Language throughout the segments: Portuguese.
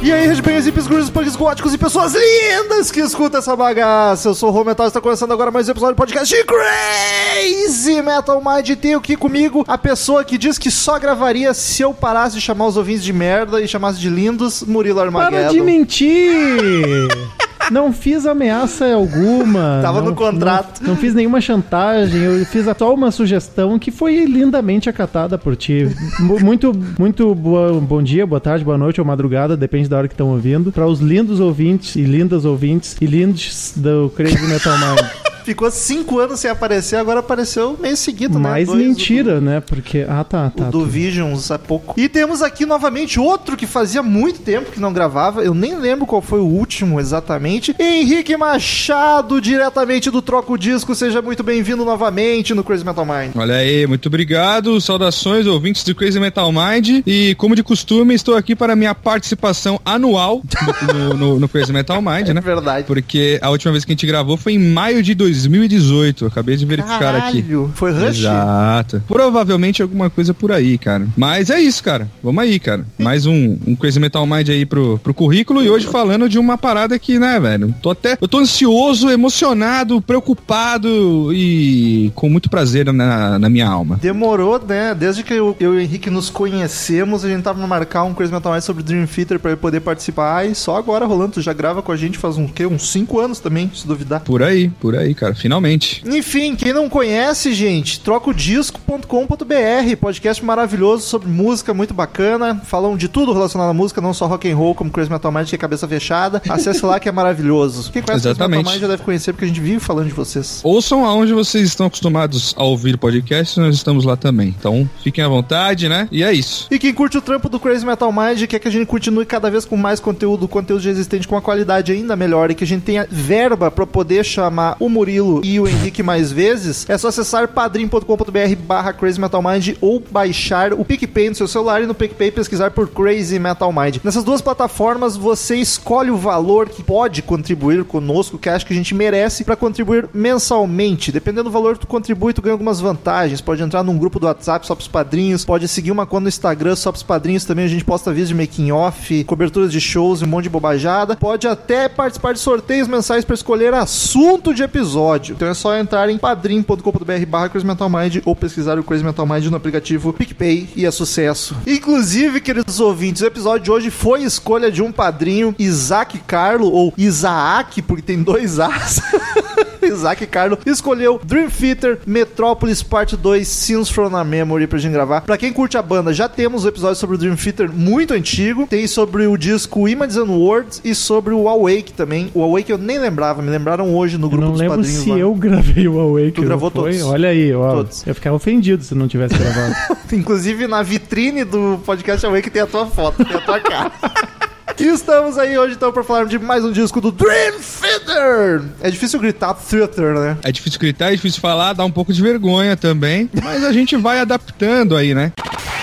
E aí, headbangers, hippies, grunges, punks, góticos e pessoas lindas que escutam essa bagaça. Eu sou o Rô Metal e está começando agora mais um episódio do podcast de Crazy Metal Mind. E tenho aqui comigo a pessoa que diz que só gravaria se eu parasse de chamar os ouvintes de merda e chamasse de lindos, Murilo Armageddon. Para de mentir! Não fiz ameaça alguma. Tava no contrato. Não fiz nenhuma chantagem. Eu fiz só uma sugestão que foi lindamente acatada por ti. Muito bom dia, boa tarde, boa noite ou madrugada, depende da hora que estão ouvindo. Para os lindos ouvintes e lindas ouvintes e lindos do Crazy Metal Mind. Ficou 5 anos sem aparecer, agora apareceu meio seguido, né? Mais mentira, né? Porque... tá. O do Visions há pouco. E temos aqui novamente outro que fazia muito tempo que não gravava. Eu nem lembro qual foi o último exatamente. Henrique Machado, diretamente do Troco Disco. Seja muito bem-vindo novamente no Crazy Metal Mind. Olha aí, muito obrigado. Saudações, ouvintes do Crazy Metal Mind. E, como de costume, estou aqui para a minha participação anual no Crazy Metal Mind, né? É verdade. Porque a última vez que a gente gravou foi em maio de 2018. Acabei de verificar. Caralho, aqui. Foi Rush? Exato. Provavelmente alguma coisa por aí, cara. Mas é isso, cara. Vamos aí, cara. Mais um Crazy Metal Mind aí pro currículo. E hoje falando de uma parada que, né, velho? Eu tô ansioso, emocionado, preocupado e com muito prazer na minha alma. Demorou, né? Desde que eu e o Henrique nos conhecemos, a gente tava pra marcar um Crazy Metal Mind sobre Dream Theater pra ele poder participar. E só agora rolando. Tu já grava com a gente faz uns 5 anos também, se duvidar. Por aí, cara, finalmente. Enfim, quem não conhece, gente, trocodisco.com.br, podcast maravilhoso sobre música, muito bacana, falam de tudo relacionado à música, não só rock and roll, como Crazy Metal Mind, que é cabeça fechada. Acesse lá que é maravilhoso. Quem conhece Crazy Metal Mind já deve conhecer, porque a gente vive falando de vocês. Ouçam aonde vocês estão acostumados a ouvir podcast, nós estamos lá também. Então, fiquem à vontade, né? E é isso. E quem curte o trampo do Crazy Metal Mind, quer que a gente continue cada vez com mais conteúdo já existente, com uma qualidade ainda melhor, e que a gente tenha verba pra poder chamar o Murilo e o Henrique mais vezes, é só acessar padrim.com.br/Crazy Metal Mind ou baixar o PicPay no seu celular e no PicPay pesquisar por Crazy Metal Mind. Nessas duas plataformas você escolhe o valor que pode contribuir conosco, que acha que a gente merece, para contribuir mensalmente. Dependendo do valor que tu contribui, tu ganha algumas vantagens. Pode entrar num grupo do WhatsApp só pros padrinhos, pode seguir uma conta no Instagram só pros padrinhos também, a gente posta vídeos de making off, coberturas de shows e um monte de bobajada. Pode até participar de sorteios mensais para escolher assunto de episódio. Então é só entrar em padrim.com.br/Crazy Metal Mind ou pesquisar o Crazy Metal Mind no aplicativo PicPay e é sucesso. Inclusive, queridos ouvintes, o episódio de hoje foi escolha de um padrinho, Isaac Carlo, ou Isaac, porque tem 2 As. Isaac Carlo escolheu Dream Theater Metropolis Part 2 Scenes from a Memory pra gente gravar. Pra quem curte a banda, já temos um episódio sobre o Dream Theater muito antigo. Tem sobre o disco Images and Words e sobre o Awake também. O Awake eu nem lembrava, me lembraram hoje no grupo dos padrinhos. Eu não lembro se eu gravei o Awake. Tu gravou todos? Olha aí, ó. Todos. Eu ficava ofendido se não tivesse gravado. Inclusive na vitrine do podcast Awake tem a tua foto, tem a tua cara. E estamos aí hoje então para falar de mais um disco do Dream Theater. É difícil gritar Theater, né? É difícil gritar, é difícil falar, dá um pouco de vergonha também, mas a gente vai adaptando aí, né?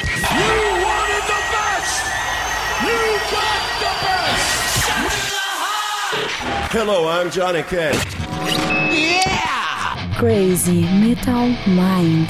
Hello, I'm Johnny Cash. Yeah! Crazy Metal Mind.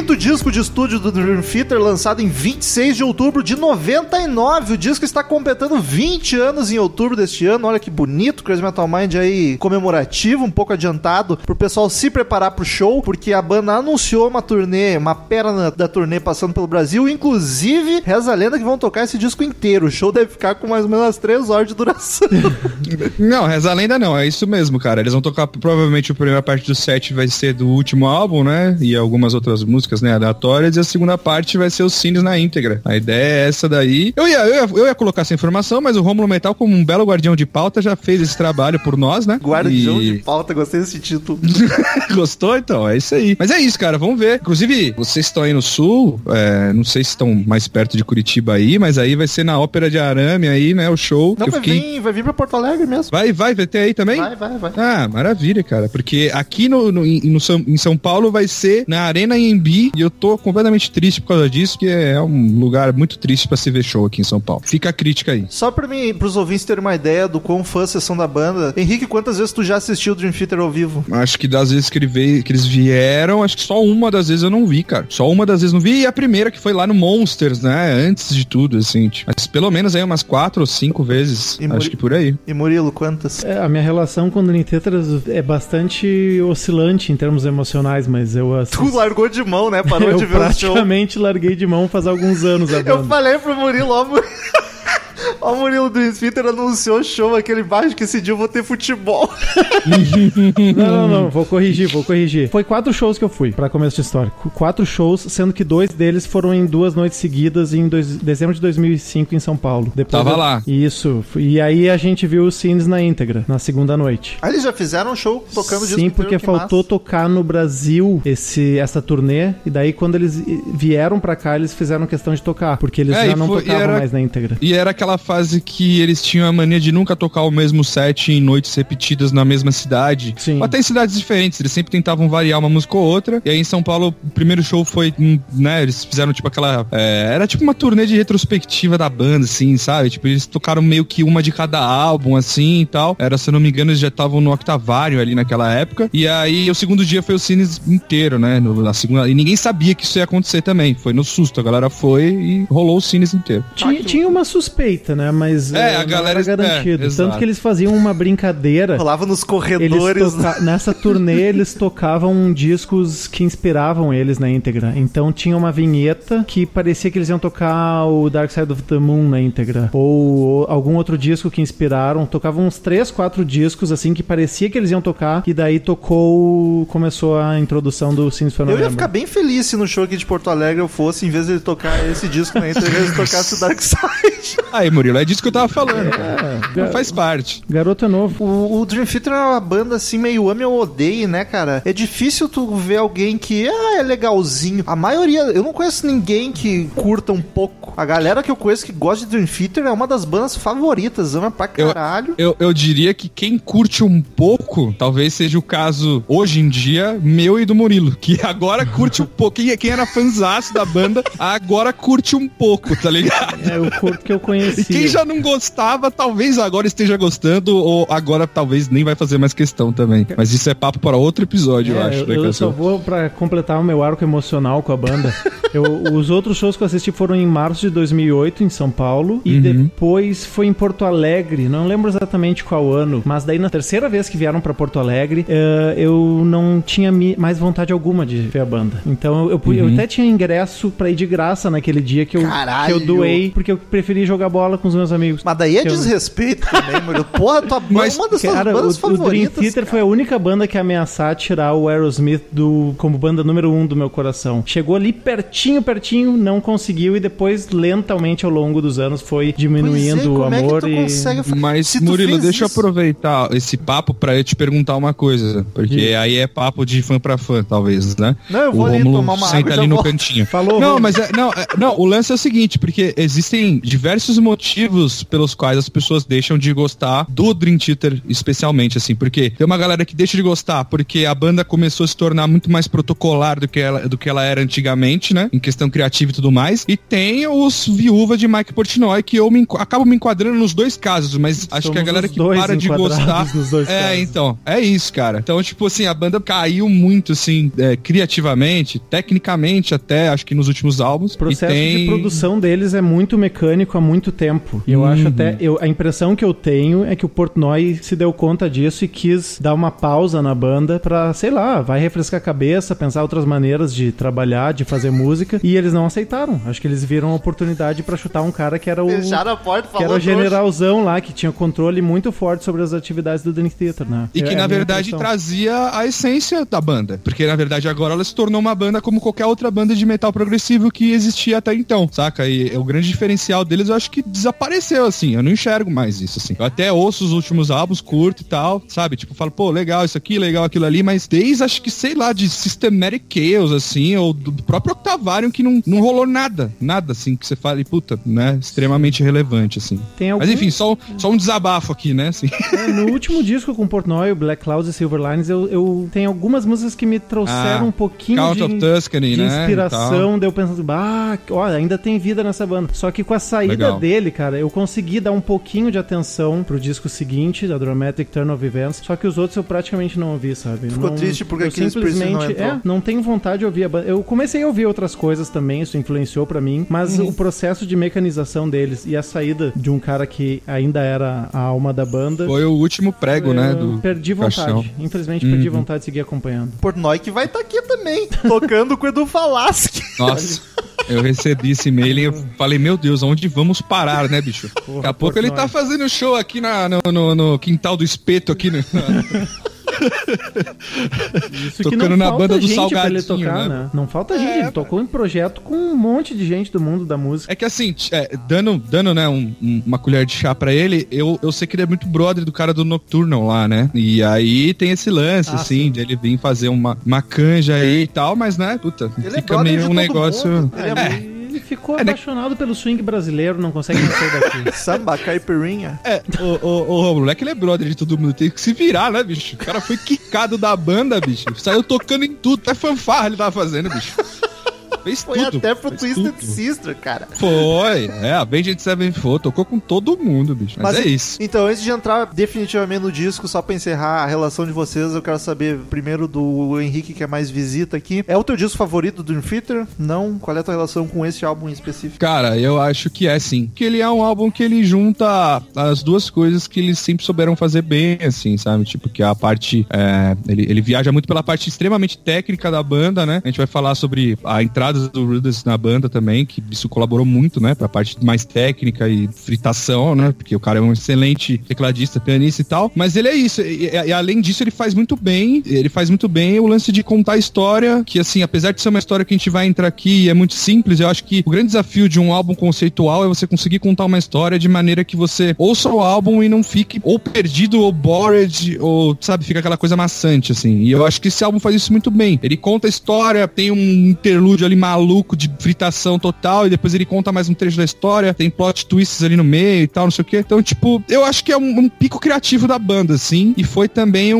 quinto disco de estúdio do Dream Theater, lançado em 26 de outubro de 99. O disco está completando 20 anos em outubro deste ano. Olha que bonito, Crazy Metal Mind aí comemorativo, um pouco adiantado, pro pessoal se preparar pro show, porque a banda anunciou uma turnê, uma perna da turnê passando pelo Brasil. Inclusive, reza a lenda que vão tocar esse disco inteiro. O show deve ficar com mais ou menos 3 horas de duração. Não, reza a lenda não, é isso mesmo, cara. Eles vão tocar, provavelmente a primeira parte do set vai ser do último álbum, né? E algumas outras músicas, né, aleatórias, e a segunda parte vai ser os Cines na íntegra. A ideia é essa daí. Eu ia colocar essa informação, mas o Rômulo Metal, como um belo guardião de pauta, já fez esse trabalho por nós, né? Guardião de pauta, gostei desse título. Gostou? Então, é isso aí. Mas é isso, cara, vamos ver. Inclusive, vocês estão aí no sul, não sei se estão mais perto de Curitiba aí, mas aí vai ser na Ópera de Arame aí, né, o show. Não, vai vir pra Porto Alegre mesmo. Vai ter aí também? Vai. Ah, maravilha, cara, porque aqui em São Paulo vai ser na Arena Anhembi, e eu tô completamente triste por causa disso, que é um lugar muito triste pra se ver show aqui em São Paulo. Fica a crítica aí. Só pros ouvintes terem uma ideia do quão fã vocês são da banda, Henrique, quantas vezes tu já assistiu o Dream Theater ao vivo? Acho que das vezes que eles vieram, acho que só uma das vezes eu não vi, cara. Só uma das vezes não vi, e a primeira que foi lá no Monsters, né, antes de tudo, assim. Mas pelo menos aí umas 4 ou 5 vezes, acho que por aí. E Murilo, quantas? A minha relação com o Dream Theater é bastante oscilante em termos emocionais, mas eu assisto... Tu largou de mão, né? Parou de ver o show. Eu praticamente larguei de mão faz alguns anos a banda. Eu falei pro Murilo, ó, o Murilo do Dream Theater anunciou o show aquele embaixo que esse dia eu vou ter futebol. Não, vou corrigir. Foi 4 shows que eu fui, pra começo de história. 4 shows, sendo que 2 deles foram em 2 noites seguidas em dezembro de 2005 em São Paulo. Tava lá. Isso. E aí a gente viu os Cines na íntegra, na segunda noite. Eles já fizeram um show tocando disco Sim, inteiro, porque faltou tocar no Brasil essa turnê, e daí quando eles vieram pra cá, eles fizeram questão de tocar, porque eles já não tocavam mais na íntegra. E era aquela fase que eles tinham a mania de nunca tocar o mesmo set em noites repetidas na mesma cidade. Sim. Ou até em cidades diferentes. Eles sempre tentavam variar uma música ou outra. E aí em São Paulo, o primeiro show foi, né, eles fizeram tipo aquela... era tipo uma turnê de retrospectiva da banda, assim, sabe? Tipo, eles tocaram meio que uma de cada álbum, assim, e tal. Se eu não me engano, eles já estavam no Octavário ali naquela época. E aí o segundo dia foi o Cines inteiro, né? Na segunda... E ninguém sabia que isso ia acontecer também. Foi no susto. A galera foi e rolou o Cines inteiro. Tinha uma suspeita, né? Mas a galera era garantido. exato. Tanto que eles faziam uma brincadeira. Rolava nos corredores. Nessa turnê eles tocavam discos que inspiravam eles na íntegra. Então tinha uma vinheta que parecia que eles iam tocar o Dark Side of the Moon na íntegra. Ou algum outro disco que inspiraram. Tocavam uns 3, 4 discos assim que parecia que eles iam tocar. E daí começou a introdução do Cines for November. Eu ia ficar bem feliz se no show aqui de Porto Alegre eu fosse, em vez de ele tocar esse disco na íntegra, ele tocasse o Dark Side. Aí, Murilo, é disso que eu tava falando. Faz parte. Garoto é novo. O Dream Theater é uma banda assim, meio ame ou odeie, né, cara? É difícil tu ver alguém que é legalzinho. A maioria, eu não conheço ninguém que curta um pouco. A galera que eu conheço que gosta de Dream Theater é uma das bandas favoritas, ama pra caralho. Eu diria que quem curte um pouco, talvez seja o caso, hoje em dia, meu e do Murilo, que agora curte um pouco. Quem era fãzaço da banda, agora curte um pouco, tá ligado? O curto que eu conheci. E quem já não gostava, talvez agora esteja gostando, ou agora talvez nem vai fazer mais questão também. Mas isso é papo para outro episódio, eu acho. Eu só vou pra completar o meu arco emocional com a banda. Os outros shows que eu assisti foram em março de 2008, em São Paulo, e depois foi em Porto Alegre, não lembro exatamente qual ano, mas daí na terceira vez que vieram pra Porto Alegre, eu não tinha mais vontade alguma de ver a banda. Então eu até tinha ingresso pra ir de graça naquele dia que eu doei, porque eu preferi jogar bola com os meus amigos. Mas daí é desrespeito também, mano. Porra, tua banda é uma das tuas bandas favoritas. O Dream Theater foi a única banda que ameaçar tirar o Aerosmith como banda número 1 do meu coração. Chegou ali pertinho, não conseguiu, e depois lentamente ao longo dos anos foi diminuindo o amor. Mas, Murilo, deixa eu aproveitar esse papo pra eu te perguntar uma coisa, porque aí é papo de fã pra fã, talvez, né? Não, eu vou ali tomar uma senta água ali no cantinho. Falou. Não, mas o lance é o seguinte, porque existem diversos motivos pelos quais as pessoas deixam de gostar do Dream Theater, especialmente, assim, porque tem uma galera que deixa de gostar porque a banda começou a se tornar muito mais protocolar do que ela era antigamente, né, em questão criativa e tudo mais, e tem os viúva de Mike Portnoy, que eu acabo me enquadrando nos dois casos, mas acho que a galera que para de gostar... Nos dois casos. Então, é isso, cara. Então, tipo assim, a banda caiu muito, assim, criativamente, tecnicamente até, acho que nos últimos álbuns. O processo de produção deles é muito mecânico há muito tempo. E eu acho até... a impressão que eu tenho é que o Portnoy se deu conta disso e quis dar uma pausa na banda pra, sei lá, vai refrescar a cabeça, pensar outras maneiras de trabalhar, de fazer música, e eles não aceitaram. Acho que eles viram a oportunidade pra chutar um cara que era o... Fecharam a porta, que era o generalzão lá, que tinha controle muito forte sobre as atividades do Dream Theater, né? E que, na verdade, trazia a essência da banda. Porque, na verdade, agora ela se tornou uma banda como qualquer outra banda de metal progressivo que existia até então, saca? E o grande diferencial deles, eu acho que desapareceu, assim. Eu não enxergo mais isso, assim. Eu até ouço os últimos álbuns, curto e tal, sabe? Tipo, falo, pô, legal isso aqui, legal aquilo ali, mas desde, acho que, sei lá, de Systematic Chaos, assim, ou do próprio Octavarium, que não rolou nada, assim, que você fala, e puta, né? Extremamente relevante, assim. Mas, enfim, só um desabafo aqui, né? Assim. No último disco com o Portnoy, o Black Clouds e Silver Linings, eu tenho algumas músicas que me trouxeram um pouquinho Count of Tuscany, de inspiração, né? Daí eu pensando, olha, ainda tem vida nessa banda. Só que com a saída dele, cara, eu consegui dar um pouquinho de atenção pro disco seguinte, da Dramatic Turn of Events, só que os outros eu praticamente não ouvi, sabe? Ficou triste porque aquele simplesmente não tenho vontade de ouvir a banda. Eu comecei a ouvir outras coisas também, isso influenciou pra mim, mas o processo de mecanização deles e a saída de um cara que ainda era a alma da banda... Foi o último prego, né? Perdi vontade. Caixão. Infelizmente, perdi vontade de seguir acompanhando. Portnoy que vai estar aqui também, tocando com o Edu Falaschi. Nossa, eu recebi esse e-mail e eu falei, meu Deus, onde vamos parar, né, bicho? Porra, daqui a pouco ele tá fazendo show aqui no quintal do espeto aqui, né? Isso tocando que não na falta banda do gente Salgadinho, pra ele tocar, né? Não falta gente, ele tocou em projeto com um monte de gente do mundo da música. É que assim, dando né, uma colher de chá pra ele, eu sei que ele é muito brother do cara do Nocturnal lá, né? E aí tem esse lance, assim, de ele vir fazer uma canja aí e tal, mas né, puta, ele fica meio um negócio... Ele ficou apaixonado pelo swing brasileiro, não consegue mais sair daqui. Samba, caipirinha. O Romulo, é que ele é brother de todo mundo, tem que se virar, né, bicho? O cara foi quicado da banda, bicho. Saiu tocando em tudo, até fanfarra ele tava fazendo, bicho. Fez foi tudo, até pro Twisted Sister, cara. Foi, a Avenged Sevenfold tocou com todo mundo, bicho. Mas é isso. Então, antes de entrar definitivamente no disco, só pra encerrar a relação de vocês, eu quero saber primeiro do Henrique, que é mais visita aqui. É o teu disco favorito do Dream Theater? Não? Qual é a tua relação com esse álbum em específico? Cara, eu acho que é sim. Que ele é um álbum que ele junta as duas coisas que eles sempre souberam fazer bem, assim, sabe? Tipo, que a parte... ele viaja muito pela parte extremamente técnica da banda, né? A gente vai falar sobre a entrada do Rudess na banda também, que isso colaborou muito, né, pra parte mais técnica e fritação, né, porque o cara é um excelente tecladista, pianista e tal, mas ele é isso, e além disso ele faz muito bem o lance de contar a história, que assim, apesar de ser uma história que a gente vai entrar aqui e é muito simples, eu acho que o grande desafio de um álbum conceitual é você conseguir contar uma história de maneira que você ouça o álbum e não fique ou perdido ou bored, ou, sabe, fica aquela coisa maçante, assim, e eu acho que esse álbum faz isso muito bem, ele conta a história, tem um interlúdio ali maluco de fritação total, e depois ele conta mais um trecho da história, tem plot twists ali no meio e tal, não sei o que. Então, tipo, eu acho que é um pico criativo da banda, assim, e foi também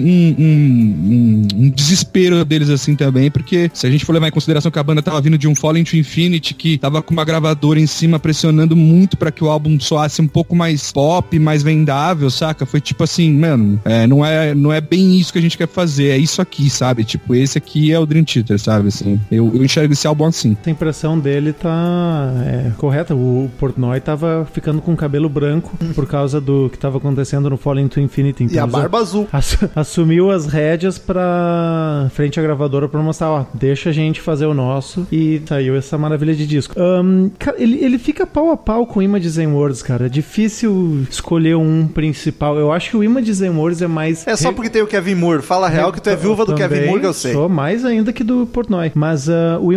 um desespero deles, assim, também, porque se a gente for levar em consideração que a banda tava vindo de um Falling to Infinity, que tava com uma gravadora em cima pressionando muito pra que o álbum soasse um pouco mais pop, mais vendável, saca? Foi tipo assim, mano, não é bem isso que a gente quer fazer, é isso aqui, sabe? Tipo, esse aqui é o Dream Theater, sabe? Assim, eu enxergo esse álbum assim. A impressão dele tá correta. O Portnoy tava ficando com o cabelo branco por causa do que tava acontecendo no Falling to Infinity. Então, e a barba azul. Assumiu as rédeas pra frente à gravadora pra mostrar, ó, deixa a gente fazer o nosso, e saiu essa maravilha de disco. Cara, ele fica pau a pau com o Images and Words, cara. É difícil escolher um principal. Eu acho que o Images and Words é mais... É só porque tem o Kevin Moore. Fala a real que tu é viúva do Kevin Moore, que eu sei. Sou mais ainda que do Portnoy. Mas o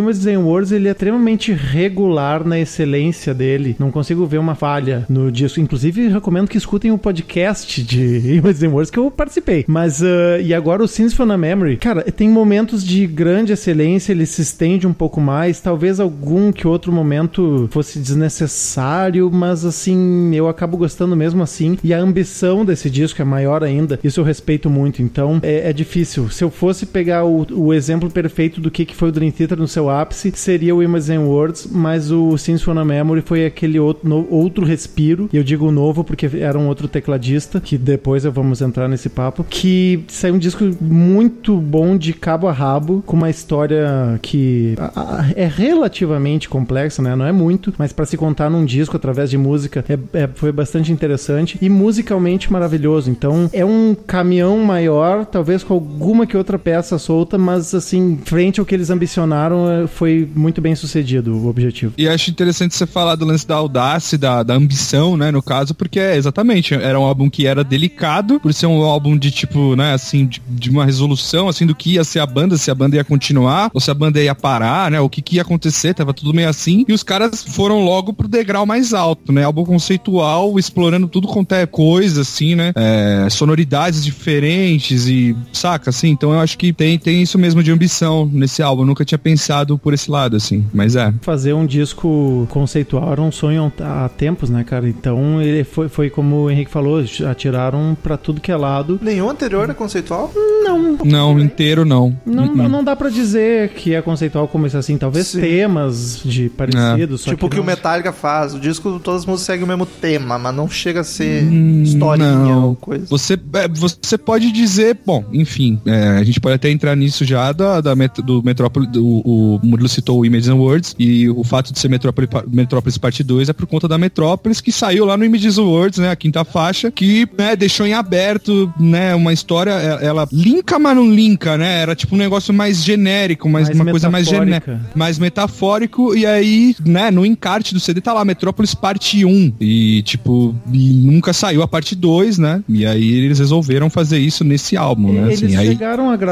Images and Words, ele é extremamente regular na excelência dele. Não consigo ver uma falha no disco. Inclusive, recomendo que escutem o podcast de Images and Words que eu participei. Mas, e agora o Scenes from a Memory, cara, tem momentos de grande excelência, ele se estende um pouco mais, talvez algum que outro momento fosse desnecessário, mas assim, eu acabo gostando mesmo assim, e a ambição desse disco é maior ainda, isso eu respeito muito, então é difícil. Se eu fosse pegar o exemplo perfeito do que foi o Dream Theater no seu ápice, seria o Images and Words, mas o Scenes from a Memory foi aquele outro respiro, e eu digo novo porque era um outro tecladista, que depois vamos entrar nesse papo, que saiu um disco muito bom de cabo a rabo, com uma história que é relativamente complexa, né? Não é muito, mas para se contar num disco através de música foi bastante interessante e musicalmente maravilhoso. Então é um caminhão maior, talvez com alguma que outra peça solta, mas assim, frente ao que eles ambicionaram, foi muito bem sucedido o objetivo. E acho interessante você falar do lance da audácia, da ambição, né, no caso, porque exatamente, era um álbum que era delicado, por ser um álbum de tipo, né, assim, de uma resolução, assim, do que ia ser a banda, se a banda ia continuar, ou se a banda ia parar, né, o que ia acontecer, tava tudo meio assim, e os caras foram logo pro degrau mais alto, né, álbum conceitual, explorando tudo quanto é coisa, assim, né, sonoridades diferentes e, saca, assim, então eu acho que tem isso mesmo de ambição nesse álbum, eu nunca tinha pensado por esse lado, assim, mas fazer um disco conceitual era um sonho há tempos, né, cara, então ele foi como o Henrique falou, atiraram pra tudo que é lado. Nenhum anterior é conceitual? Não, inteiro não. Não dá pra dizer que é conceitual como isso assim, talvez Sim. Temas de parecidos. Tipo o que o Metallica faz, o disco, todas as músicas seguem o mesmo tema, mas não chega a ser historinha ou coisa. Você pode dizer, bom, enfim, a gente pode até entrar nisso já do Metrópole, o Murilo citou o Images and Words, e o fato de ser Metrópolis Parte 2 é por conta da Metrópolis, que saiu lá no Images and Words, né, a quinta faixa, que, né, deixou em aberto, né, uma história, ela linka, mas não linka, né, era tipo um negócio mais genérico, uma coisa mais genérica, mais metafórico, e aí, né, no encarte do CD tá lá, Metrópolis Parte 1, e tipo, nunca saiu a Parte 2, né, e aí eles resolveram fazer isso nesse álbum, né, eles assim, chegaram a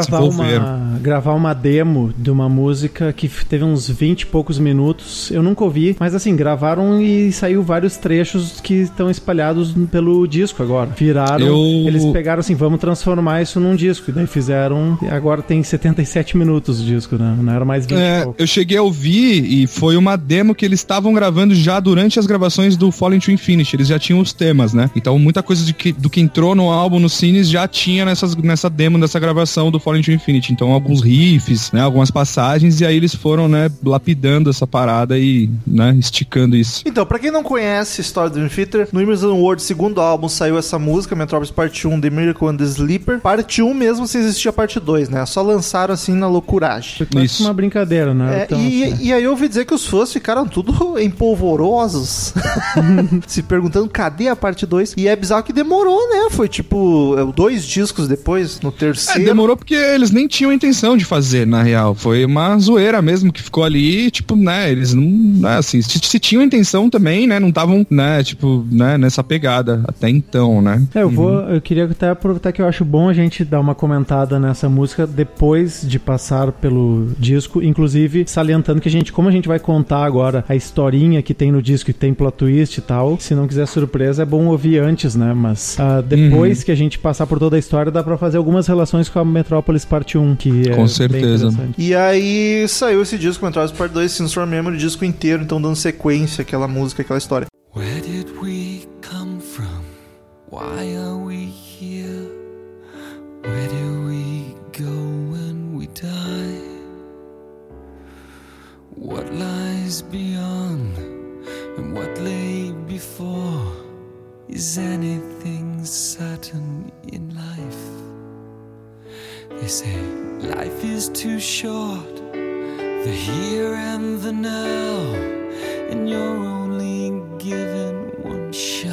gravar uma demo de uma música que teve uns 20 e poucos minutos, eu nunca ouvi, mas assim, gravaram e saiu vários trechos que estão espalhados pelo disco agora, eles pegaram assim, vamos transformar isso num disco, e daí fizeram, e agora tem 77 minutos o disco, né, não era mais 20 e pouco. Eu cheguei a ouvir e foi uma demo que eles estavam gravando já durante as gravações do Falling to Infinity, eles já tinham os temas, né, então muita coisa do que entrou no álbum, no Cines, já tinha nessa demo, dessa gravação do Falling to Infinity, então alguns riffs, né, algumas passagens, e aí eles foram, né, lapidando essa parada e, né, esticando isso. Então, pra quem não conhece a história do Dream Theater, no Images and Words, segundo álbum, saiu essa música, Metrópolis Parte 1, The Miracle and the Sleeper. Parte 1 mesmo, se existia parte 2, né? Só lançaram assim na loucuragem. Foi quase uma brincadeira, né? Então, e aí eu ouvi dizer que os fãs ficaram tudo empolvorosos, se perguntando cadê a parte 2. E é bizarro que demorou, né? Foi tipo 2 discos depois, no terceiro. Demorou porque eles nem tinham intenção de fazer, na real. Foi uma zoeira mesmo que ficou ali, tipo, né? Eles não, né, assim, se tinham intenção também, né? Não estavam, né, tipo, né, nessa pegada até então, né? Eu queria até aproveitar que eu acho bom a gente dar uma comentada nessa música depois de passar pelo disco, inclusive salientando que como a gente vai contar agora a historinha que tem no disco, que tem plot twist e tal, se não quiser surpresa, é bom ouvir antes, né? Mas depois que a gente passar por toda a história, dá pra fazer algumas relações com a Metrópolis Parte 1, que com certeza. E aí saiu esse disco, Metrópolis Parte 2, Scenes from a Memory, o disco inteiro, então dando sequência àquela música, aquela história. Where did we come from? Why are we here? Where do we go when we die? What lies beyond and what lay before? Is anything certain in life? They say life is too short, the here and the now, and you're only given one shot.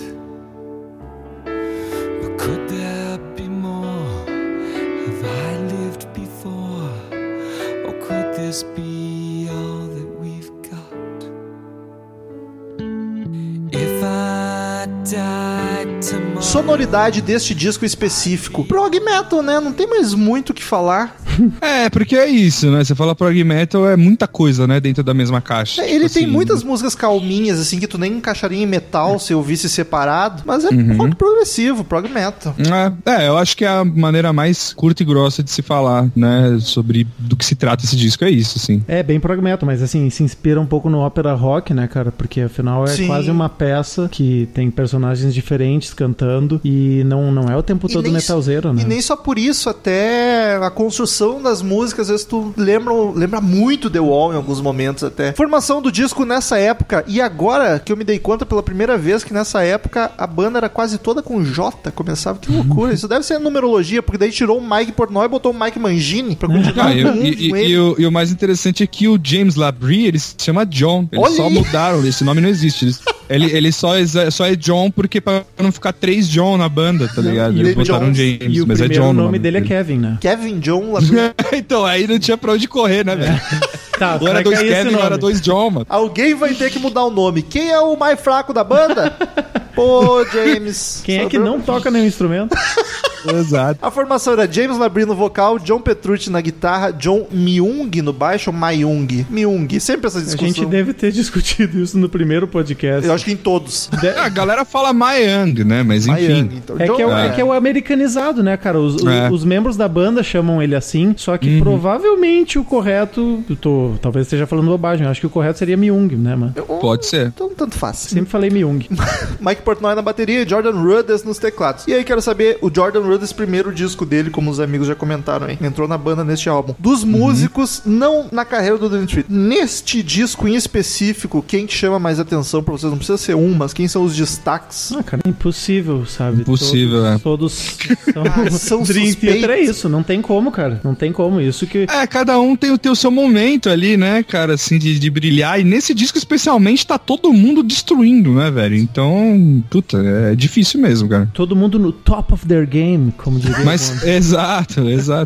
But could there be more? Have I lived before? Or could this be all that we've got? If I died tomorrow. Sonoridade deste disco específico. Prog metal, né? Não tem mais muito o que falar. É, porque é isso, né? Você fala prog metal, é muita coisa, né? Dentro da mesma caixa. Ele Tipo tem assim, muitas músicas calminhas, assim, que tu nem encaixaria em metal se eu visse separado, mas é rock progressivo, prog metal. Eu acho que é a maneira mais curta e grossa de se falar, né? Sobre do que se trata esse disco, é isso, assim. É bem prog metal, mas assim, se inspira um pouco no ópera rock, né, cara? Porque afinal é Sim. quase uma peça que tem personagens diferentes cantando e não é o tempo todo metalzeiro, né? E nem só por isso, até a construção das músicas, às vezes tu lembra muito The Wall em alguns momentos até. Formação do disco nessa época, e agora que eu me dei conta pela primeira vez que nessa época a banda era quase toda com J, começava, que loucura, isso deve ser a numerologia, porque daí tirou o Mike Portnoy e botou o Mike Mangini pra continuar com ele. E o mais interessante é que o James Labrie, ele se chama John, eles Olha só aí. mudaram, esse nome não existe, ele só é John porque pra não ficar 3 John na banda, tá ligado? Eles botaram James, E o mas é primeiro John. nome dele é Kevin, né? Kevin John Labrie. Então, aí não tinha pra onde correr, né, velho? Tá, Ou era 2 Kevin, ou era 2 John, mano. Alguém vai ter que mudar o nome. Quem é o mais fraco da banda? Pô, James. Quem é que não toca nenhum instrumento? Exato. A formação era James Labrie no vocal, John Petrucci na guitarra, John Myung no baixo ou Myung? Myung, sempre essa A discussão. gente deve ter discutido isso no primeiro podcast. Eu acho que em todos. A galera fala Myung, né? Mas enfim. Myung, então. É John- que é o americanizado, né, cara? É. Os membros da banda chamam ele assim, só que provavelmente o correto... talvez esteja falando bobagem, eu acho que o correto seria Myung, né, mano? Pode ser. Então, tanto faz. Sempre falei Myung. Mike Portnoy na bateria e Jordan Rudess nos teclados. E aí, quero saber, o Jordan Rudess, primeiro disco dele, como os amigos já comentaram aí, entrou na banda neste álbum. Dos músicos, não na carreira do Dream Theater. Neste disco em específico, quem que chama mais atenção pra vocês? Não precisa ser um, mas quem são os destaques? Ah, cara, é impossível, sabe? Impossível, todos são... São Dream suspeitos. Theater é isso, não tem como, cara. Não tem como, isso que... Cada um tem o seu momento ali, né, cara, assim, de brilhar. E nesse disco, especialmente, tá todo mundo destruindo, né, velho? Então, puta, é difícil mesmo, cara. Todo mundo no top of their game, como diria. Mas, exato.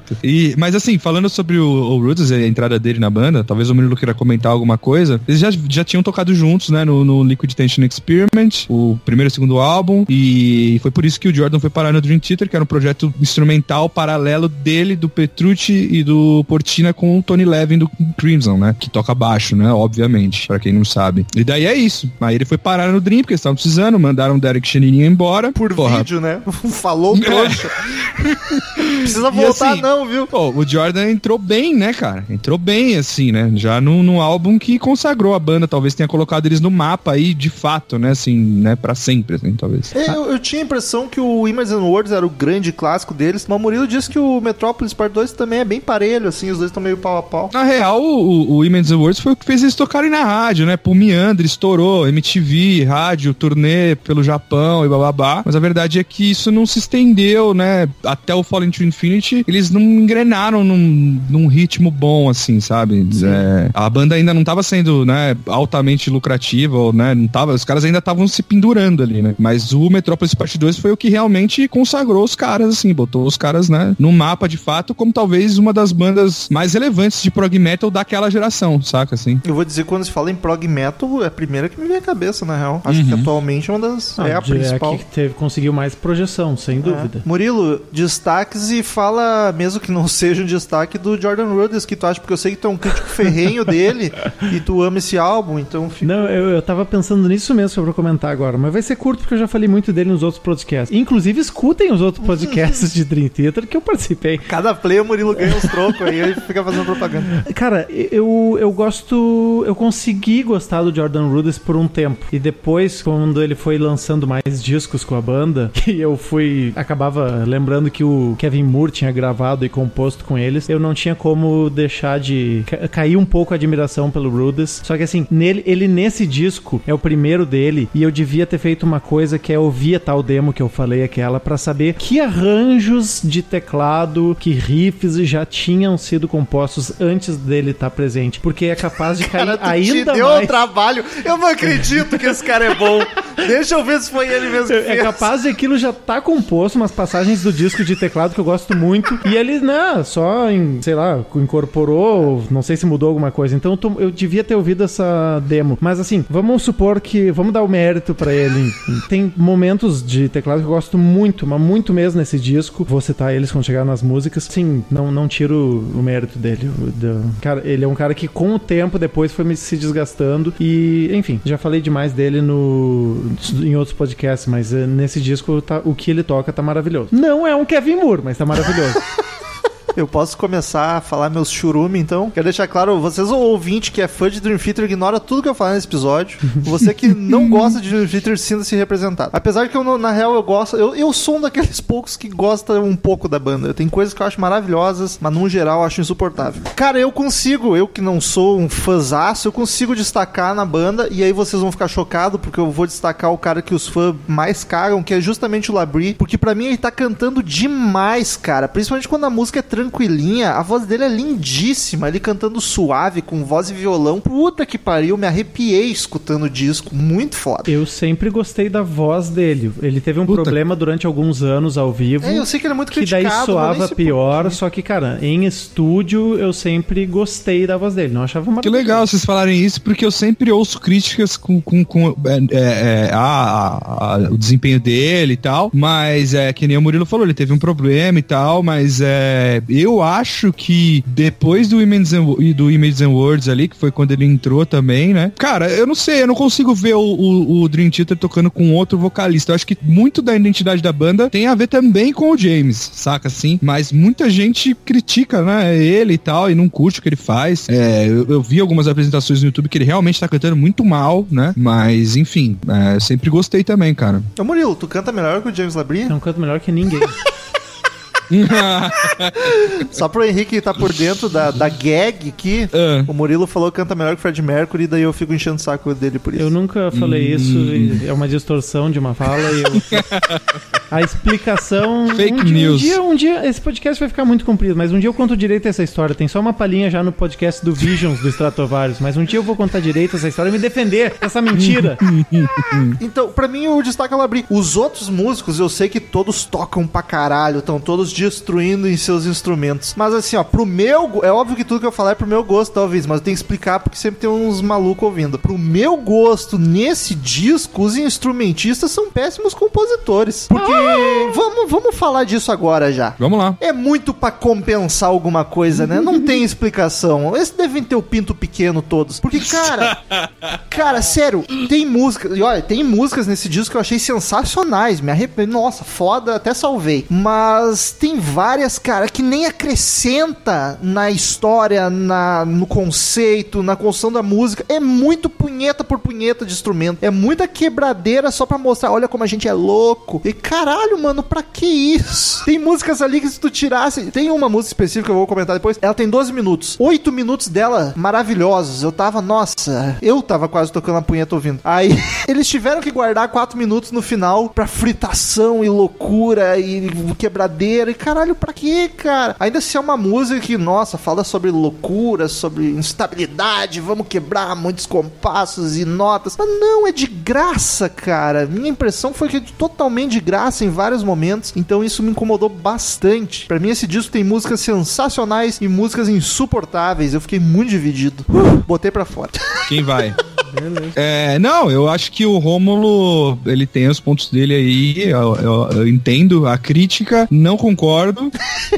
Mas assim, falando sobre o Rudess e a entrada dele na banda, talvez o Murilo queira comentar alguma coisa. Eles já tinham tocado juntos, né, no Liquid Tension Experiment, o primeiro e segundo álbum, e foi por isso que o Jordan foi parar no Dream Theater, que era um projeto instrumental paralelo dele, do Petrucci e do Portina com o Tony Levin do Crimson, né, que toca baixo, né, obviamente, pra quem não sabe. E daí é isso. Aí ele foi parar no Dream, porque eles estavam precisando, mandaram o Derek Chanini embora. Por vídeo, né? Falou trouxa. Precisa voltar assim, não, viu? Pô, o Jordan entrou bem, né, cara? Entrou bem, assim, né? Já no álbum que consagrou a banda, talvez tenha colocado eles no mapa aí, de fato, né, assim, né, pra sempre, assim, talvez. Eu tinha a impressão que o Images and Words era o grande clássico deles, mas o Murilo disse que o Metropolis Part 2 também é bem parelho, assim, os dois estão meio pau a pau. Na real, o Images and Words foi o que fez eles tocarem na rádio, né? Pro Meandre, estourou, MTV, rádio, turnê pelo Japão e bababá. Mas a verdade é que isso não se estendeu, né? Até o Falling to Infinity, eles não engrenaram num ritmo bom, assim, sabe? A banda ainda não tava sendo, né, altamente lucrativa, ou, né, não tava, os caras ainda estavam se pendurando ali, né? Mas o Metropolis Part 2 foi o que realmente consagrou os caras, assim, botou os caras, né, no mapa de fato, como talvez uma das bandas mais relevantes de prog metal daquela geração, saca, assim? Eu vou dizer, quando se fala em prog metal, é a primeira que me vem à cabeça, na real. Acho que atualmente é uma das... é a principal. que conseguiu mais projeção, sem dúvida. Murilo, destaques, e fala, mesmo que não seja um destaque, do Jordan Rudess, que tu acha, porque eu sei que tu é um crítico ferrenho dele e tu ama esse álbum, então... Não, eu tava pensando nisso mesmo pra comentar agora, mas vai ser curto porque eu já falei muito dele nos outros podcasts. Inclusive, escutem os outros podcasts de Dream Theater que eu participei. Cada play o Murilo ganha uns trocos aí, ele fica fazendo propaganda. Cara, eu gosto... Eu consegui gostar do Jordan Rudess por um tempo. E depois, quando ele foi lançando mais discos com a banda, e eu acabava lembrando que o Kevin Moore tinha gravado e composto com eles, eu não tinha como deixar de cair um pouco a admiração pelo Rudess. Só que assim, ele nesse disco é o primeiro dele, e eu devia ter feito uma coisa, que é ouvir a tal demo que eu falei, aquela, pra saber que arranjos de teclado, que riffs já tinham sido compostos antes dele estar presente, porque é capaz de cair Cara, tu ainda te deu mais. um trabalho. Eu não acredito que esse cara é bom. Deixa eu ver se foi ele mesmo que É fez. capaz de aquilo já tá composto, umas passagens do disco de teclado que eu gosto muito. E ele, né, só, sei lá, incorporou, não sei se mudou alguma coisa. Então eu devia ter ouvido essa demo. Mas assim, vamos supor que, vamos dar o mérito pra ele. Tem momentos de teclado que eu gosto muito, mas muito mesmo nesse disco. Vou citar eles quando chegar nas músicas. Sim, não tiro o mérito dele. Cara, ele é um cara que com o tempo depois foi se desgastando. E, enfim, já falei demais dele em outros podcasts, mas nesse disco o que ele toca tá maravilhoso. Não é um Kevin Moore, mas tá maravilhoso. Eu posso começar a falar meus churume, então? Quero deixar claro, vocês, o ouvinte que é fã de Dream Theater, ignora tudo que eu falo nesse episódio. Você que não gosta de Dream Theater, sinta-se representado. Apesar que eu, na real, eu gosto... Eu sou um daqueles poucos que gosta um pouco da banda. Tem coisas que eu acho maravilhosas, mas no geral eu acho insuportável. Cara, eu que não sou um fãzaço, eu consigo destacar na banda, e aí vocês vão ficar chocados, porque eu vou destacar o cara que os fãs mais cagam, que é justamente o Labrie, porque pra mim ele tá cantando demais, cara. Principalmente quando a música é tranquilinha, a voz dele é lindíssima, ele cantando suave, com voz e violão. Puta que pariu, me arrepiei escutando o disco, muito foda. Eu sempre gostei da voz dele. Ele teve um problema durante alguns anos ao vivo. Eu sei que ele é muito que criticado. Que daí soava pior, só que, cara, em estúdio eu sempre gostei da voz dele, não achava maravilhoso. Que legal vocês falarem isso, porque eu sempre ouço críticas com o desempenho dele e tal, mas que nem o Murilo falou, ele teve um problema e tal, mas eu acho que depois do Images and Words ali, que foi quando ele entrou também, né? Cara, eu não sei, eu não consigo ver o Dream Theater tocando com outro vocalista. Eu acho que muito da identidade da banda tem a ver também com o James, saca assim? Mas muita gente critica, né, ele e tal, e não curte o que ele faz. Eu vi algumas apresentações no YouTube que ele realmente tá cantando muito mal, né? Mas, enfim, eu sempre gostei também, cara. Ô Murilo, tu canta melhor que o James Labrie? Não canto melhor que ninguém. Só pro Henrique tá por dentro da gag aqui, o Murilo falou que canta melhor que o Fred Mercury, e daí eu fico enchendo o saco dele por isso. Eu nunca falei isso, é uma distorção de uma fala e a explicação... Fake news. Um dia, esse podcast vai ficar muito comprido, mas um dia eu conto direito essa história. Tem só uma palhinha já no podcast do Visions, do Stratovarius, mas um dia eu vou contar direito essa história e me defender dessa mentira. Então, pra mim, o destaque é o Labrie. Os outros músicos, eu sei que todos tocam pra caralho, estão todos destruindo em seus instrumentos. Mas assim, ó, é óbvio que tudo que eu falar é pro meu gosto, talvez, mas eu tenho que explicar porque sempre tem uns malucos ouvindo. Pro meu gosto, nesse disco, os instrumentistas são péssimos compositores. Porque, vamos falar disso agora já. Vamos lá. É muito pra compensar alguma coisa, né? Não tem explicação. Esses devem ter o pinto pequeno todos. Porque, cara, sério, tem música, e olha, tem músicas nesse disco que eu achei sensacionais, me arrependi, nossa, foda, até salvei. Mas tem várias, cara, que nem acrescenta na história, no conceito, na construção da música. É muito punheta por punheta de instrumento. É muita quebradeira só pra mostrar, olha como a gente é louco. E caralho, mano, pra que isso? Tem músicas ali que se tu tirasse... Tem uma música específica que eu vou comentar depois. Ela tem 12 minutos. 8 minutos dela maravilhosos. Eu tava quase tocando a punheta ouvindo. Aí, eles tiveram que guardar 4 minutos no final pra fritação e loucura e quebradeira. E caralho, pra quê, cara? Ainda se é uma música que, nossa, fala sobre loucura, sobre instabilidade, vamos quebrar muitos compassos e notas. Mas não, é de graça, cara. Minha impressão foi que é totalmente de graça em vários momentos. Então isso me incomodou bastante. Pra mim, esse disco tem músicas sensacionais e músicas insuportáveis. Eu fiquei muito dividido. Botei pra fora. Quem vai? Não, eu acho que o Rômulo, ele tem os pontos dele aí, eu entendo a crítica, não concordo,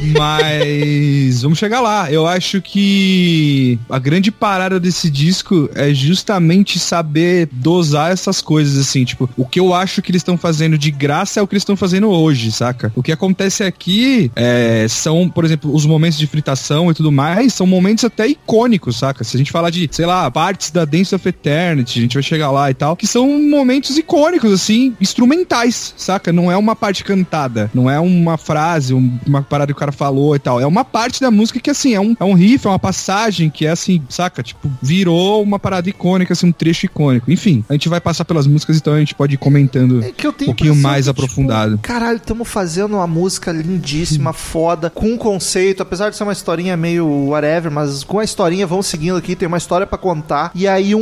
mas vamos chegar lá. Eu acho que a grande parada desse disco é justamente saber dosar essas coisas, assim, tipo, o que eu acho que eles estão fazendo de graça é o que eles estão fazendo hoje, saca? O que acontece aqui são, por exemplo, os momentos de fritação e tudo mais, são momentos até icônicos, saca? Se a gente falar de, sei lá, partes da Dance of Eternity, a gente vai chegar lá e tal, que são momentos icônicos, assim, instrumentais, saca? Não é uma parte cantada, não é uma frase, uma parada que o cara falou e tal, é uma parte da música que, assim, é um riff, é uma passagem que é assim, saca? Tipo, virou uma parada icônica, assim, um trecho icônico. Enfim, a gente vai passar pelas músicas, então a gente pode ir comentando um pouquinho mais aprofundado. Tipo, caralho, estamos fazendo uma música lindíssima, foda, com um conceito, apesar de ser uma historinha meio whatever, mas com a historinha, vamos seguindo aqui, tem uma história pra contar, e aí um olha pro outro,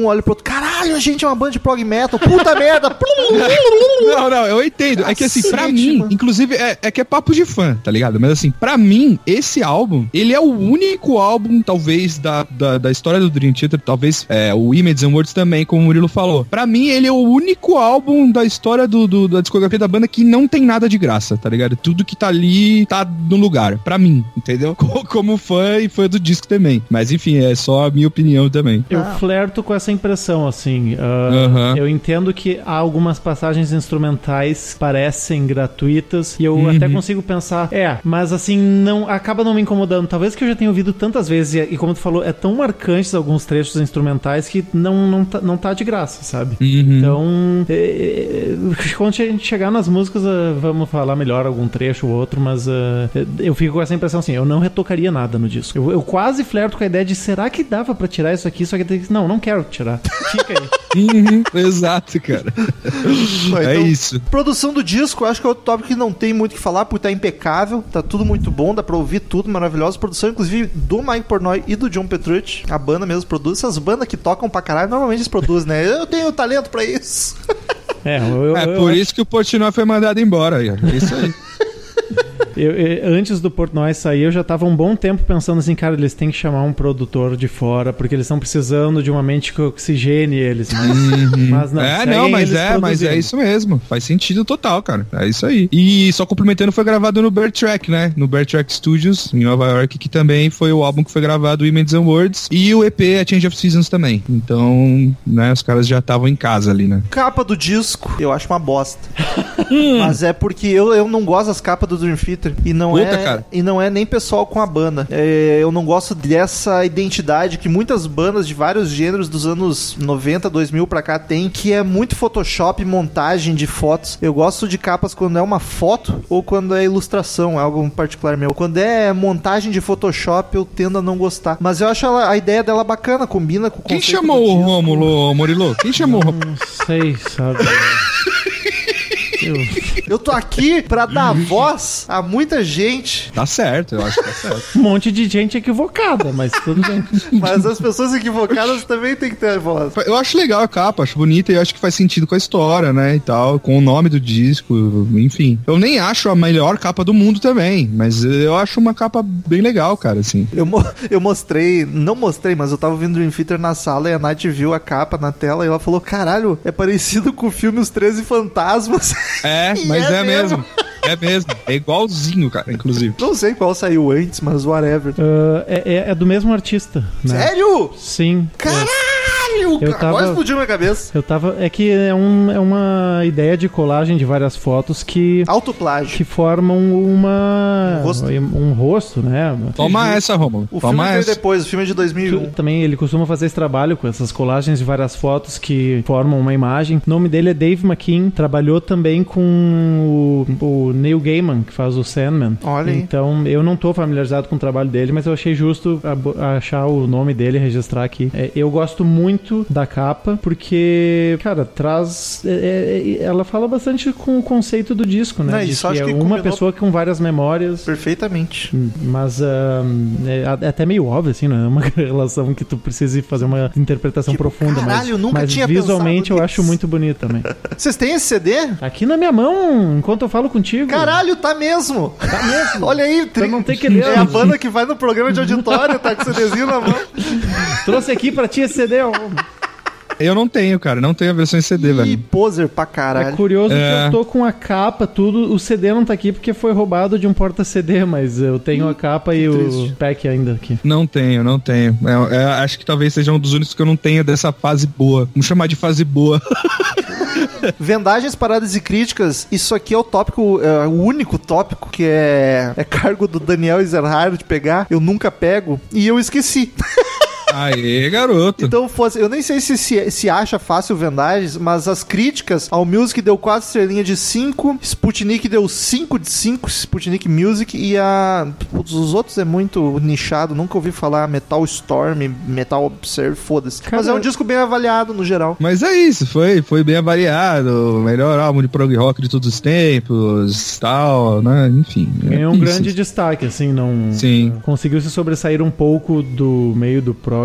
caralho, a gente é uma banda de prog metal, puta merda. Não, eu entendo. É que assim, pra Cacete, mim, mano. inclusive, é que é papo de fã, tá ligado? Mas assim, pra mim, esse álbum, ele é o único álbum, talvez, da história do Dream Theater, talvez o Images and Words também, como o Murilo falou. Pra mim, ele é o único álbum da história da discografia da banda que não tem nada de graça, tá ligado? Tudo que tá ali tá no lugar, pra mim, entendeu? Como fã e fã do disco também. Mas enfim, é só a minha opinião também. Eu flerto com essa impressão, assim. Eu entendo que há algumas passagens instrumentais parecem gratuitas e eu até consigo pensar, mas assim, acaba não me incomodando. Talvez que eu já tenha ouvido tantas vezes e como tu falou, é tão marcantes alguns trechos instrumentais que não tá de graça, sabe? Então, quando a gente chegar nas músicas, vamos falar melhor algum trecho ou outro, mas eu fico com essa impressão assim, eu não retocaria nada no disco. Eu quase flerto com a ideia de, será que dava pra tirar isso aqui? Só que não quero tirar. Fica aí. Exato, cara. Então, É isso. Produção do disco, eu acho que é outro tópico que não tem muito o que falar, porque tá impecável, tá tudo muito bom, dá pra ouvir tudo, maravilhosa. Produção, inclusive, do Mike Portnoy e do John Petrucci. A banda mesmo produz. Essas bandas que tocam pra caralho, normalmente eles produzem, né? Eu tenho talento pra isso. Por isso que o Portnoy foi mandado embora. É isso aí. Antes do Portnoy sair, eu já tava um bom tempo pensando assim, cara, eles têm que chamar um produtor de fora, porque eles estão precisando de uma mente que oxigene eles, né? Mas não, mas é isso mesmo. Faz sentido total, cara. É isso aí. E só complementando, foi gravado no Bear Track, né? No Bear Track Studios, em Nova York, que também foi o álbum que foi gravado, o Images and Words, e o EP A Change of Seasons também. Então, né, os caras já estavam em casa ali, né? Capa do disco, eu acho uma bosta. Mas é porque eu não gosto das capas do Dream Theater. E não é nem pessoal com a banda. Eu não gosto dessa identidade que muitas bandas de vários gêneros dos anos 90, 2000 pra cá tem, que é muito Photoshop, montagem de fotos. Eu gosto de capas quando é uma foto ou quando é ilustração, é algo particular meu. Quando é montagem de Photoshop, eu tendo a não gostar. Mas eu acho a ideia dela bacana, combina com o Quem conceito chamou o Rômulo, Murilo? Quem chamou o Rômulo? Não sei, sabe? Eu tô aqui pra dar voz a muita gente. Tá certo, eu acho que tá certo. Um monte de gente equivocada, mas tudo bem. Mas as pessoas equivocadas também tem que ter voz. Eu acho legal a capa, acho bonita e acho que faz sentido com a história, né, e tal, com o nome do disco, enfim. Eu nem acho a melhor capa do mundo também, mas eu acho uma capa bem legal, cara, assim. Eu mostrei, não mostrei, mas eu tava ouvindo Dream Theater na sala e a Nath viu a capa na tela e ela falou, caralho, é parecido com o filme Os 13 Fantasmas. Mas é mesmo. É mesmo. É igualzinho, cara, inclusive. Não sei qual saiu antes, mas whatever. É do mesmo artista, né? Sério? Sim. Caralho! Eu Quase explodiu minha cabeça. É que é uma ideia de colagem de várias fotos que... Autoplágio. Que formam um rosto, né? Toma essa, Romulo. O filme veio depois, o filme é de 2001. Também ele costuma fazer esse trabalho com essas colagens de várias fotos que formam uma imagem. O nome dele é Dave McKean. Trabalhou também com o Neil Gaiman, que faz o Sandman. Olha aí. Então, eu não tô familiarizado com o trabalho dele, mas eu achei justo achar o nome dele e registrar aqui. Eu gosto muito da capa, porque, cara, traz... ela fala bastante com o conceito do disco, né? Isso acho que uma pessoa com várias memórias. Perfeitamente. Mas é até meio óbvio, assim, não é uma relação que tu precise fazer uma interpretação profunda. Caralho, eu nunca mas tinha visualmente eu nisso. acho muito bonito também. Vocês têm esse CD? Aqui na minha mão, enquanto eu falo contigo. Caralho, tá mesmo. Tá mesmo. Olha aí, Eu não tenho que ler. é a banda que vai no programa de auditório, tá com o CDzinho na mão. Trouxe aqui pra ti esse CD, ó. Eu não tenho, cara. Não tenho a versão em CD, velho. E poser pra caralho. É curioso que eu tô com a capa, tudo. O CD não tá aqui porque foi roubado de um porta-CD, mas eu tenho a capa e triste. o pack ainda aqui. Não tenho. Acho que talvez seja um dos únicos que eu não tenho dessa fase boa. Vamos chamar de fase boa. Vendagens, paradas e críticas. Isso aqui é o tópico, o único tópico que é cargo do Daniel Ezerhard de pegar. Eu nunca pego e eu esqueci. Aê, garoto. Então, eu nem sei se acha fácil vendagens, mas as críticas ao Music deu 4 estrelinhas de 5, Sputnik deu 5 de 5, Sputnik Music, e os outros é muito nichado, nunca ouvi falar Metal Storm, Metal Observe, foda-se. Mas é um disco bem avaliado no geral. Mas é isso, foi bem avaliado, melhor álbum de prog rock de todos os tempos, tal, né, enfim. Ganhou um grande destaque, assim, não... Sim. Conseguiu se sobressair um pouco do meio do prog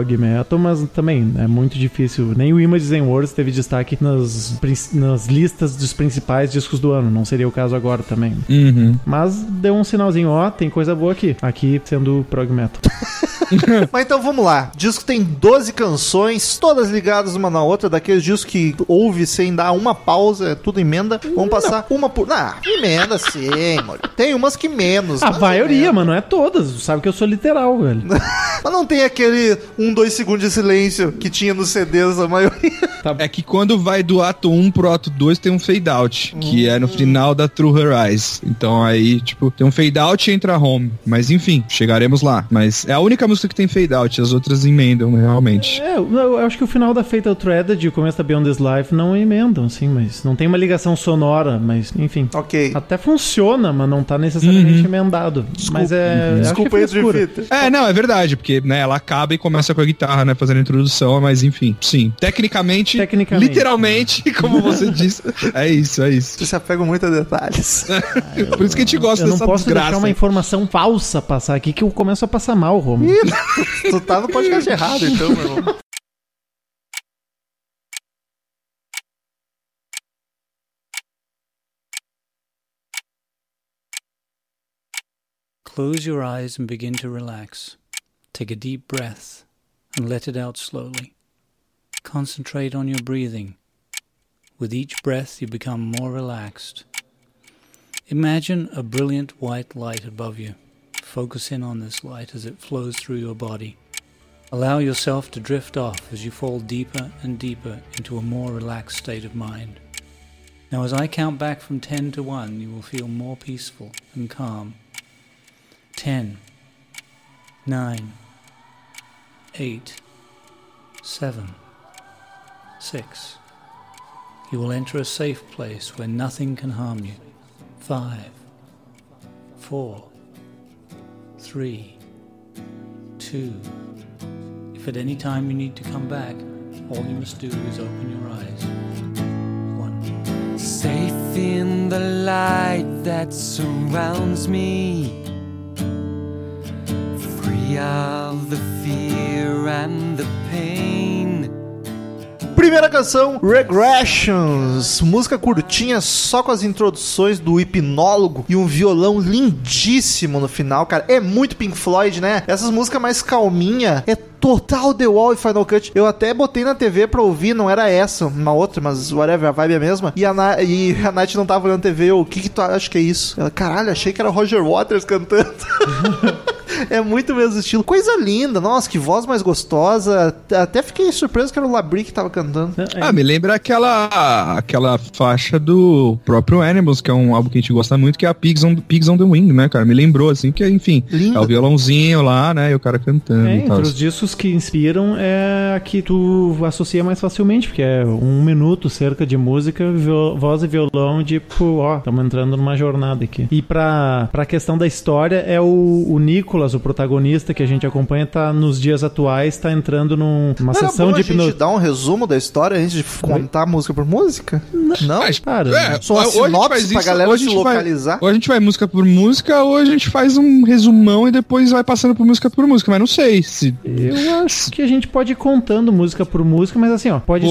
prog metal, mas também é muito difícil. Nem o Images and Words teve destaque nas listas dos principais discos do ano. Não seria o caso agora também. Uhum. Mas deu um sinalzinho, ó, tem coisa boa aqui. Aqui sendo prog metal. Mas então vamos lá. O disco tem 12 canções, todas ligadas uma na outra, daqueles discos que ouve sem dar uma pausa, é tudo emenda. Vamos passar uma por... Ah, emenda sim, mano. Tem umas que menos. A maioria, emenda. mas não é todas. Sabe que eu sou literal, velho. Mas não tem aquele 2 segundos de silêncio que tinha nos CDs a maioria. É que quando vai do ato 1 pro ato 2 tem um fade out, que é no final da Through Her Eyes. Então aí, tipo, tem um fade out e entra home. Mas enfim, chegaremos lá. Mas é a única música que tem fade out, as outras emendam realmente. Eu acho que o final da Fatal Tragedy e o começo da Beyond This Life não emendam, assim, mas não tem uma ligação sonora, mas enfim. Ok. Até funciona, mas não tá necessariamente emendado. Desculpa. Mas Desculpa aí, Drifter. Não, é verdade, porque, né, ela acaba e começa com a guitarra, né, fazendo a introdução, mas enfim, sim. Tecnicamente, literalmente, como você disse, é isso. Você se apega muito a detalhes. Por isso que a gente gosta dessa desgraça. Eu não posso deixar uma informação falsa passar aqui que eu começo a passar mal, Romulo. Tu tá no podcast errado, então, meu irmão. Close your eyes and begin to relax. Take a deep breath and let it out slowly. Concentrate on your breathing. With each breath you become more relaxed. Imagine a brilliant white light above you. Focus in on this light as it flows through your body. Allow yourself to drift off as you fall deeper and deeper into a more relaxed state of mind. Now as I count back from 10 to 1, you will feel more peaceful and calm. 10, 9, 8, 7, 6. You will enter a safe place where nothing can harm you. 5, 4, 3, 2. If at any time you need to come back, all you must do is open your eyes. 1. Safe in the light that surrounds me, free of the fear and the pain. Primeira canção, Regressions, música curtinha só com as introduções do hipnólogo e um violão lindíssimo no final, cara. É muito Pink Floyd, né? Essas músicas mais calminha, é total The Wall e Final Cut. Eu até botei na TV pra ouvir, não era essa, uma outra, mas whatever, a vibe é a mesma. E a Nath não tava olhando a TV, o que tu acha que é isso? Ela, caralho, achei que era Roger Waters cantando. É muito mesmo estilo. Coisa linda, nossa, que voz mais gostosa. Até fiquei surpreso que era o Labrie que tava cantando. Me lembra aquela faixa do próprio Animals, que é um álbum que a gente gosta muito, que é a Pigs on the Wing, né, cara? Me lembrou, assim, que, enfim, lindo. É o violãozinho lá, né, e o cara cantando. Entre os discos que inspiram é a que tu associa mais facilmente, porque é 1 minuto cerca de música, voz e violão, tipo, ó, estamos entrando numa jornada aqui. E pra questão da história, é o Nicholas, o protagonista que a gente acompanha, tá nos dias atuais, tá entrando numa sessão de hipnose. A gente dá um resumo da história antes de contar música por música? Não? Cara, só uma sinopse pra galera se localizar? Ou a gente vai música por música, ou a gente faz um resumão e depois vai passando por música, mas não sei se... Eu acho que a gente pode ir contando música por música, mas assim, ó, pode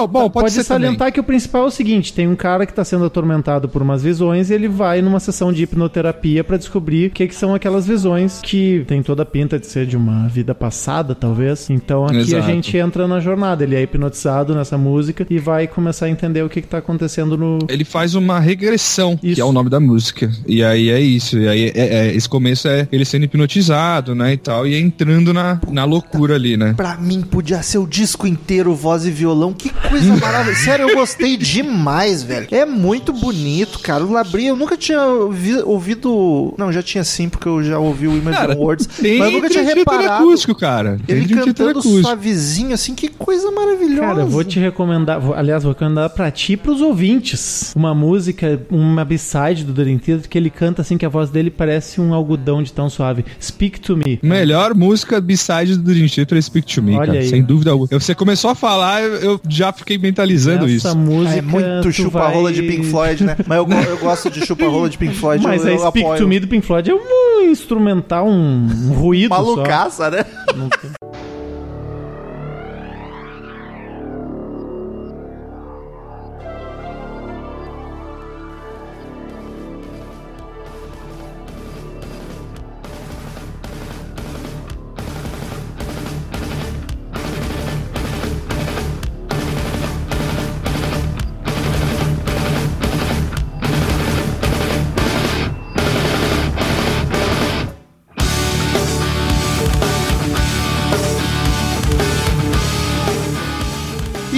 salientar que o principal é o seguinte, tem um cara que tá sendo atormentado por umas visões e ele vai numa sessão de hipnoterapia pra descobrir o que são aquelas visões que tem toda a pinta de ser de uma vida passada, talvez. Então aqui Exato. A gente entra na jornada, ele é hipnotizado nessa música e vai começar a entender o que tá acontecendo no... Ele faz uma regressão, Isso. que é o nome da música. E aí é isso. E aí esse começo é ele sendo hipnotizado, né, e tal, e entrando na loucura ali, né? Pra mim, podia ser o disco inteiro, voz e violão. Que coisa maravilhosa. Sério, eu gostei demais, velho. É muito bonito, cara. O Labrie, eu nunca tinha ouvido... Não, já tinha sim, porque eu já ouvi o Imagine Words. Mas eu nunca tinha reparado. Acústico, cara. Ele cantando suavezinho, assim, que coisa maravilhosa. Cara, eu vou te recomendar, vou recomendar pra ti e pros ouvintes uma música, uma B-side do Dream Theater que ele canta assim, que a voz dele parece um algodão de tão suave. Speak to Me. Melhor música B-side do Dream Theater é Speak to Me, Olha cara. aí. Sem dúvida alguma. Você começou a falar, eu já fiquei mentalizando Essa isso. música É muito chupa-rola de Pink Floyd, né? Mas eu gosto de chupa-rola de Pink Floyd. Mas eu Speak apoio. to Me do Pink Floyd é um instrumental, um ruído Malucaça, só. né? Não tem.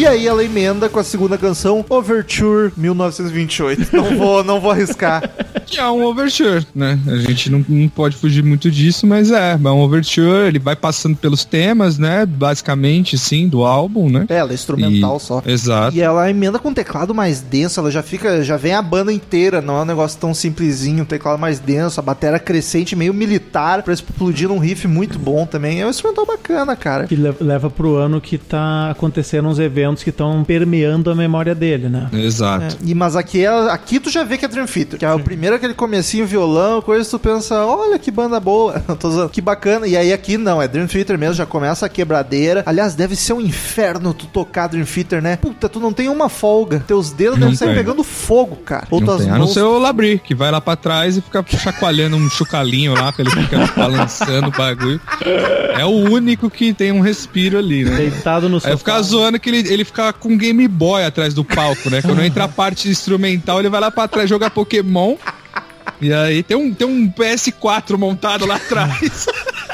E aí ela emenda com a segunda canção, Overture 1928. Não vou arriscar. Que é um overture, né? A gente não pode fugir muito disso, mas é um overture, ele vai passando pelos temas, né? Basicamente, sim, do álbum, né? Ela é instrumental só. Exato. E ela emenda com um teclado mais denso, ela já vem a banda inteira, não é um negócio tão simplesinho, um teclado mais denso, a bateria crescente, meio militar, pra explodir num riff muito bom também. É um instrumental bacana, cara. Que leva pro ano que tá acontecendo uns eventos que estão permeando a memória dele, né? Exato. Mas aqui tu já vê que é Dream Theater, que é o primeiro aquele comecinho, violão, coisa, tu pensa, olha que banda boa, tô zoando, que bacana. E aí aqui não, é Dream Theater mesmo, já começa a quebradeira. Aliás, deve ser um inferno tu tocar Dream Theater, né? Puta, tu não tem uma folga. Teus dedos devem sair pegando fogo, cara. Ou tuas mãos... A não ser o Labri, que vai lá pra trás e fica chacoalhando um chucalinho lá, pra ele ficar balançando o bagulho. É o único que tem um respiro ali, né? Deitado no sofá. Aí fica zoando que ele fica com um Game Boy atrás do palco, né? Quando entra a parte instrumental, ele vai lá pra trás jogar Pokémon. E aí tem um PS4 montado lá atrás.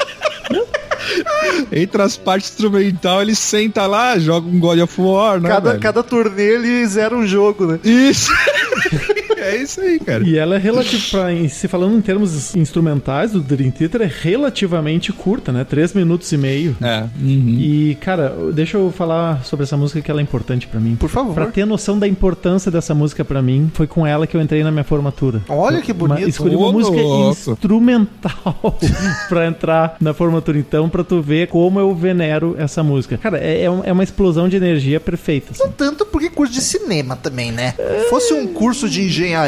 Entre as partes instrumental, ele senta lá, joga um God of War, né? Cada turnê ele zera um jogo, né? Isso! É isso aí, cara. E ela é relativa, se falando em termos instrumentais do Dream Theater, é relativamente curta, né? 3 minutos e meio. É. E, cara, deixa eu falar sobre essa música que ela é importante pra mim. Por favor. Pra ter noção da importância dessa música pra mim, foi com ela que eu entrei na minha formatura. Olha que bonito. Escolhi uma música instrumental pra entrar na formatura, então, pra tu ver como eu venero essa música. Cara, é uma explosão de energia perfeita. Assim. Não tanto porque curso de cinema também, né? Fosse um curso de engenharia...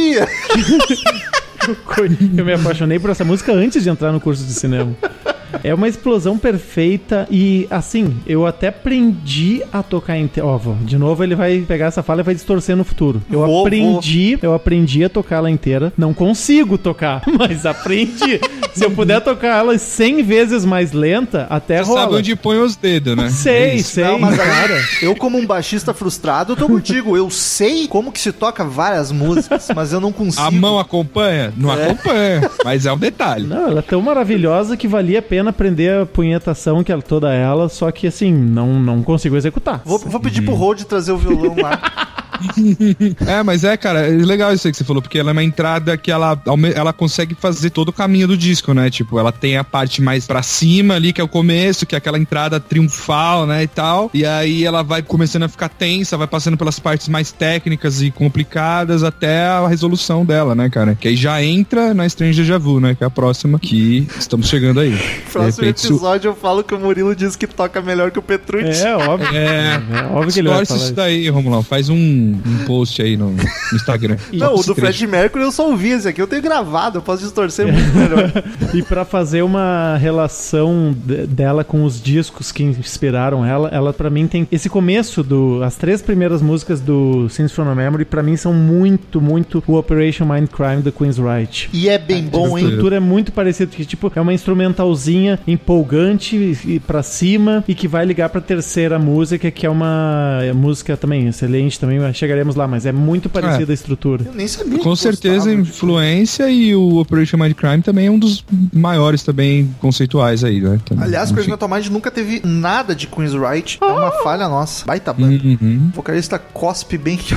Eu me apaixonei por essa música antes de entrar no curso de cinema. É uma explosão perfeita e, assim, eu até aprendi a tocar inteira. Ó, de novo ele vai pegar essa fala e vai distorcer no futuro. Eu aprendi a tocar ela inteira. Não consigo tocar, mas aprendi. Se eu puder tocar ela 100 vezes mais lenta, até Você rola. sabe onde põe os dedos, né? Sei, Não, mas cara. Eu, como um baixista frustrado, eu tô contigo. Eu sei como que se toca várias músicas, mas eu não consigo. A mão acompanha? Não acompanha, mas é um detalhe. Não, ela é tão maravilhosa que valia a pena aprender a punhetação, que ela, toda ela, só que assim, não consigo executar. Vou pedir pro Rod trazer o violão lá. Mas cara, é legal isso aí que você falou, porque ela é uma entrada que ela consegue fazer todo o caminho do disco, né? Tipo, ela tem a parte mais pra cima ali, que é o começo, que é aquela entrada triunfal, né, e tal. E aí ela vai começando a ficar tensa, vai passando pelas partes mais técnicas e complicadas até a resolução dela, né, cara? Que aí já entra na Strange Deja Vu, né? Que é a próxima que estamos chegando aí. Próximo episódio eu falo que o Murilo diz que toca melhor que o Petrucci. É óbvio. É óbvio que ele vai falar isso daí, Romulão. Faz um post aí no Instagram. Não, o do Fred Mercury eu só ouvi esse aqui, eu tenho gravado, eu posso distorcer muito melhor. E pra fazer uma relação dela com os discos que inspiraram ela pra mim tem esse começo as 3 primeiras músicas do Scenes from a Memory, pra mim são muito, muito o Operation Mindcrime do Queen's Right. E é bem bom, hein? A estrutura é muito parecida, que tipo, é uma instrumentalzinha empolgante e pra cima e que vai ligar pra terceira música, que é uma música também excelente, também chegaremos lá, mas é muito parecida a estrutura. Eu nem sabia. Com certeza influência, e o Operation Mindcrime também é um dos maiores também conceituais aí, né? Também. Aliás, Crazy Metal Mind nunca teve nada de Queen's Right. É uma falha nossa. Baita banda. O vocalista cospe bem que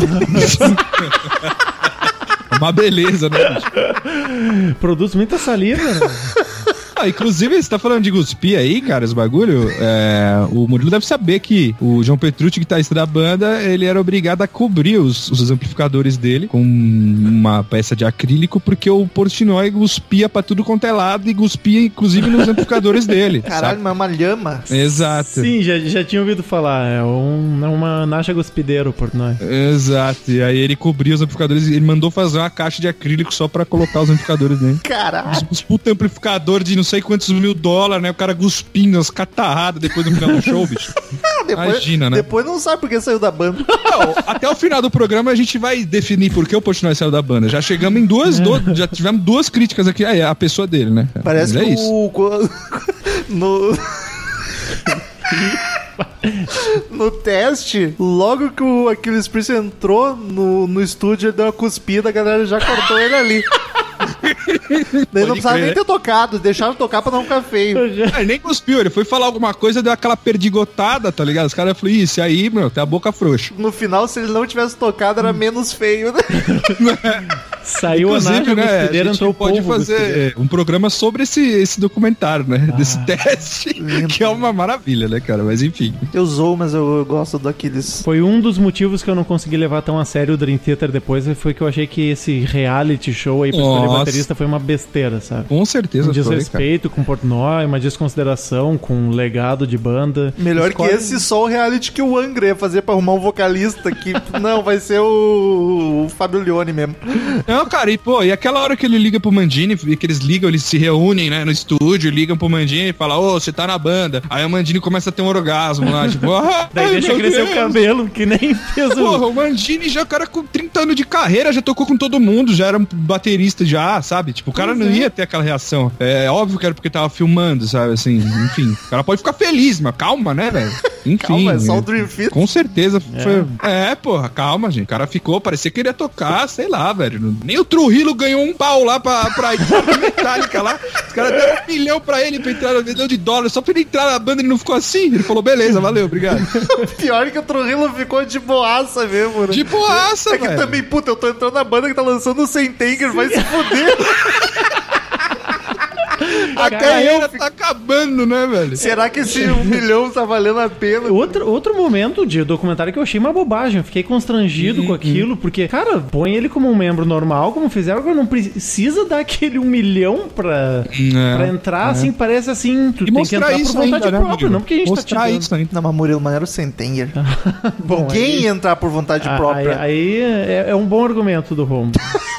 uma beleza, né? Produz muita saliva, né? Inclusive, você tá falando de cuspir aí, cara, esse bagulho. O Murilo deve saber que o João Petrucci, guitarrista da banda, ele era obrigado a cobrir os amplificadores dele com uma peça de acrílico, porque o Portnoy cuspia pra tudo quanto é lado e cuspia, inclusive, nos amplificadores dele. Caralho, mas é uma lhama. Exato. Sim, já tinha ouvido falar. É uma nacha cuspideira o Portnoy. Exato. E aí ele cobria os amplificadores e ele mandou fazer uma caixa de acrílico só pra colocar os amplificadores dele. Caralho. Os puta amplificador de não sei quantos $1.000, né? O cara cuspindo as catarradas depois do final do show, bicho. Imagina, né? Depois não sabe por que saiu da banda. Não, até o final do programa a gente vai definir por que o Portnoy saiu da banda. Já chegamos em já tivemos 2 críticas aqui. A pessoa dele, né? Parece que no teste, logo que o Aquiles Priest entrou no estúdio, ele deu uma cuspida, a galera já cortou ele ali. Daí não precisava nem ter tocado, deixaram tocar pra não ficar feio. Ele nem cuspiu, ele foi falar alguma coisa, deu aquela perdigotada, tá ligado? Os caras falaram, isso aí, meu, tem a boca frouxa. No final, se ele não tivesse tocado, era menos feio, né? Saiu a Nádia né, Guspideira, a entrou gente o pode polvo fazer um programa sobre esse documentário, né? Desse teste, lindo. que é uma maravilha, né, cara? Mas enfim. Eu zoo, mas eu gosto daqueles... Foi um dos motivos que eu não consegui levar tão a sério o Dream Theater depois, foi que eu achei que esse reality show aí pra escolher baterista foi uma besteira, sabe? Com certeza Um foi, desrespeito com Portnoy, uma desconsideração com o legado de banda. Melhor Escolhe- que esse só o reality que o Angra ia fazer pra arrumar um vocalista que... Não, vai ser o Fábio Leone mesmo. Não, cara, e aquela hora que ele liga pro Mandini, que eles ligam, eles se reúnem, né, no estúdio, ligam pro Mandini e falam, ô, você tá na banda. Aí o Mandini começa a ter um orgasmo lá, tipo, Daí deixa crescer o cabelo, que nem fez o... Porra, o Mandini já, cara, com 30 anos de carreira, já tocou com todo mundo, já era um baterista já, sabe? Tipo, o cara não ia ter aquela reação. É óbvio que era porque tava filmando, sabe? Assim, enfim. O cara pode ficar feliz, mas calma, né, velho? Enfim. Calma, é só o Dream Theater. Com certeza foi... porra, calma, gente. O cara ficou, parecia que ele ia tocar, sei lá, velho. Nem o Trujillo ganhou um pau lá pra entrar na Metallica lá. Os caras deram $1 milhão pra ele, pra entrar, $1 milhão, só pra ele entrar na banda, ele não ficou assim. Ele falou, beleza, valeu, obrigado. Pior que o Trujillo ficou de boaça mesmo, né? De boaça, É que velho. também, puta, eu tô entrando na banda que tá lançando o Sentenger, vai se fuder. A Até carreira eu tá acabando, né, velho? Será que esse $1 milhão tá valendo a pena? Outro momento de documentário que eu achei uma bobagem. Eu fiquei constrangido com aquilo, porque, cara, põe ele como um membro normal, como fizeram, agora não precisa dar aquele $1 milhão pra entrar, assim, parece assim, tu E tem que mostrar entrar isso por vontade ainda, né, própria, amigo? não porque a gente mostrar tá te dando. isso ainda. Não, mas Murilo, mas era o Sentenger. Bom, Ninguém ia entrar por vontade própria. Aí é um bom argumento do Romo.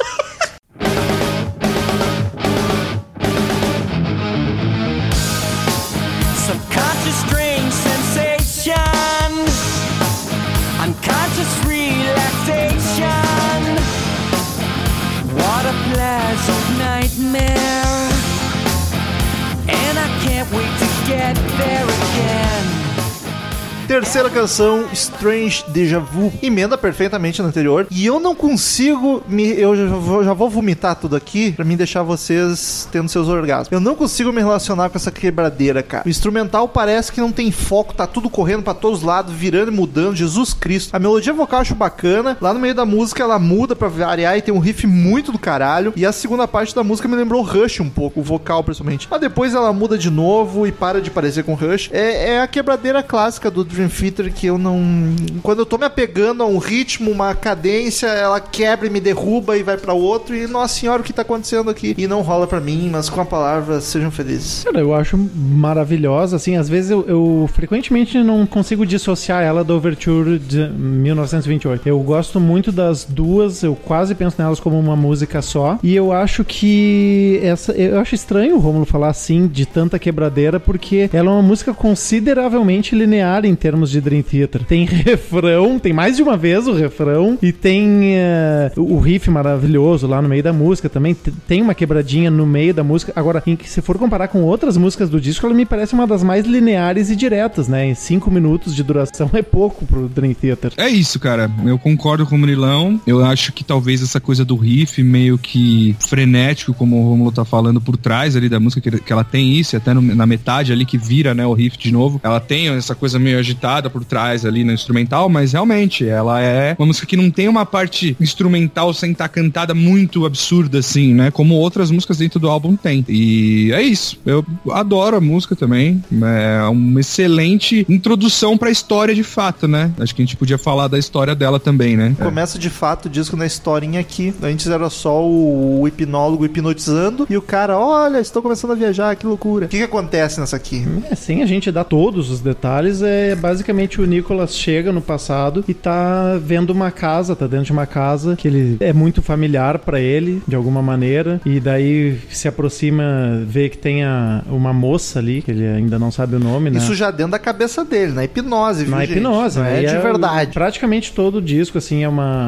Subconscious strange sensation, unconscious relaxation. What a pleasant nightmare, and I can't wait to get there again. Terceira canção, Strange Deja Vu, emenda perfeitamente na anterior. E eu não consigo eu já vou vomitar tudo aqui pra mim deixar vocês tendo seus orgasmos. Eu não consigo me relacionar com essa quebradeira, cara. O instrumental parece que não tem foco, tá tudo correndo pra todos os lados, virando e mudando. Jesus Cristo. A melodia vocal eu acho bacana. Lá no meio da música ela muda pra variar e tem um riff muito do caralho. E a segunda parte da música me lembrou Rush um pouco, o vocal principalmente. Mas depois ela muda de novo e para de parecer com Rush. É a quebradeira clássica do Dream Theater que eu não... Quando eu tô me apegando a um ritmo, uma cadência, ela quebra e me derruba e vai pra outro e, nossa senhora, o que tá acontecendo aqui? E não rola pra mim, mas com a palavra, sejam felizes. Cara, eu acho maravilhosa, assim, às vezes eu frequentemente não consigo dissociar ela do Overture de 1928. Eu gosto muito das duas, eu quase penso nelas como uma música só, e eu acho que eu acho estranho o Rômulo falar assim, de tanta quebradeira, porque ela é uma música consideravelmente linear em termos de Dream Theater. Tem refrão, tem mais de uma vez o refrão, e tem o riff maravilhoso lá no meio da música também, tem uma quebradinha no meio da música. Agora, se for comparar com outras músicas do disco, ela me parece uma das mais lineares e diretas, né? Em 5 minutos de duração é pouco pro Dream Theater. É isso, cara. Eu concordo com o Murilão. Eu acho que talvez essa coisa do riff meio que frenético, como o Romulo tá falando, por trás ali da música, que ela tem isso, até na metade ali que vira, né, o riff de novo. Ela tem essa coisa meio agitada por trás ali no instrumental, mas realmente ela é uma música que não tem uma parte instrumental sem estar cantada muito absurda assim, né? Como outras músicas dentro do álbum tem. E é isso. Eu adoro a música também. É uma excelente introdução pra história de fato, né? Acho que a gente podia falar da história dela também, né? Começa de fato o disco na historinha aqui. Antes era só o hipnólogo hipnotizando e o cara, olha, estou começando a viajar, que loucura. O que acontece nessa aqui? Sem a gente dar todos os detalhes, basicamente o Nicholas chega no passado e tá vendo uma casa, tá dentro de uma casa que ele é muito familiar pra ele, de alguma maneira, e daí se aproxima, vê que tem uma moça ali, que ele ainda não sabe o nome, né? Isso já dentro da cabeça dele, na hipnose, viu, Na gente? hipnose, não né? é de verdade. Praticamente todo o disco, assim, é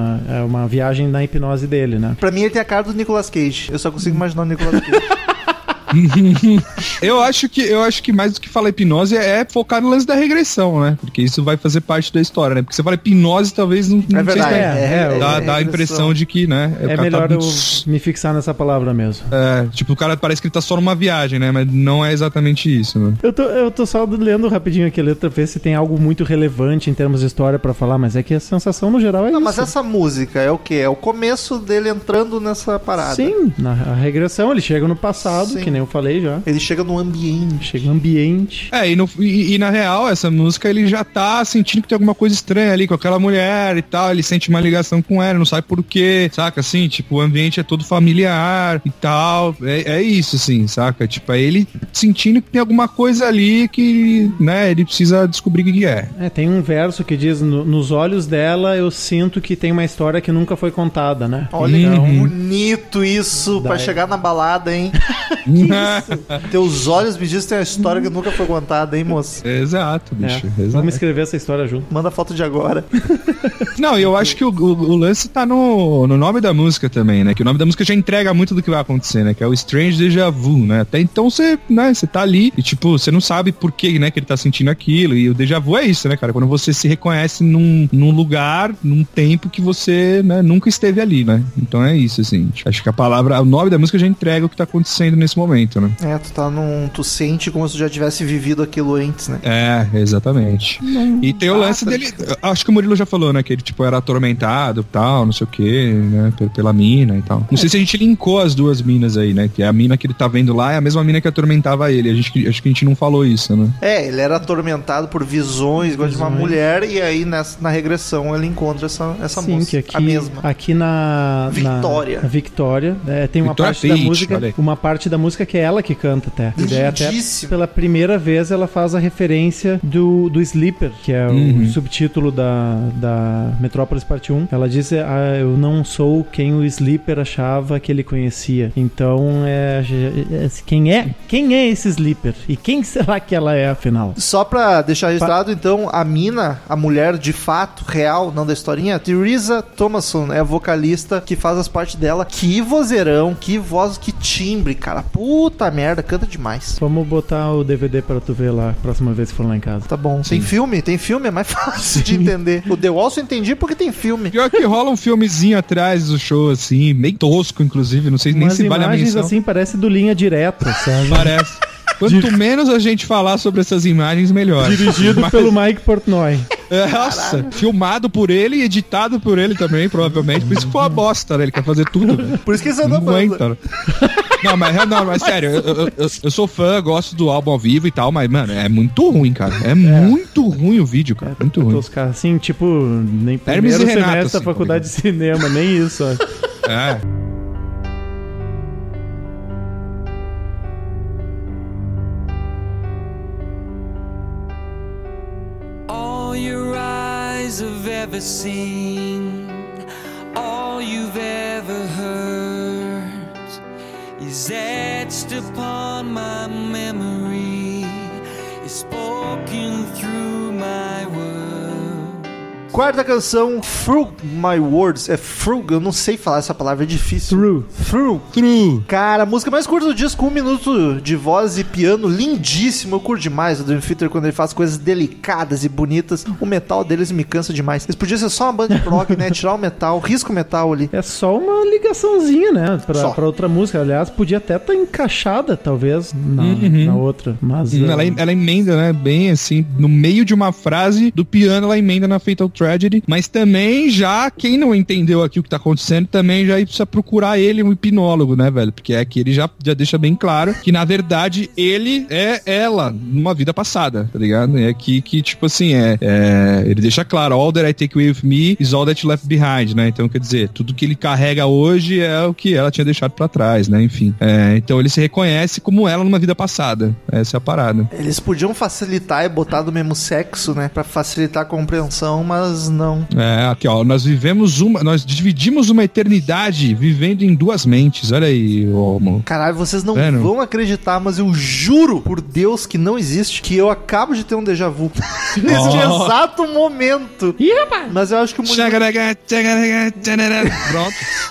uma viagem na hipnose dele, né? Pra mim ele tem a cara do Nicolas Cage. Eu só consigo imaginar o Nicolas Cage. Eu acho que mais do que falar hipnose é focar no lance da regressão, né? Porque isso vai fazer parte da história, né? Porque você fala hipnose, talvez não É verdade. dá a impressão de que, né? É melhor eu me fixar nessa palavra mesmo. Tipo, o cara parece que ele tá só numa viagem, né? Mas não é exatamente isso, né? Eu tô só lendo rapidinho aqui a letra, ver se tem algo muito relevante em termos de história pra falar, mas é que a sensação no geral é Não, isso. mas essa música é o quê? É o começo dele entrando nessa parada. Sim, na regressão, ele chega no passado, Sim. que nem eu falei já. Ele chega no ambiente. Chega no ambiente. E na real, essa música, ele já tá sentindo que tem alguma coisa estranha ali com aquela mulher e tal, ele sente uma ligação com ela, não sabe por quê, saca? Assim, tipo, o ambiente é todo familiar e tal, é isso, assim, saca? Tipo, é ele sentindo que tem alguma coisa ali que, né, ele precisa descobrir o que é. Tem um verso que diz, nos olhos dela eu sinto que tem uma história que nunca foi contada, né? Olha que bonito isso, pra chegar na balada, hein? Teus olhos me dizem que tem uma história que nunca foi contada, hein, moço? Exato, bicho. Exato. Vamos escrever essa história junto. Manda foto de agora. Não, eu acho que o lance tá no nome da música também, né? Que o nome da música já entrega muito do que vai acontecer, né? Que é o Strange Deja Vu, né? Até então você tá ali e, tipo, você não sabe por que, né, que ele tá sentindo aquilo. E o Deja Vu é isso, né, cara? Quando você se reconhece num lugar, num tempo que você, né, nunca esteve ali, né? Então é isso, assim. Acho que o nome da música já entrega o que tá acontecendo nesse momento, né? Tu sente como se tu já tivesse vivido aquilo antes, né? Exatamente. E tem o lance dele, acho que o Murilo já falou, né, que ele, tipo, era atormentado e tal, não sei o que, né, pela mina e tal. Não sei se a gente linkou as duas minas aí, né, que a mina que ele tá vendo lá é a mesma mina que atormentava ele, acho que a gente não falou isso, né. Ele era atormentado por visões, igual de uma mulher, e aí na regressão ele encontra essa Sim, moça, que aqui, a mesma. Aqui na Victoria. Tem uma Victoria parte da Peach, música, olha aí. uma parte da música que é ela que canta até. E daí até Lindíssimo. pela primeira vez ela faz a referência do Sleeper, que é o subtítulo da Metrópolis Parte 1. Ela diz, eu não sou quem o Sleeper achava que ele conhecia. Então, quem é esse Sleeper? E quem será que ela é, afinal? Só pra deixar registrado, então, a mina, a mulher de fato, real, não da historinha, Teresa Thomason é a vocalista que faz as partes dela. Que vozeirão, que voz, que timbre, cara. Puta merda, canta demais. Vamos botar o DVD pra tu ver lá, próxima vez que for lá em casa. Tá bom. Tem filme, é mais fácil de entender. O The Wall eu entendi porque tem filme. Pior que rola um filmezinho atrás do show, assim, meio tosco, inclusive, não sei nem se vale a menção. Imagens assim, parece do Linha Direta, sabe? Parece. Quanto menos a gente falar sobre essas imagens, melhor. Dirigido pelo Mike Portnoy. Nossa, filmado por ele e editado por ele também, provavelmente. Por isso que foi uma bosta, né? Ele quer fazer tudo. Né? Por isso que você não aguenta. Não, mas sério, eu sou fã, gosto do álbum ao vivo e tal, mas, mano, é muito ruim, cara. É muito ruim o vídeo, cara. Muito ruim. Os caras, assim, tipo, nem Hermes primeiro e Renato, semestre da assim, faculdade de cinema, nem isso, ó. É. All your eyes have ever seen, all you've ever heard is etched upon my memory, is spoken through my words. Quarta canção, Through My Words. É Through, eu não sei falar essa palavra, é difícil. Through. Cara, a música mais curta do disco, 1 minuto de voz e piano, lindíssimo. Eu curto demais o Dream Theater quando ele faz coisas delicadas e bonitas. O metal deles me cansa demais. Eles podiam ser só uma banda de prog, né? Tirar o metal, risca o metal ali. É só uma ligaçãozinha, né? Pra outra música. Aliás, podia até estar encaixada, talvez, na outra. Mas ela emenda, né? Bem assim, no meio de uma frase do piano, ela emenda na Fatal Tragedy. Mas também já, quem não entendeu aqui o que tá acontecendo, também já precisa procurar ele, um hipnólogo, né, velho? Porque aqui ele já deixa bem claro que, na verdade, ele é ela numa vida passada, tá ligado? É aqui que, tipo assim, ele deixa claro, all that I take with me is all that you left behind, né? Então, quer dizer, tudo que ele carrega hoje é o que ela tinha deixado pra trás, né? Enfim. Então ele se reconhece como ela numa vida passada. Essa é a parada. Eles podiam facilitar e botar do mesmo sexo, né? Pra facilitar a compreensão, mas não. Aqui, ó, nós dividimos uma eternidade vivendo em duas mentes. Olha aí, mano. Caralho, vocês não vão acreditar, mas eu juro por Deus que não existe, que eu acabo de ter um déjà vu. Nesse exato momento. Ih, rapaz! Mas eu acho que o Pronto.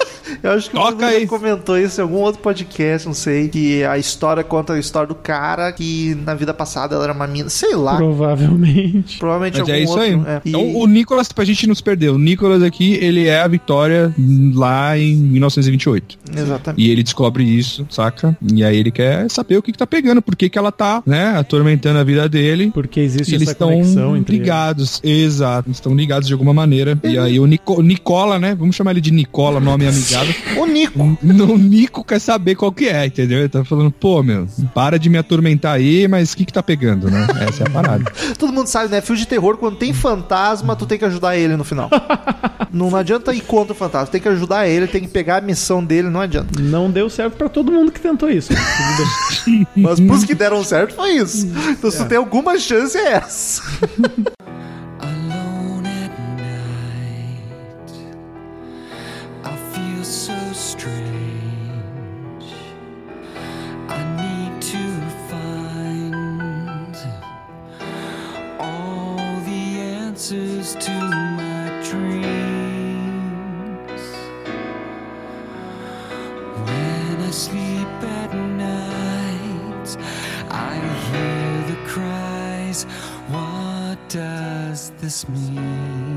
Eu acho que Toca o aí. já comentou isso em algum outro podcast, não sei, que a história conta a história do cara que na vida passada ela era uma mina, sei lá. Provavelmente. Provavelmente Mas algum é isso outro. aí. E- Então, o Nicolas, pra gente não se perder, o Nicolas aqui, ele é a Vitória lá em 1928. Exatamente. E ele descobre isso, saca? E aí ele quer saber o que tá pegando, por que ela tá, né, atormentando a vida dele. Porque existe E eles essa estão conexão entre eles. ligados, exato, estão ligados de alguma maneira. E aí o Nicola, né, vamos chamar ele de Nicola, nome amigável. O Nico. O Nico quer saber qual que é, entendeu? Ele tá falando, pô, meu, para de me atormentar aí, mas o que tá pegando, né? Essa é a parada. Todo mundo sabe, né? Filme de terror, quando tem fantasma, tu tem que ajudar ele no final. Não adianta ir contra o fantasma, tem que ajudar ele, tem que pegar a missão dele, não adianta. Não deu certo pra todo mundo que tentou isso. Mas pros que deram certo foi isso. Então se tu tem alguma chance é essa. Alone at night, I feel so strange. I need to find all the answers to my dreams. When I sleep at night, I hear the cries. What does this mean?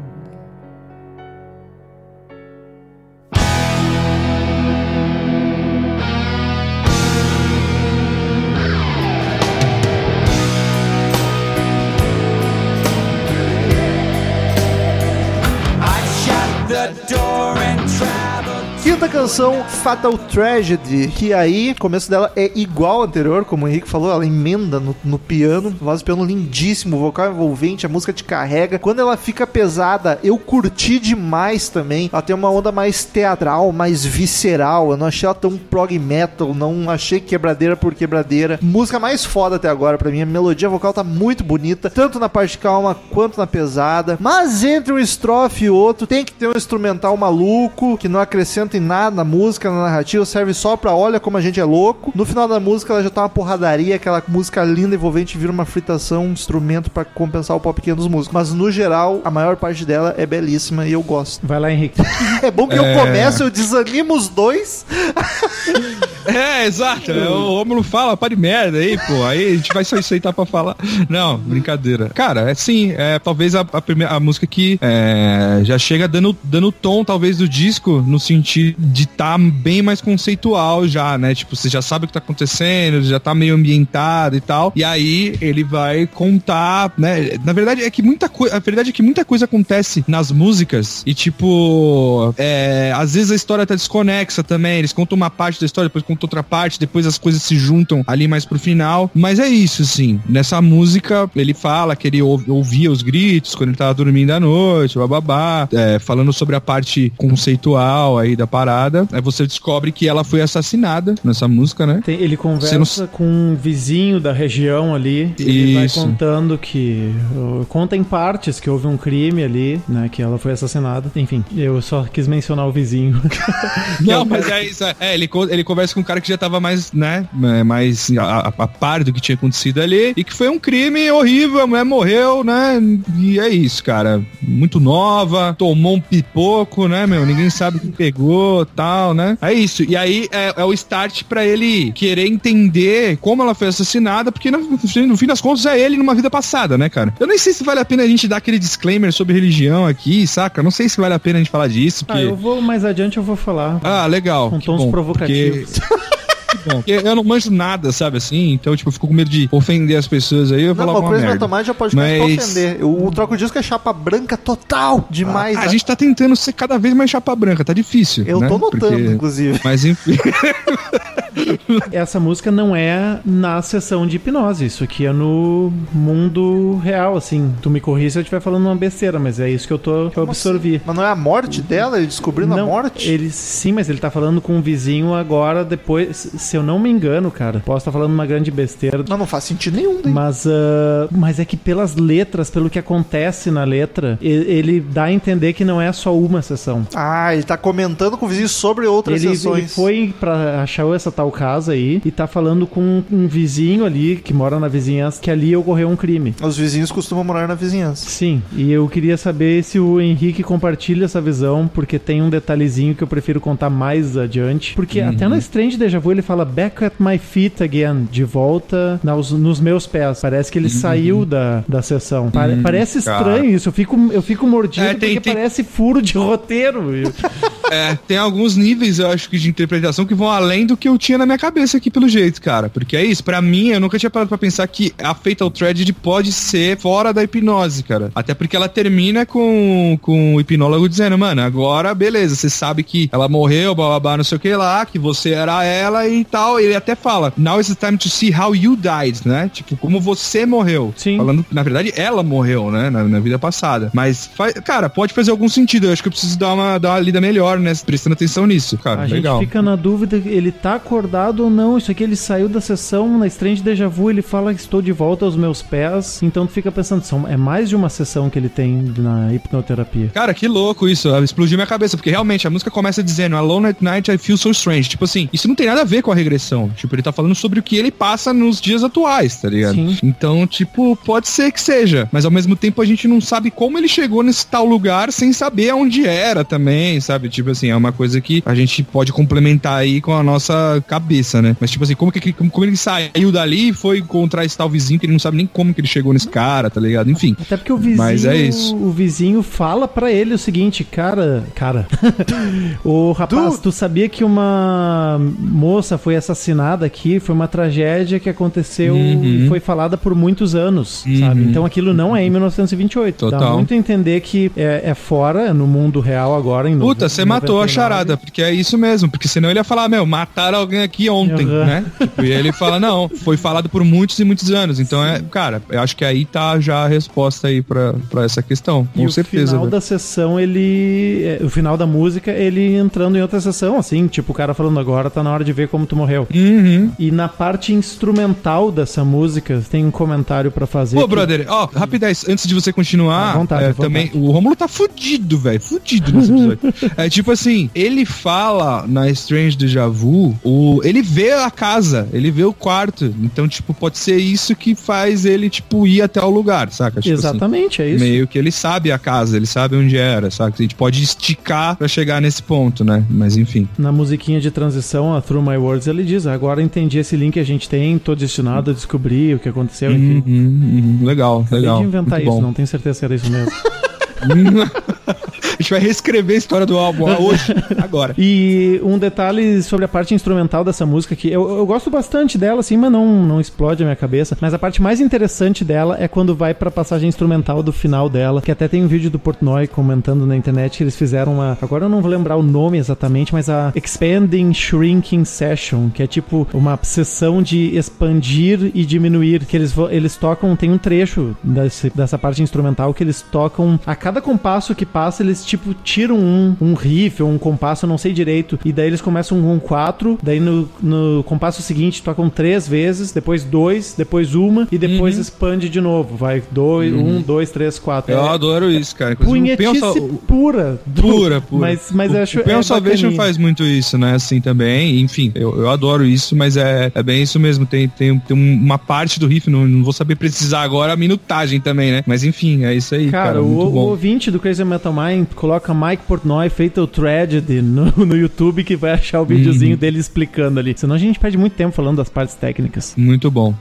I shut the door and traveled. Quinta canção, Fatal Tragedy, que aí, o começo dela é igual ao anterior, como o Henrique falou, ela emenda no piano, voz do piano lindíssimo, vocal envolvente, a música te carrega. Quando ela fica pesada, eu curti demais também. Ela tem uma onda mais teatral, mais visceral, eu não achei ela tão prog metal, não achei quebradeira por quebradeira. Música mais foda até agora pra mim, a melodia vocal tá muito bonita, tanto na parte calma quanto na pesada, mas entre um estrofe e outro, tem que ter um instrumental maluco, que não acrescenta em nada na música, na narrativa, serve só pra olha como a gente é louco. No final da música ela já tá uma porradaria, aquela música linda, envolvente, vira uma fritação, um instrumento pra compensar o pau pequeno dos músicos. Mas no geral, a maior parte dela é belíssima e eu gosto. Vai lá, Henrique. É bom que eu começo, eu desanimo os dois. É, exato. O Rômulo fala, pá de merda aí, pô. Aí a gente vai só aceitar pra falar. Não, brincadeira. Cara, talvez a música que já chega dando tom, talvez, do disco, no sentido de tá bem mais conceitual já, né? Tipo, você já sabe o que tá acontecendo, já tá meio ambientado e tal. E aí ele vai contar, né? Na verdade é que muita coisa acontece nas músicas e, tipo, às vezes a história tá desconexa também. Eles contam uma parte da história, depois contam outra parte, depois as coisas se juntam ali mais pro final. Mas é isso, assim. Nessa música, ele fala que ele ouvia os gritos quando ele tava dormindo à noite, bababá, falando sobre a parte conceitual aí da parada. Aí você descobre que ela foi assassinada nessa música, né? Ele conversa com um vizinho da região ali. E ele vai contando que... Conta em partes que houve um crime ali, né? Que ela foi assassinada. Enfim, eu só quis mencionar o vizinho. Não, mas é isso. Ele conversa com um cara que já tava mais, né? Mais a par do que tinha acontecido ali. E que foi um crime horrível. A mulher morreu, né? E é isso, cara. Muito nova. Tomou um pipoco, né, meu? Ninguém sabe quem pegou, tal, né? É isso. E aí é o start pra ele querer entender como ela foi assassinada, porque no fim das contas é ele numa vida passada, né, cara? Eu nem sei se vale a pena a gente dar aquele disclaimer sobre religião aqui, saca? Não sei se vale a pena a gente falar disso. Porque... eu vou mais adiante, eu vou falar. Ah, legal. Com tons provocativos. Bom, porque eu não manjo nada, sabe assim? Então, tipo, eu fico com medo de ofender as pessoas aí. Eu vou falar uma coisa merda. Metal Mind já pode começar a ofender. O Troco Disco é chapa branca total demais. A gente tá tentando ser cada vez mais chapa branca, tá difícil. Eu tô notando, inclusive. Mas enfim. Essa música não é na sessão de hipnose, isso aqui é no mundo real, assim. Tu me corri se eu estiver falando uma besteira, mas é isso que eu absorvi. Mas não é a morte dela? Ele descobrindo a morte? Sim, mas ele tá falando com um vizinho agora, depois... se eu não me engano, cara, posso estar falando uma grande besteira, Não faz sentido nenhum. Daí. mas é que pelas letras, pelo que acontece na letra, ele dá a entender que não é só uma sessão. Ele tá comentando com o vizinho sobre outras Ele sessões. foi pra achar essa tal casa aí e tá falando com um vizinho ali, que mora na vizinhança, que ali ocorreu um crime. Os vizinhos costumam morar na vizinhança. Sim, e eu queria saber se o Henrique compartilha essa visão, porque tem um detalhezinho que eu prefiro contar mais adiante. Porque até no Strange Deja Vu ele fala back at my feet again, de volta nos meus pés. Parece que ele saiu da sessão. Parece estranho isso, eu fico mordido porque parece furo de roteiro. Tem alguns níveis, eu acho que de interpretação que vão além do que eu tinha na minha cabeça aqui, pelo jeito, cara. Porque é isso, pra mim, eu nunca tinha parado pra pensar que a Fatal Tragedy pode ser fora da hipnose, cara. Até porque ela termina com o hipnólogo dizendo, mano, agora, beleza, você sabe que ela morreu, bababá, não sei o que lá, que você era ela e tal. Ele até fala, now is the time to see how you died, né? Tipo, como você morreu. Sim. Falando, na verdade, ela morreu, né? Na vida passada. Mas, cara, pode fazer algum sentido. Eu acho que eu preciso dar uma lida melhor, né? Prestando atenção nisso, cara. A Legal. gente fica na dúvida, ele tá acordado ou não. Isso aqui ele saiu da sessão, na Strange Deja Vu ele fala que estou de volta aos meus pés. Então tu fica pensando, é mais de uma sessão que ele tem na hipnoterapia. Cara, que louco isso. Explodiu minha cabeça, porque realmente a música começa dizendo Alone at night I feel so strange. Tipo assim, isso não tem nada a ver com a regressão. Tipo, ele tá falando sobre o que ele passa nos dias atuais, tá ligado? Sim. Então, tipo, pode ser que seja. Mas ao mesmo tempo a gente não sabe como ele chegou nesse tal lugar sem saber aonde era também, sabe? Tipo assim, é uma coisa que a gente pode complementar aí com a nossa cabeça, né? Mas tipo assim, como ele saiu dali e foi encontrar esse tal vizinho que ele não sabe nem como que ele chegou nesse cara, tá ligado? Enfim. Até porque o vizinho, mas é isso. O vizinho fala pra ele o seguinte, cara, ô rapaz, tu sabia que uma moça foi assassinada aqui? Foi uma tragédia que aconteceu e foi falada por muitos anos, sabe? Então aquilo não é em 1928. Total. Dá muito a entender que é fora, no mundo real agora, em Puta, você matou a charada, porque é isso mesmo, porque senão ele ia falar, mataram alguém aqui ontem, né? Tipo, e ele fala, não, foi falado por muitos e muitos anos, então cara, eu acho que aí tá já a resposta aí pra essa questão, com certeza. O final da sessão, o final da música, ele entrando em outra sessão, assim, tipo o cara falando, agora tá na hora de ver como tu morreu. E na parte instrumental dessa música, tem um comentário pra fazer. Ô, brother, rapidez, antes de você continuar, à vontade. também, o Rômulo tá fudido, velho, fudido nesse episódio. Tipo assim, ele fala na Strange Deja Vu, ele vê a casa, ele vê o quarto, então, tipo, pode ser isso que faz ele, tipo, ir até o lugar, saca? Tipo exatamente, assim, é isso. Meio que ele sabe a casa, ele sabe onde era, saca? A gente pode esticar pra chegar nesse ponto, né? Mas enfim. Na musiquinha de transição, a Through My Words, ele diz, agora entendi esse link que a gente tem, tô destinado a descobrir o que aconteceu, enfim. Legal. Acabei de inventar muito isso, bom. não tenho certeza se era isso mesmo. A gente vai reescrever a história do álbum hoje, agora. E um detalhe sobre a parte instrumental dessa música, que eu gosto bastante dela, assim, mas não explode a minha cabeça. Mas a parte mais interessante dela é quando vai pra passagem instrumental do final dela, que até tem um vídeo do Portnoy comentando na internet que eles fizeram agora eu não vou lembrar o nome exatamente, mas a Expanding Shrinking Session, que é tipo uma sessão de expandir e diminuir, que eles tocam, tem um trecho dessa parte instrumental que eles tocam, a cada compasso que passa, eles tipo tiram um riff ou um compasso, eu não sei direito, e daí eles começam com 4, daí no compasso seguinte tocam 3 vezes, depois 2, depois 1 e depois expande de novo, vai 1, 2, 3, 4. Eu adoro isso, cara. Punhetice pura. Mas eu acho o Pain Salvation faz muito isso, né, assim também, enfim, eu adoro isso, mas é bem isso mesmo, tem uma parte do riff, não vou saber precisar agora a minutagem também, né, mas enfim, é isso aí, cara, muito bom. O ouvinte do Crazy Metal Mind coloca Mike Portnoy Fatal Tragedy no YouTube, que vai achar o videozinho dele explicando ali, senão a gente perde muito tempo falando das partes técnicas. Muito bom.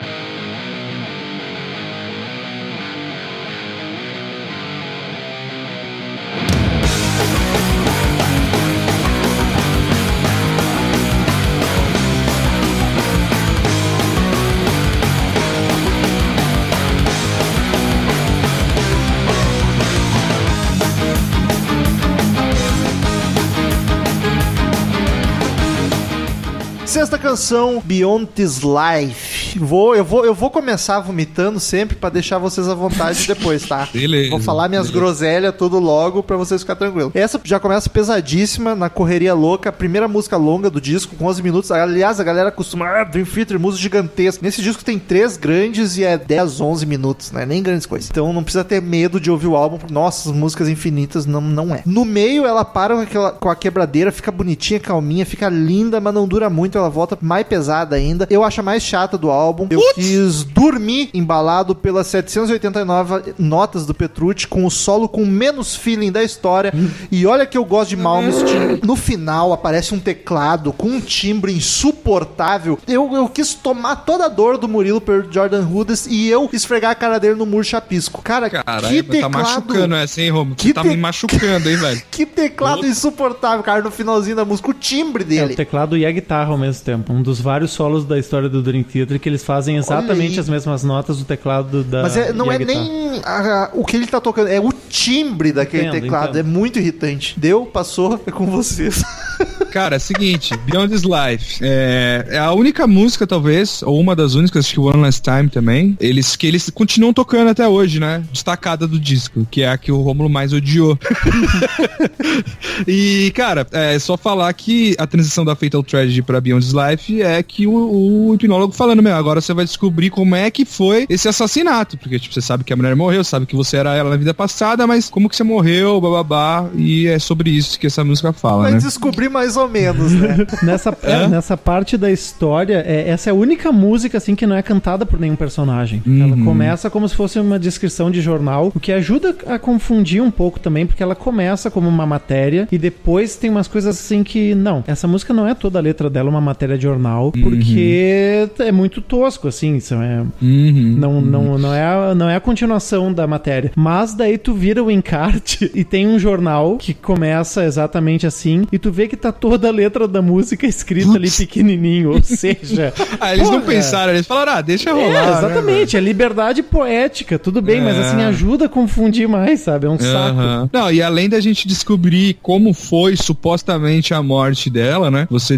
Sexta canção, Beyond This Life. Eu vou começar vomitando sempre pra deixar vocês à vontade depois, tá? Beleza. Vou falar minhas groselhas tudo logo pra vocês ficarem tranquilos. Essa já começa pesadíssima, na correria louca, a primeira música longa do disco, com 11 minutos. Aliás, a galera costuma... Dream Theater, música gigantesca. Nesse disco tem 3 grandes e é 10, 11 minutos, né? Nem grandes coisas. Então não precisa ter medo de ouvir o álbum. Nossa, as músicas infinitas não é. No meio, ela para com a quebradeira, fica bonitinha, calminha, fica linda, mas não dura muito, ela volta mais pesada ainda. Eu acho a mais chata do álbum. Eu quis dormir embalado pelas 789 notas do Petrucci, com o solo com menos feeling da história. E olha que eu gosto de Malmsteen. No final, aparece um teclado com um timbre insuportável. Eu quis tomar toda a dor do Murilo pelo Jordan Rudess e eu esfregar a cara dele no muro chapisco. Cara, caralho, que teclado... tá machucando essa, hein, Romulo? Você tá me machucando, hein, velho? Que teclado insuportável, cara, no finalzinho da música. O timbre dele. O teclado e a guitarra ao mesmo tempo. Um dos vários solos da história do Dream Theater que eles fazem exatamente as mesmas notas do teclado da... Mas não é nem o que ele tá tocando, é o timbre daquele teclado. Entendo. É muito irritante. Deu, passou, é com vocês. Cara, é o seguinte, Beyond This Life é a única música, talvez, ou uma das únicas, acho que One Last Time também, que eles continuam tocando até hoje, né? Destacada do disco, que é a que o Rômulo mais odiou. E, cara, é só falar que a transição da Fatal Tragedy pra Beyond This Life é que o hipnólogo falando, agora você vai descobrir como é que foi esse assassinato, porque, tipo, você sabe que a mulher morreu, sabe que você era ela na vida passada, mas como que você morreu, bababá, e é sobre isso que essa música fala, vai né? descobrir mais ou menos, né? Nessa parte da história, essa é a única música, assim, que não é cantada por nenhum personagem. Ela começa como se fosse uma descrição de jornal, o que ajuda a confundir um pouco também, porque ela começa como uma matéria e depois tem umas coisas assim que, não, essa música não é toda a letra dela uma matéria de jornal, porque é muito tosco, assim, isso não é a continuação da matéria. Mas daí tu vira o encarte e tem um jornal que começa exatamente assim, e tu vê que tá toda a letra da música escrita ali pequenininho, ou seja... eles não pensaram, eles falaram, deixa rolar. Exatamente, né, é liberdade poética, tudo bem, mas assim, ajuda a confundir mais, sabe? É um saco. Não, e além da gente descobrir como foi supostamente a morte dela, né? Você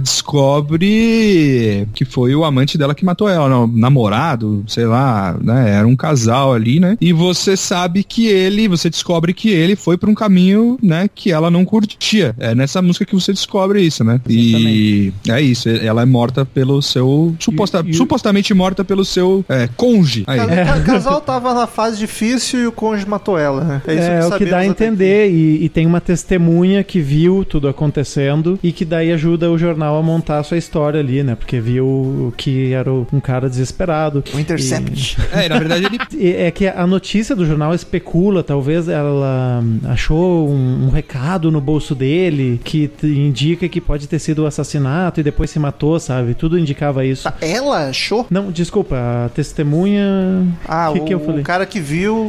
descobre que foi o amante dela que matou ela, não, namorado, sei lá, né? Era um casal ali, né? E você sabe que você descobre que ele foi pra um caminho, né? Que ela não curtia. É nessa música que você descobre isso, né? Exatamente. E é isso, ela é morta pelo seu... supostamente morta pelo seu cônjuge. O casal tava na fase difícil e o cônjuge matou ela, né? É o que dá a entender. E tem uma testemunha que viu tudo acontecendo e que daí ajuda o jornal a montar a sua história ali, né? Porque viu que era um cara desesperado. O Intercept. Na verdade ele... É que a notícia do jornal especula, talvez ela achou um recado no bolso dele que indica que pode ter sido o assassinato e depois se matou, sabe? Tudo indicava isso. Ela achou? Não, desculpa, a testemunha... que eu falei? O cara que viu...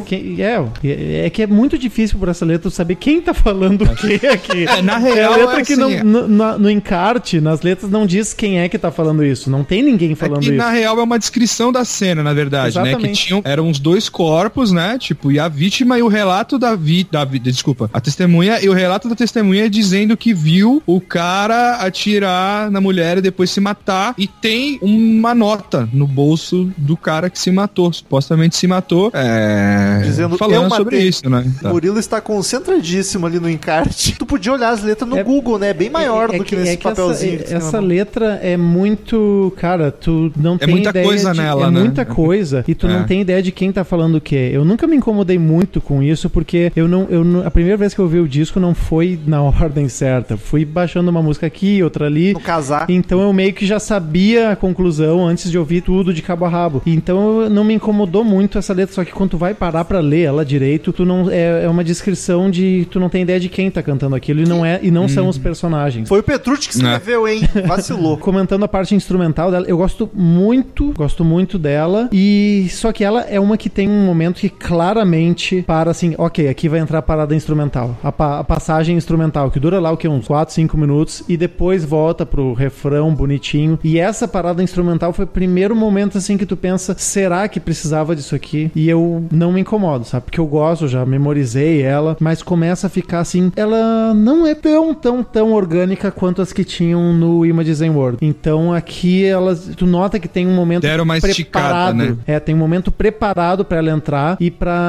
É que é muito difícil por essa letra saber quem tá falando o que aqui. Na real, a letra que assim, no encarte, nas letras, não diz quem é que tá falando isso. Não tem ninguém falando isso. Na real é uma descrição da cena, na verdade, exatamente, né? Que eram os dois corpos, né? Tipo, e a vítima e o relato desculpa, a testemunha e o relato da testemunha dizendo que viu o cara atirar na mulher e depois se matar, e tem uma nota no bolso do cara que se matou, supostamente se matou, dizendo, falando sobre isso, né? O Murilo está concentradíssimo ali no encarte. Tu podia olhar as letras no Google, né? Bem maior do que nesse papelzinho. Essa letra é muito... Cara, tu não tem muita ideia coisa nela, né? É muita coisa e tu não tem ideia de quem tá falando o quê. Eu nunca me incomodei muito com isso, porque a primeira vez que eu ouvi o disco não foi na ordem certa. Fui baixando uma música aqui, outra ali. No casar. Então eu meio que já sabia a conclusão antes de ouvir tudo de cabo a rabo. Então não me incomodou muito essa letra, só que quando tu vai parar pra ler ela direito, tu não... É uma descrição de... Tu não tem ideia de quem tá cantando aquilo e não são os personagens. Foi o Petrucci que escreveu, hein? Vacilou. Comentando a parte instrumental dela, eu gosto muito dela, e só que ela é uma que tem um momento que claramente para assim, ok, aqui vai entrar a parada instrumental, a passagem instrumental, que dura lá uns 4, 5 minutos, minutos e depois volta pro refrão bonitinho. E essa parada instrumental foi o primeiro momento assim que tu pensa, será que precisava disso aqui? E eu não me incomodo, sabe? Porque eu gosto, já memorizei ela, mas começa a ficar assim, ela não é tão orgânica quanto as que tinham no Images World. Então aqui tu nota que tem um momento deram uma esticada, né? Tem um momento preparado pra ela entrar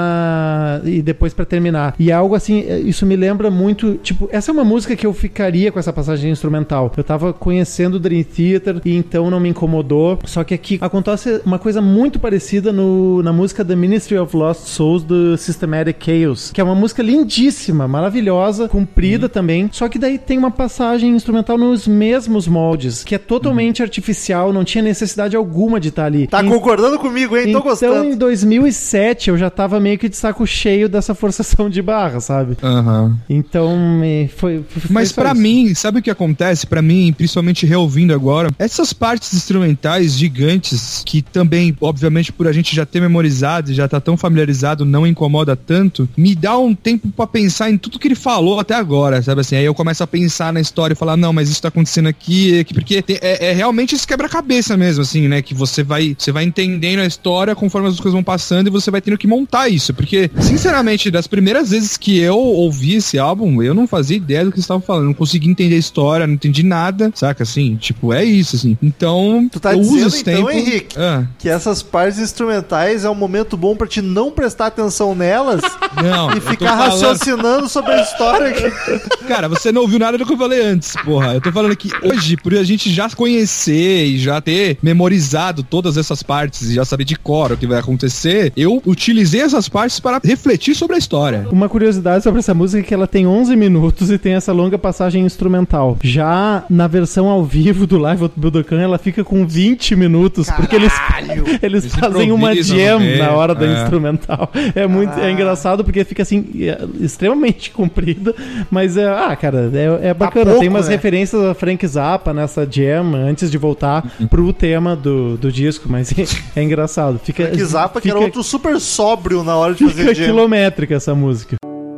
e depois pra terminar. E é algo assim, isso me lembra muito, tipo, essa é uma música que eu ficaria com essa passagem instrumental. Eu tava conhecendo o Dream Theater e então não me incomodou. Só que aqui acontece uma coisa muito parecida na música The Ministry of Lost Souls do Systematic Chaos, que é uma música lindíssima, maravilhosa, comprida também. Só que daí tem uma passagem instrumental nos mesmos moldes, que é totalmente artificial, não tinha necessidade alguma de estar ali. Tá concordando comigo, hein? Tô gostando. Então, em 2007, eu já tava meio que de saco cheio dessa forçação de barra, sabe? Então, foi mas pra mim, sabe o que acontece? Pra mim, principalmente reouvindo agora, essas partes instrumentais gigantes, que também, obviamente, por a gente já ter memorizado e já tá tão familiarizado, não incomoda tanto, me dá um tempo pra pensar em tudo que ele falou até agora, sabe assim? Aí eu começo a pensar na história e falar, não, mas isso tá acontecendo aqui, porque é realmente esse quebra-cabeça mesmo, assim, né? Que você vai entendendo a história conforme as coisas vão passando e você vai tendo que montar isso, porque, sinceramente, das primeiras vezes que eu ouvi esse álbum, eu não fazia ideia do que eles estavam falando, não consegui entender a história, não entendi nada, saca, assim? Tipo, é isso, assim. Então, tu tá eu dizendo, uso esse então, tempo... Henrique, que essas partes instrumentais é um momento bom pra te não prestar atenção nelas não, e ficar raciocinando sobre a história. Cara, você não ouviu nada do que eu falei antes, porra. Eu tô falando que hoje, por a gente já conhecer e já ter memorizado todas essas partes e já saber de cor o que vai acontecer, eu utilizei essas partes para refletir sobre a história. Uma curiosidade sobre essa música é que ela tem 11 minutos e tem essa longa passagem instrumental. Já na versão ao vivo do Live at Budokan, ela fica com 20 minutos, caralho, porque eles fazem uma jam na hora da instrumental. É engraçado porque fica assim, extremamente comprida, mas cara, é bacana. Tá pouco, tem umas né? referências a Frank Zappa nessa jam, antes de voltar pro tema do disco, mas é engraçado. Frank Zappa, que era outro super sóbrio na hora de fazer fica jam. quilométrica essa música.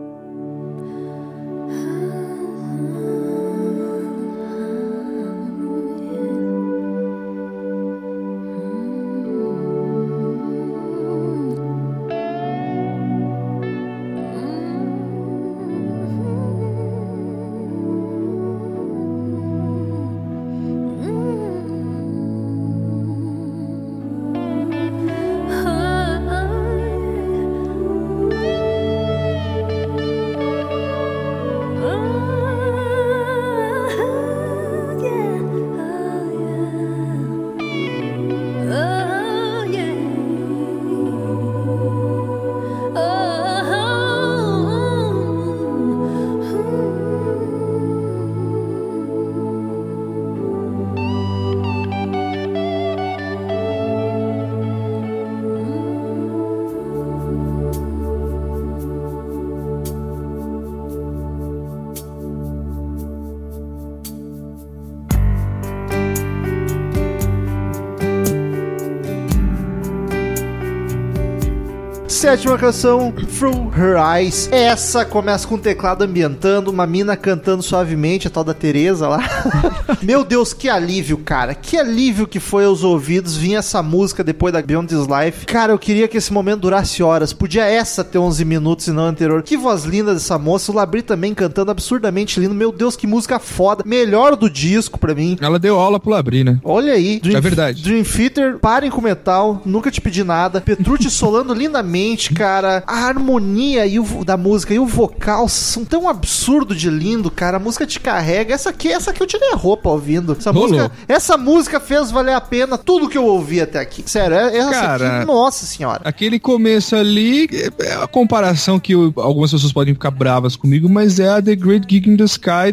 Sétima canção, Through Her Eyes. Essa começa com um teclado ambientando, uma mina cantando suavemente, a tal da Teresa lá. Meu Deus, que alívio, cara. Que alívio que foi aos ouvidos vir essa música depois da Beyond This Life. Cara, eu queria que esse momento durasse horas. Podia essa ter 11 minutos e não a anterior. Que voz linda dessa moça. O Labrie também cantando absurdamente lindo. Meu Deus, que música foda. Melhor do disco pra mim. Ela deu aula pro Labrie, né? Olha aí. É verdade. Dream Theater, parem com metal. Nunca te pedi nada. Petrucci solando lindamente, cara. A harmonia da música e o vocal são tão absurdo de lindo, cara. A música te carrega. Essa aqui eu tirei a roupa ouvindo. Essa música fez valer a pena tudo que eu ouvi até aqui. Sério, essa aqui, nossa senhora. Aquele começo ali, é a comparação que algumas pessoas podem ficar bravas comigo, mas é a The Great Gig in the Sky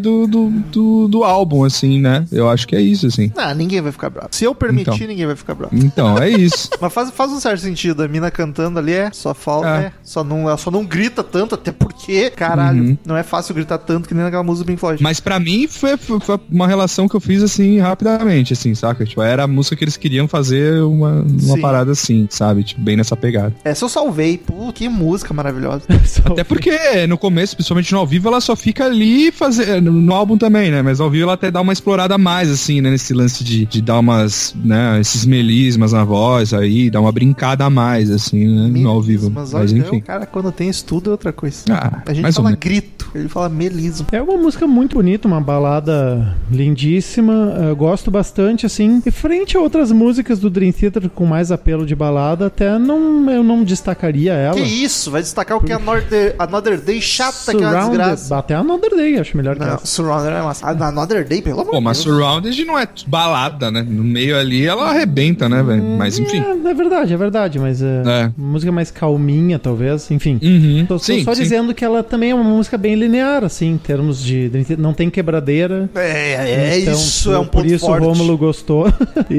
do álbum, assim, né? Eu acho que é isso, assim. Não, ninguém vai ficar bravo. Se eu permitir, ninguém vai ficar bravo. Então, é isso. Mas faz um certo sentido. A mina cantando ali é Só falta, ela só não grita tanto, até porque, caralho, não é fácil gritar tanto que nem naquela música do Pink Floyd. Mas pra mim foi uma relação que eu fiz assim, rapidamente, assim, saca? Tipo, era a música que eles queriam fazer uma parada assim, sabe? Tipo, bem nessa pegada. Essa eu salvei. Pô, que música maravilhosa. Até porque no começo, principalmente no ao vivo, ela só fica ali no álbum também, né? Mas ao vivo ela até dá uma explorada a mais, assim, né? Nesse lance de dar umas, né? Esses melismas na voz aí, dar uma brincada a mais, assim, né? No ao vivo. Mas enfim. Cara, quando tem estudo é outra coisa. A gente mais fala grito, ele fala melismo. É uma música muito bonita, uma balada lindíssima. Eu gosto bastante, assim. E frente a outras músicas do Dream Theater com mais apelo de balada, até eu não destacaria ela. Que isso? Vai destacar o que é Another Day chata, que é uma desgraça. Até Another Day, acho melhor que essa. Surrounded é massa. Another Day, pelo amor de Deus. Mas Surrounded não é balada, né? No meio ali ela arrebenta, né, velho? Mas enfim. É verdade, mas uma música mais calminha, talvez, enfim. Tô só dizendo que ela também é uma música bem linear, assim, em termos de... Não tem quebradeira. Então, isso é um ponto por isso forte. O Rômulo gostou.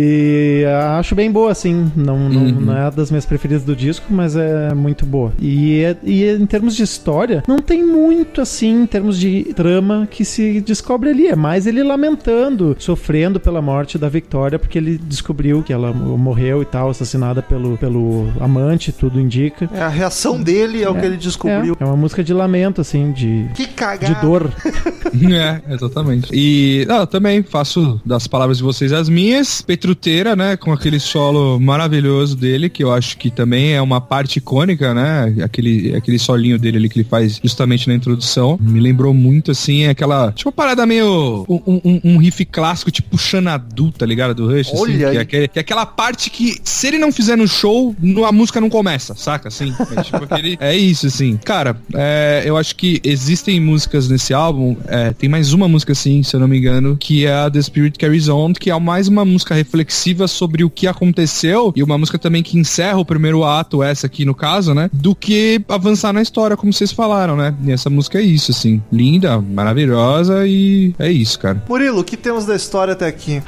E acho bem boa, assim. Não é das minhas preferidas do disco, mas é muito boa. E em termos de história, não tem muito, assim, em termos de trama que se descobre ali. É mais ele lamentando, sofrendo pela morte da Victoria, porque ele descobriu que ela morreu e tal, assassinada pelo amante, tudo indica. A reação dele é o que ele descobriu. É uma música de lamento, assim, de dor. Exatamente. E eu também faço das palavras de vocês as minhas. Petruteira, né, com aquele solo maravilhoso dele, que eu acho que também é uma parte icônica, né, aquele solinho dele ali que ele faz justamente na introdução. Me lembrou muito, assim, aquela, tipo, uma parada meio um riff clássico, tipo Xanadu, tá ligado? Do Rush, olha assim, que é aquela parte que, se ele não fizer no show, a música não começa, saca? Assim, é isso, assim. Cara, eu acho que existem músicas nesse álbum, tem mais uma música, assim, se eu não me engano, que é a The Spirit Carries On, que é mais uma música reflexiva sobre o que aconteceu, e uma música também que encerra o primeiro ato, essa aqui no caso, né, do que avançar na história, como vocês falaram, né? E essa música é isso, assim, linda, maravilhosa, e é isso, cara. Murilo, o que temos da história até aqui?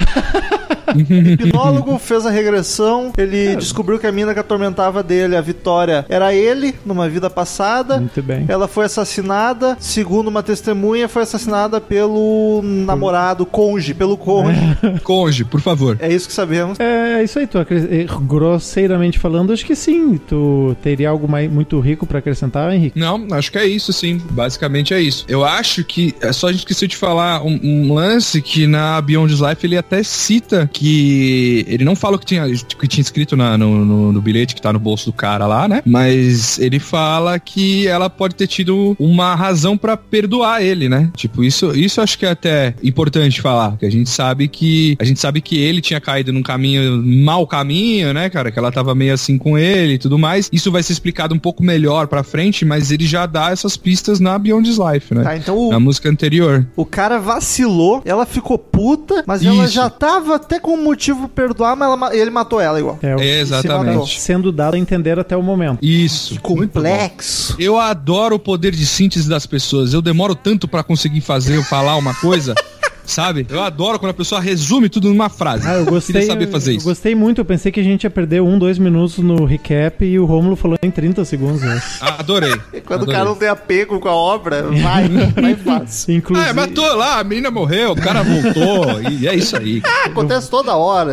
Hipnólogo fez a regressão, ele descobriu que a mina que atormentava dele, a Vitória, era ele, numa vida passada. Muito bem. Ela foi assassinada, segundo uma testemunha, foi assassinada pelo namorado, pelo cônjuge. Cônjuge, por favor. É isso que sabemos. É isso aí, grosseiramente falando, acho que sim. Tu teria algo muito rico pra acrescentar, Henrique? Não, acho que é isso, sim. Basicamente é isso. Eu acho que, só a gente esqueceu de falar um lance que na Beyond This Life ele até cita que ele não fala o que tinha escrito no bilhete que tá no bolso do cara lá, né? Mas ele fala que ela pode ter tido uma razão pra perdoar ele, né? Tipo, isso eu acho que é até importante falar, porque a gente sabe que ele tinha caído num mau caminho, né, cara? Que ela tava meio assim com ele e tudo mais. Isso vai ser explicado um pouco melhor pra frente, mas ele já dá essas pistas na Beyond This Life, né? Tá, então na música anterior. O cara vacilou, ela ficou puta, mas ela já tava até com motivo pra perdoar, mas ele matou ela igual. Exatamente. Sendo dado a entender até o momento. Isso. Que complexo. Eu adoro o poder de síntese das pessoas. Eu demoro tanto pra conseguir falar uma coisa. Sabe? Eu adoro quando a pessoa resume tudo numa frase. Eu gostei. Queria saber fazer isso. Eu gostei muito. Eu pensei que a gente ia perder 2 minutos no recap e o Rômulo falou em 30 segundos, né? Adorei. Quando o cara não tem apego com a obra, vai fácil. Inclusive... matou lá, a menina morreu, o cara voltou e é isso aí. Acontece toda hora.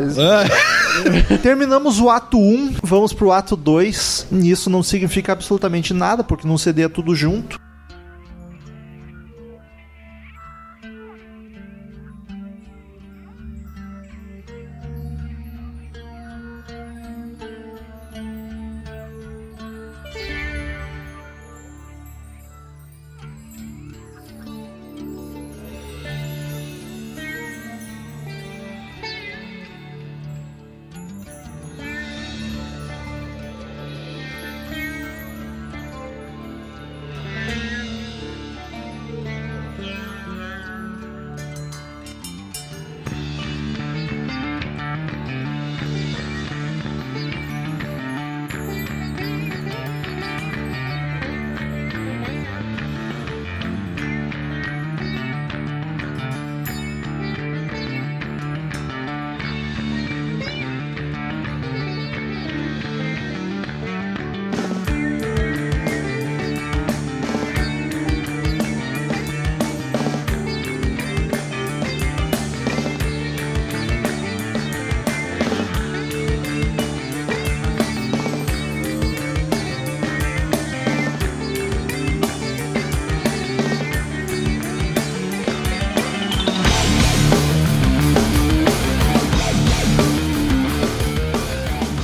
Terminamos o ato 1, vamos pro ato 2. E isso não significa absolutamente nada, porque num CD é tudo junto.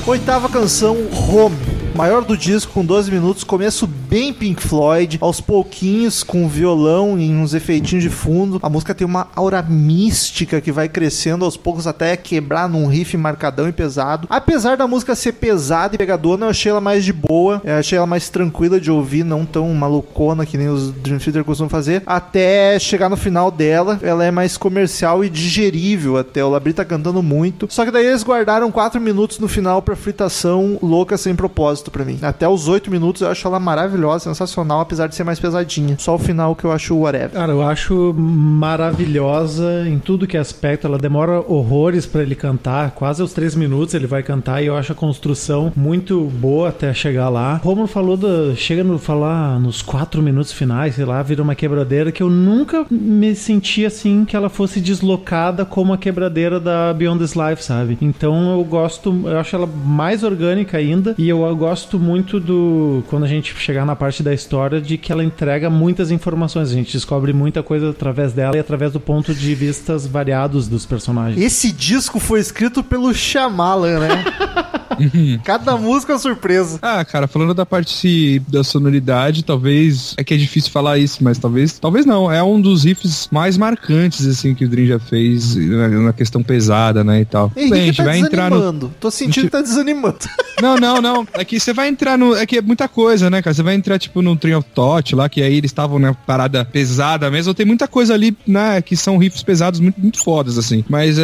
Oitava canção, Home. Maior do disco, com 12 minutos, começo bem Pink Floyd, aos pouquinhos, com violão e uns efeitinhos de fundo. A música tem uma aura mística que vai crescendo aos poucos até quebrar num riff marcadão e pesado. Apesar da música ser pesada e pegadona, eu achei ela mais de boa, eu achei ela mais tranquila de ouvir, não tão malucona que nem os Dream Theater costumam fazer. Até chegar no final dela, ela é mais comercial e digerível até. O Labrie tá cantando muito. Só que daí eles guardaram 4 minutos no final pra fritação louca sem propósito pra mim. Até os 8 minutos eu acho ela maravilhosa, sensacional, apesar de ser mais pesadinha. Só o final que eu acho whatever. Cara, eu acho maravilhosa em tudo que é aspecto. Ela demora horrores pra ele cantar. Quase aos 3 minutos ele vai cantar e eu acho a construção muito boa até chegar lá. Romulo falou chega no falar nos 4 minutos finais, sei lá, vira uma quebradeira que eu nunca me senti assim que ela fosse deslocada como a quebradeira da Beyond This Life, sabe? Então eu acho ela mais orgânica ainda e eu gosto muito quando a gente chegar na parte da história, de que ela entrega muitas informações. A gente descobre muita coisa através dela e através do ponto de vistas variados dos personagens. Esse disco foi escrito pelo Shyamalan, né? Cada música é uma surpresa. Ah, cara, falando da parte da sonoridade, talvez, é que é difícil falar isso, mas talvez não, é um dos riffs mais marcantes, assim, que o Dream já fez na questão pesada, né, e tal. Henrique, a gente vai entrar no... Tô sentindo que tá desanimando. Não, é que você vai entrar é que é muita coisa, né, cara, você vai entrar, tipo, no Train of Thought lá, que aí eles estavam na parada pesada mesmo, tem muita coisa ali, né, que são riffs pesados muito, muito fodas, assim, mas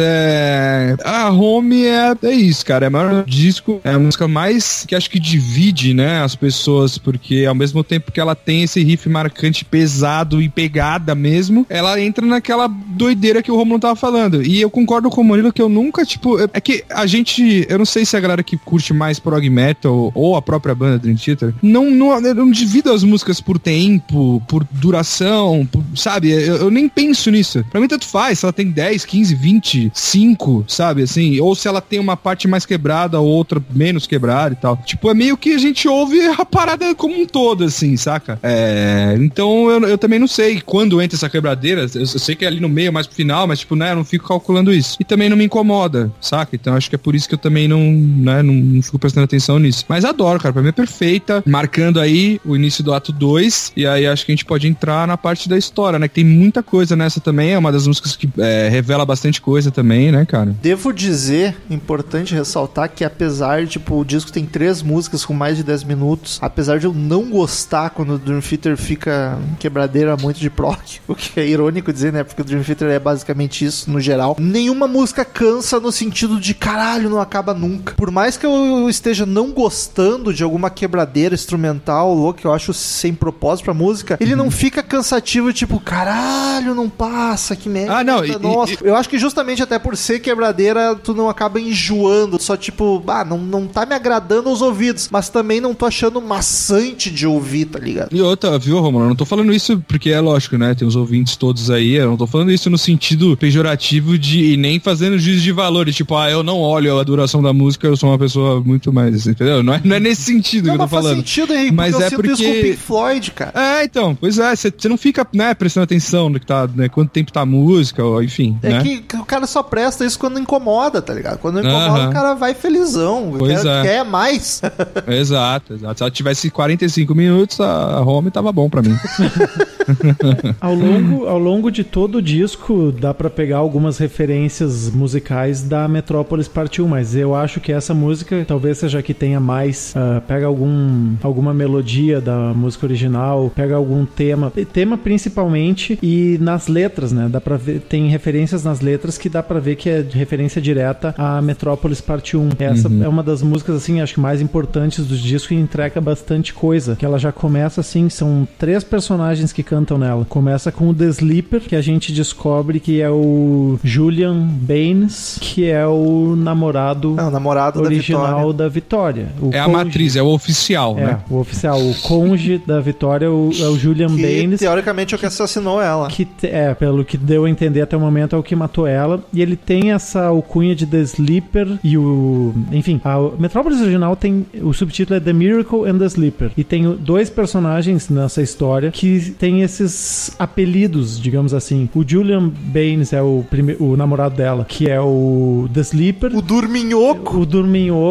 a Home é isso, cara, é o maior disco, é a música mais que acho que divide, né, as pessoas, porque ao mesmo tempo que ela tem esse riff marcante, pesado e pegada mesmo, ela entra naquela doideira que o Romulo tava falando, e eu concordo com o Murilo que eu nunca, tipo, é que a gente, eu não sei se a galera que curte mais prog metal ou a própria banda Dream Theater, eu não divido as músicas por tempo, por duração, sabe, eu nem penso nisso, pra mim tanto faz, se ela tem 10, 15, 20, 5, sabe, assim, ou se ela tem uma parte mais quebrada ou outra menos quebrada e tal, tipo, é meio que a gente ouve a parada como um todo, assim, saca? Então eu também não sei quando entra essa quebradeira, eu sei que é ali no meio, mais pro final, mas tipo, né, eu não fico calculando isso, e também não me incomoda, saca? Então acho que é por isso que eu também não fico prestando atenção nisso, mas adoro, cara, pra mim é perfeita, marcando aí o início do ato 2, e aí acho que a gente pode entrar na parte da história, né, que tem muita coisa nessa também, é uma das músicas que revela bastante coisa também, né, cara? Devo dizer, importante ressaltar que apesar, tipo, o disco tem 3 músicas com mais de 10 minutos, apesar de eu não gostar quando o Dream Theater fica quebradeira muito de prog, o que é irônico dizer, né, porque o Dream Theater é basicamente isso, no geral, nenhuma música cansa no sentido de caralho, não acaba nunca. Por mais que eu esteja não gostando de alguma quebradeira instrumental louca, que eu acho sem propósito pra música, ele não fica cansativo, tipo, caralho, não passa, que merda. Ah, não, nossa. Eu acho que justamente até por ser quebradeira, tu não acaba enjoando, só tipo, não tá me agradando aos ouvidos, mas também não tô achando maçante de ouvir, tá ligado? E outra, viu, Romulo? Eu não tô falando isso porque é lógico, né? Tem os ouvintes todos aí, eu não tô falando isso no sentido pejorativo e nem fazendo juízo de valores, tipo, eu não olho a duração da música, eu sou uma pessoa muito mais, entendeu? Não é nesse sentido que eu tô falando. Não faz sentido, Henrique, mas porque eu sinto isso com o Pink Floyd, cara. Então, pois é, você não fica, né, prestando atenção no que tá, né, quanto tempo tá a música, ou, enfim, né? Que o cara só presta isso quando incomoda, tá ligado? Quando incomoda, o cara vai felizão, quer mais. Exato. Se ela tivesse 45 minutos, a Home tava bom pra mim. Ao longo de todo o disco, dá pra pegar algumas referências musicais da Metrópolis Parte 1, mas eu acho que essa música talvez seja a que tenha mais, pega alguma melodia da música original, pega algum tema principalmente, e nas letras, né, dá pra ver, tem referências nas letras que dá pra ver que é referência direta à Metrópolis Parte 1. Essa é uma das músicas, assim, acho que mais importantes do disco e entrega bastante coisa, que ela já começa assim, são 3 personagens que cantam nela. Começa com o The Sleeper, que a gente descobre que é o Julian Baines, que é o namorado original da Vitória. A matriz, é o oficial, né? O oficial, o conge da Vitória é o Julian Baines. Teoricamente é o que assassinou ela. Pelo que deu a entender até o momento, é o que matou ela. E ele tem essa alcunha de The Sleeper e enfim, a Metrópolis original tem, o subtítulo é The Miracle and the Sleeper. E tem 2 personagens nessa história que tem esses apelidos, digamos assim. O Julian Baines é o namorado dela, que é o The Sleeper. O Dorminhoco. E aí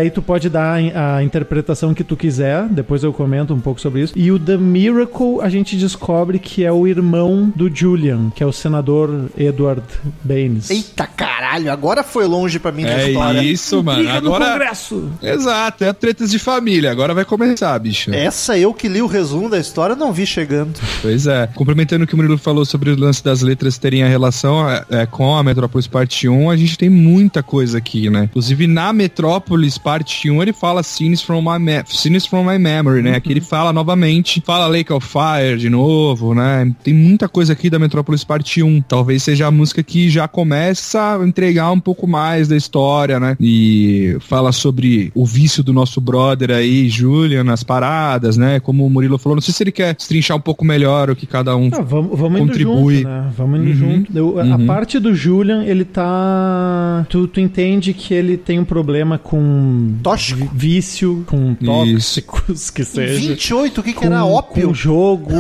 daí tu pode dar a interpretação que tu quiser, depois eu comento um pouco sobre isso. E o The Miracle, a gente descobre que é o irmão do Julian, que é o senador Edward Baines. Eita caralho, agora foi longe pra mim na história. É isso, mano. Liga no Agora... Congresso! Exato, é tretas de família. Agora vai começar, bicho. Essa eu que li o resumo da história não vi chegando. Pois é. Complementando o que o Murilo falou sobre o lance das letras terem a relação com a Metrópolis Parte 1, a gente tem muita coisa aqui, né? Inclusive, na Metrópolis Parte 1, ele fala Scenes from My Memory, né? Aqui ele fala novamente, fala Lake of Fire de novo, né? Tem muita coisa aqui da Metrópolis Parte 1. Talvez seja a música que já começa a entregar um pouco mais da história, né? E fala sobre o vício do nosso brother aí, Julian, nas paradas, né? Como o Murilo falou, não sei se ele quer destrinchar um pouco melhor o que cada um vamos contribui. Indo junto, né? Vamos indo junto. A parte do Julian, ele tá... Tu entende que ele tem um problema com... Tóxico? Vício, com tóxicos, que seja. 28, o que era ópio? Com jogo,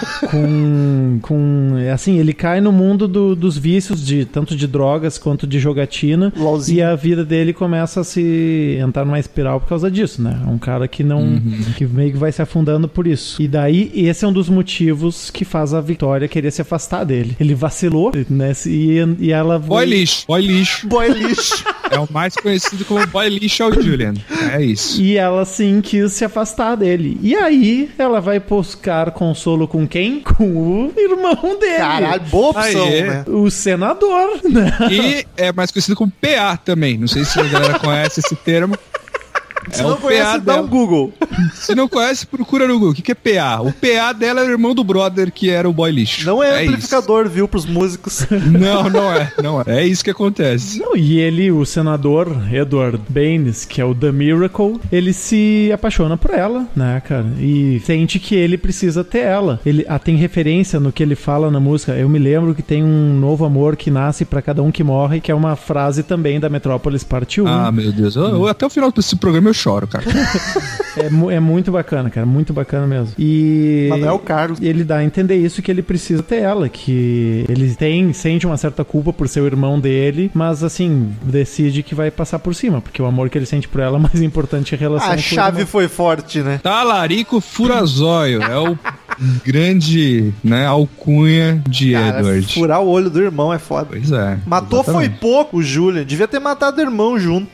assim, ele cai no mundo dos vícios, tanto de drogas quanto de jogatina. Lolzinho. E a vida dele começa a se entrar numa espiral por causa disso, né? É um cara que não... que meio que vai se afundando por isso. E daí, esse é um dos motivos que faz a Victoria querer se afastar dele. Ele vacilou, né? E ela... Boy lixo. É o mais conhecido como boy lixo é o Julian. É isso. E ela, sim, quis se afastar dele. E aí, ela vai buscar consolo com quem? Com o irmão dele. Caralho, boa opção, né? O senador, né? E é mais conhecido como PA também. Não sei se a galera conhece esse termo. Se não conhece, dá um Google. Se não conhece, procura no Google. O que é PA? O PA dela é o irmão do brother, que era o boy lixo. Não é amplificador, viu, pros músicos. Não é. É isso que acontece. Não, e ele, o senador Edward Baines, que é o The Miracle, ele se apaixona por ela, né, cara? E sente que ele precisa ter ela. Ele tem referência no que ele fala na música. Eu me lembro que tem um novo amor que nasce pra cada um que morre, que é uma frase também da Metrópolis Parte 1. Ah, meu Deus. Até o final desse programa eu choro, cara. É muito bacana, cara. Muito bacana mesmo. E Manuel Carlos. Ele dá a entender isso, que ele precisa ter ela, que ele sente uma certa culpa por ser o irmão dele, mas assim, decide que vai passar por cima, porque o amor que ele sente por ela é mais importante em relação A chave foi forte, né? Talarico Furazóio. É o grande, né, alcunha de Edward. Furar o olho do irmão é foda. Pois é. Matou exatamente. Foi pouco o Julian. Devia ter matado o irmão junto.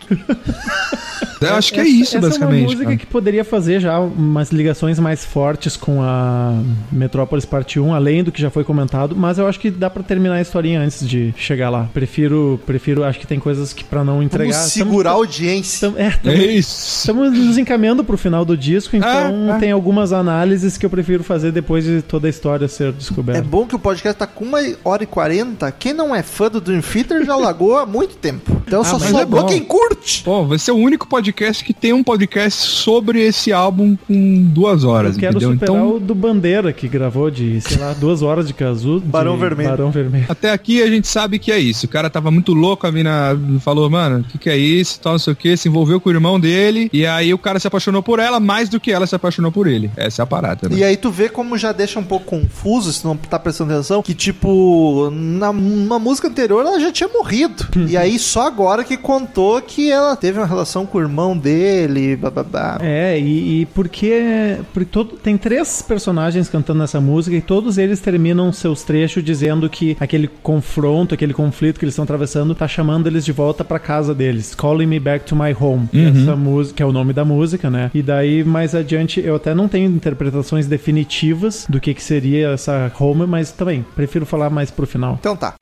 Eu acho que é isso, basicamente. É uma música que poderia fazer já umas ligações mais fortes com a Metrópolis Parte 1, além do que já foi comentado, mas eu acho que dá pra terminar a historinha antes de chegar lá. Prefiro, acho que tem coisas que pra não entregar... Vamos segurar a audiência. É isso. Estamos nos encaminhando pro final do disco, então tem algumas análises que eu prefiro fazer depois de toda a história ser descoberta. É bom que o podcast tá com 1h40. Quem não é fã do Dream Theater já largou há muito tempo. Então só sobrou quem curte. Pô, vai ser o único podcast que tem um podcast sobre esse álbum com 2 horas. Eu quero entendeu? superar então, o do Bandeira, que gravou de, sei lá, 2 horas de Cazu. Barão Vermelho. Até aqui a gente sabe que é isso. O cara tava muito louco, a mina falou, mano, o que é isso, tal, não sei o que, se envolveu com o irmão dele, e aí o cara se apaixonou por ela mais do que ela se apaixonou por ele. Essa é a parada, né? E aí tu vê como já deixa um pouco confuso, se não tá prestando atenção, que tipo, na música anterior ela já tinha morrido. E aí só agora que contou que ela teve uma relação com o irmão dele, bababá. E porque tem 3 personagens cantando nessa música e todos eles terminam seus trechos dizendo que aquele confronto, aquele conflito que eles estão atravessando tá chamando eles de volta pra casa deles. Calling Me Back to My Home. Essa música, que é o nome da música, né? E daí, mais adiante, eu até não tenho interpretações definitivas do que seria essa home, mas também prefiro falar mais pro final. Então tá.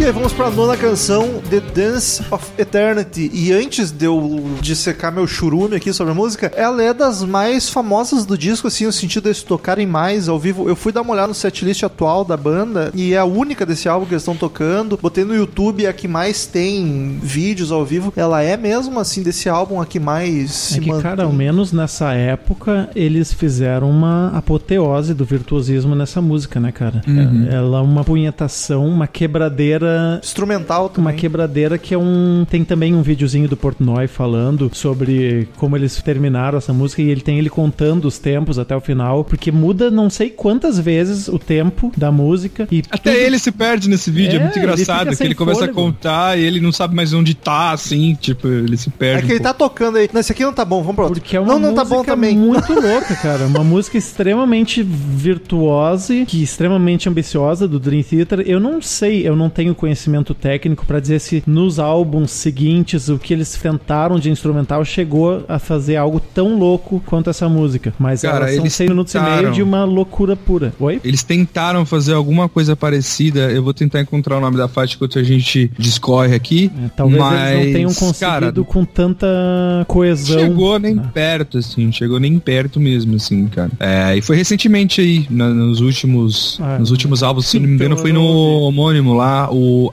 daí vamos pra nona canção, The Dance of Eternity. E antes de eu dissecar meu churume aqui sobre a música, ela é das mais famosas do disco, assim, no sentido de eles tocarem mais ao vivo. Eu fui dar uma olhada no setlist atual da banda e é a única desse álbum que eles estão tocando. Botei no YouTube, a que mais tem vídeos ao vivo. Ela é mesmo, assim, desse álbum a que mais se que, cara, ao menos nessa época, eles fizeram uma apoteose do virtuosismo nessa música, né, cara? Ela é uma punhetação, uma quebradeira... instrumental também. Uma quebradeira que é tem também um videozinho do Portnoy falando sobre como eles terminaram essa música, e ele contando os tempos até o final, porque muda não sei quantas vezes o tempo da música. E até ele se perde nesse vídeo, é muito engraçado, que ele começa a contar e ele não sabe mais onde tá, assim, tipo, ele se perde. É que ele tá tocando aí. Não, esse aqui não tá bom, vamos pro outro. Porque é uma não música tá bom também. muito louca, cara. Uma música extremamente virtuosa, que extremamente ambiciosa do Dream Theater. Eu não sei, eu não tenho conhecimento técnico pra dizer se nos álbuns seguintes o que eles tentaram de instrumental chegou a fazer algo tão louco quanto essa música. Mas cara, elas são 6 minutos e meio de uma loucura pura. Oi? Eles tentaram fazer alguma coisa parecida. Eu vou tentar encontrar o nome da faixa enquanto a gente discorre aqui. Talvez eles não tenham conseguido, cara, com tanta coesão. Chegou nem perto, assim. Chegou nem perto mesmo, assim, cara. E foi recentemente aí, nos últimos álbuns, se não me engano, foi no homônimo lá.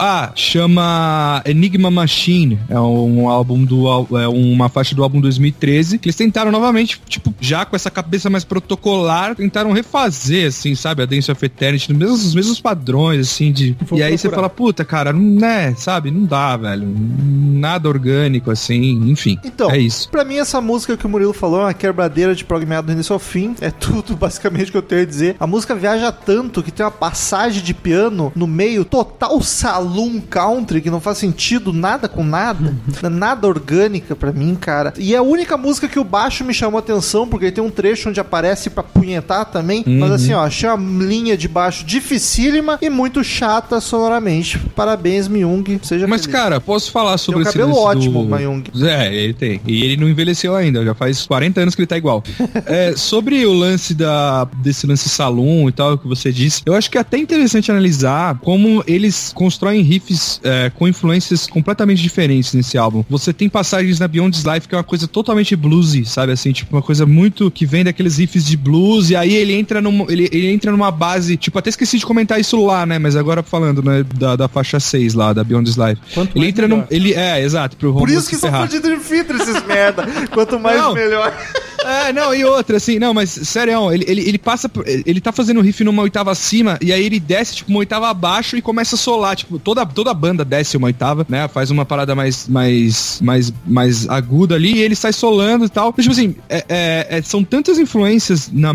Chama Enigma Machine. É um álbum uma faixa do álbum 2013, que eles tentaram novamente, tipo, já com essa cabeça mais protocolar, tentaram refazer, assim, sabe, a Dance of Eternity, os mesmos padrões, assim, e aí você fala, puta, cara, não é, sabe, não dá, velho, nada orgânico, assim, enfim, então, é isso. Pra mim, essa música que o Murilo falou é uma quebradeira de prog metal do início ao fim, é tudo, basicamente, que eu tenho a dizer. A música viaja tanto que tem uma passagem de piano no meio, total saloon country, que não faz sentido nada com nada, nada orgânica pra mim, cara. E é a única música que o baixo me chamou a atenção, porque tem um trecho onde aparece pra punhetar também, mas assim, ó, achei uma linha de baixo dificílima e muito chata sonoramente. Parabéns, Myung, seja Mas, feliz. Cara, posso falar sobre esse cabelo ótimo, Myung. Ele tem. E ele não envelheceu ainda, já faz 40 anos que ele tá igual. Sobre o lance desse lance salão e tal, que você disse, eu acho que é até interessante analisar como eles constroem riffs com influências completamente diferentes nesse álbum. Você tem passagens na Beyond This Life que é uma coisa totalmente bluesy, sabe, assim, tipo, uma coisa muito que vem daqueles riffs de blues, e aí ele entra numa base, tipo, até esqueci de comentar isso lá, né, mas agora falando, né, da faixa 6 lá, da Beyond This Life. Quanto ele entra exato, pro Por isso que são fãs de Dream Theater esses merda. Quanto mais, melhor. E outra, assim, não, mas, sério, ele passa, ele tá fazendo o riff numa oitava acima, e aí ele desce, tipo, uma oitava abaixo e começa a solar, tipo, toda a banda desce uma oitava, né, faz uma parada mais aguda ali, e ele sai solando e tal. Então, tipo assim, são tantas influências no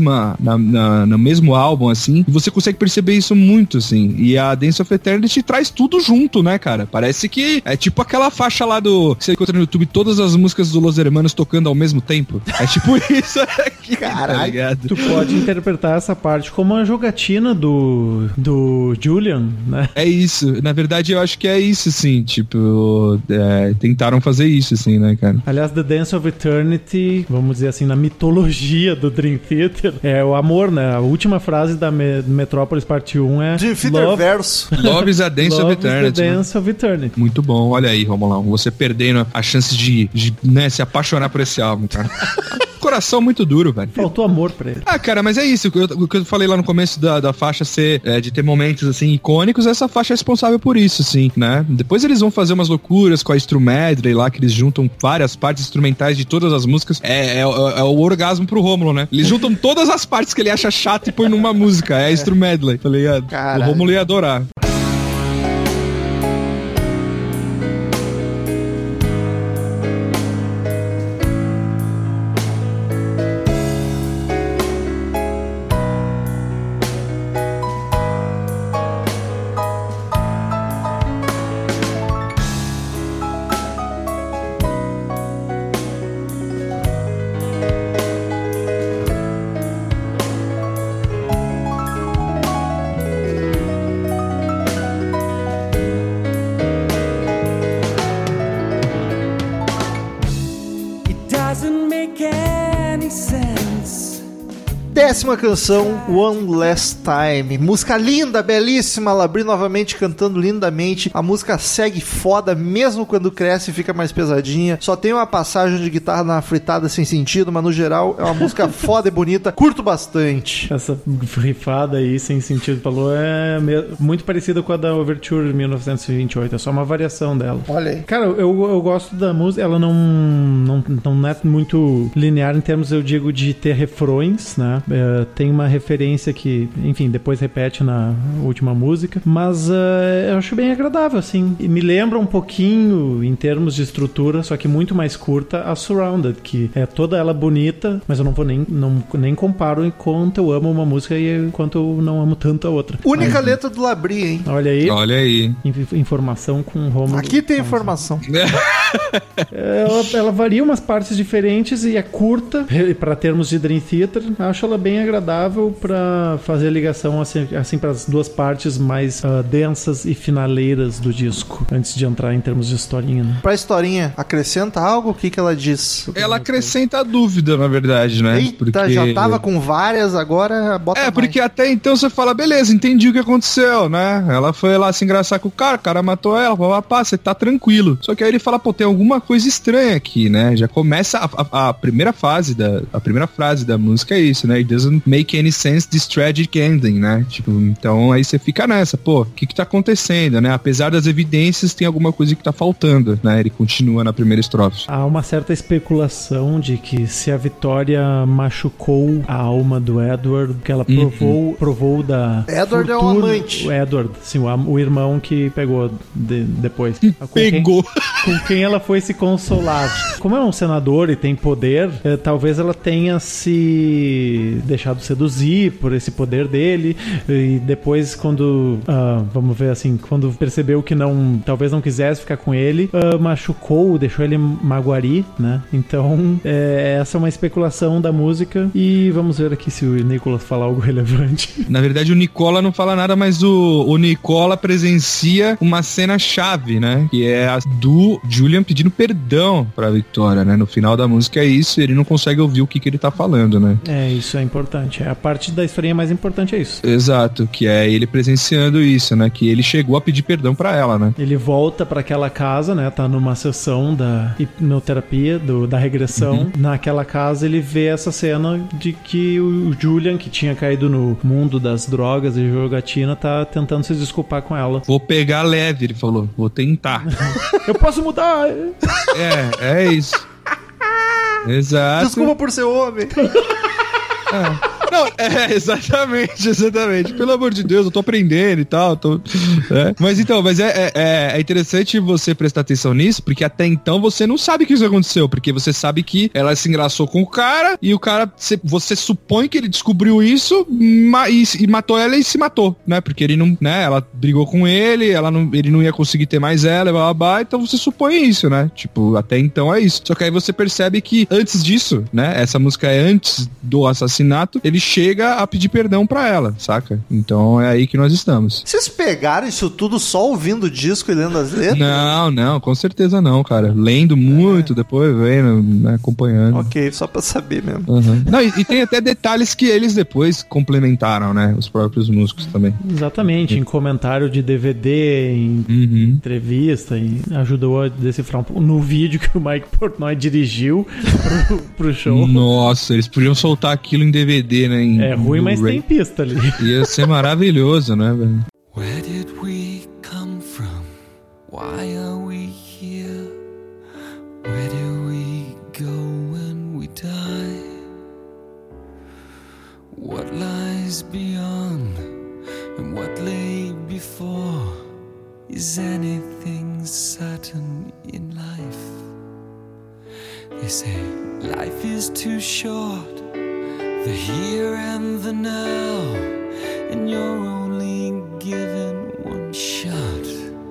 mesmo álbum, assim, e você consegue perceber isso muito, assim, e a Dance of Eternity traz tudo junto, né, cara? Parece que é tipo aquela faixa lá que você encontra no YouTube, todas as músicas do Los Hermanos tocando ao mesmo tempo. É tipo isso aqui, caralho. Tá, tu pode interpretar essa parte como uma jogatina do Julian, né? É isso. Na verdade, eu acho que é isso, assim, tipo, tentaram fazer isso, assim, né, cara? Aliás, The Dance of Eternity, vamos dizer assim, na mitologia do Dream Theater, é o amor, né? A última frase da Metrópolis Parte 1 é Dream Theater verso. Love is a Dance of Eternity. The Dance of Eternity. Muito bom. Olha aí, Romulão, você perdendo a chance de né, se apaixonar por esse álbum, cara. Coração muito duro, velho. Faltou amor pra ele. Cara, mas é isso. O que eu falei lá no começo da faixa ser de ter momentos, assim, icônicos, essa faixa é responsável por isso, assim, né? Depois eles vão fazer umas loucuras com a Instrumedley lá, que eles juntam várias partes instrumentais de todas as músicas. É o orgasmo pro Rômulo, né? Eles juntam todas as partes que ele acha chato e põe numa música. É a Instrumedley, tá ligado? Caralho. O Rômulo ia adorar. 10ª canção, One Last Time. Música linda, belíssima, Labrie novamente cantando lindamente. A música segue foda, mesmo quando cresce e fica mais pesadinha. Só tem uma passagem de guitarra na fritada sem sentido, mas no geral é uma música foda e bonita. Curto bastante. Essa rifada aí, sem sentido, falou, muito parecida com a da Overture de 1928. É só uma variação dela. Olha aí. Cara, eu gosto da música. Ela não é muito linear em termos, eu digo, de ter refrões, né? Tem uma referência que, enfim, depois repete na última música, mas eu acho bem agradável, assim. E me lembra um pouquinho, em termos de estrutura, só que muito mais curta, a Surrounded, que é toda ela bonita, mas eu não vou nem comparo enquanto eu amo uma música e enquanto eu não amo tanto a outra. Única letra do Labrie, hein? Olha aí. Olha aí. Informação com Rômulo. Aqui tem informação. Ela varia umas partes diferentes e é curta para termos de Dream Theater. Acho ela bem agradável para fazer a ligação assim para as duas partes mais densas e finaleiras do disco, antes de entrar em termos de historinha, né? Pra historinha, acrescenta algo? O que ela diz? Ela acrescenta a dúvida, na verdade, né? Eita, já tava com várias, agora bota mais. Porque até então você fala, beleza, entendi o que aconteceu, né? Ela foi lá se engraçar com o cara matou ela, papá, você tá tranquilo. Só que aí ele fala, pô, tem alguma coisa estranha aqui, né? Já começa a primeira frase da música é isso, né? It doesn't make any sense this tragic ending, né? Tipo, então aí você fica nessa, pô, o que tá acontecendo, né? Apesar das evidências, tem alguma coisa que tá faltando, né? Ele continua na primeira estrofe. Há uma certa especulação de que se a Vitória machucou a alma do Edward, que ela provou da Edward fortuna, é o amante. O Edward, sim, o irmão que pegou depois. Com quem ela foi se consolar. Como é um senador e tem poder, talvez ela tenha se deixado seduzir por esse poder dele, e depois quando vamos ver assim, quando percebeu que talvez não quisesse ficar com ele, machucou, deixou ele magoari, né? Então essa é uma especulação da música, e vamos ver aqui se o Nicolas fala algo relevante. Na verdade o Nicola não fala nada, mas o Nicola presencia uma cena chave, né? Que é a do Julian pedindo perdão pra Victoria, né? No final da música é isso, ele não consegue ouvir o que ele tá falando, né? Isso é importante. A parte da historinha mais importante é isso. Exato, que é ele presenciando isso, né? Que ele chegou a pedir perdão pra ela, né? Ele volta pra aquela casa, né? Tá numa sessão da hipnoterapia, da regressão. Naquela casa ele vê essa cena de que o Julian, que tinha caído no mundo das drogas e jogatina, tá tentando se desculpar com ela. Vou pegar leve, ele falou. Vou tentar. Eu posso mudar! É isso. Exato. Desculpa por ser homem. Não, exatamente. Pelo amor de Deus, eu tô aprendendo e tal. Mas é interessante você prestar atenção nisso, porque até então você não sabe que isso aconteceu, porque você sabe que ela se engraçou com o cara, e o cara, você supõe que ele descobriu isso e matou ela e se matou, né? Porque ele não, né? Ela brigou com ele, ele não ia conseguir ter mais ela, blá, blá, blá, então você supõe isso, né? Tipo, até então é isso. Só que aí você percebe que antes disso, né? Essa música é antes do assassinato, ele chega a pedir perdão pra ela, saca? Então é aí que nós estamos. Vocês pegaram isso tudo só ouvindo o disco e lendo as letras? Não, com certeza não, cara. Lendo muito, depois vendo, né, acompanhando. Ok, só pra saber mesmo. Não, e tem até detalhes que eles depois complementaram, né? Os próprios músicos também. Exatamente, em comentário de DVD, em entrevista, e ajudou a decifrar no vídeo que o Mike Portnoy dirigiu pro show. Nossa, eles podiam soltar aquilo em DVD, né? É ruim, mas tem pista ali. Ia ser maravilhoso, né, velho? Where did we come from? Why are we here? Where do we go when we die? What lies beyond and what lay before? Is anything certain in life? They say life is too short, the here and the now, and you're only given one shot.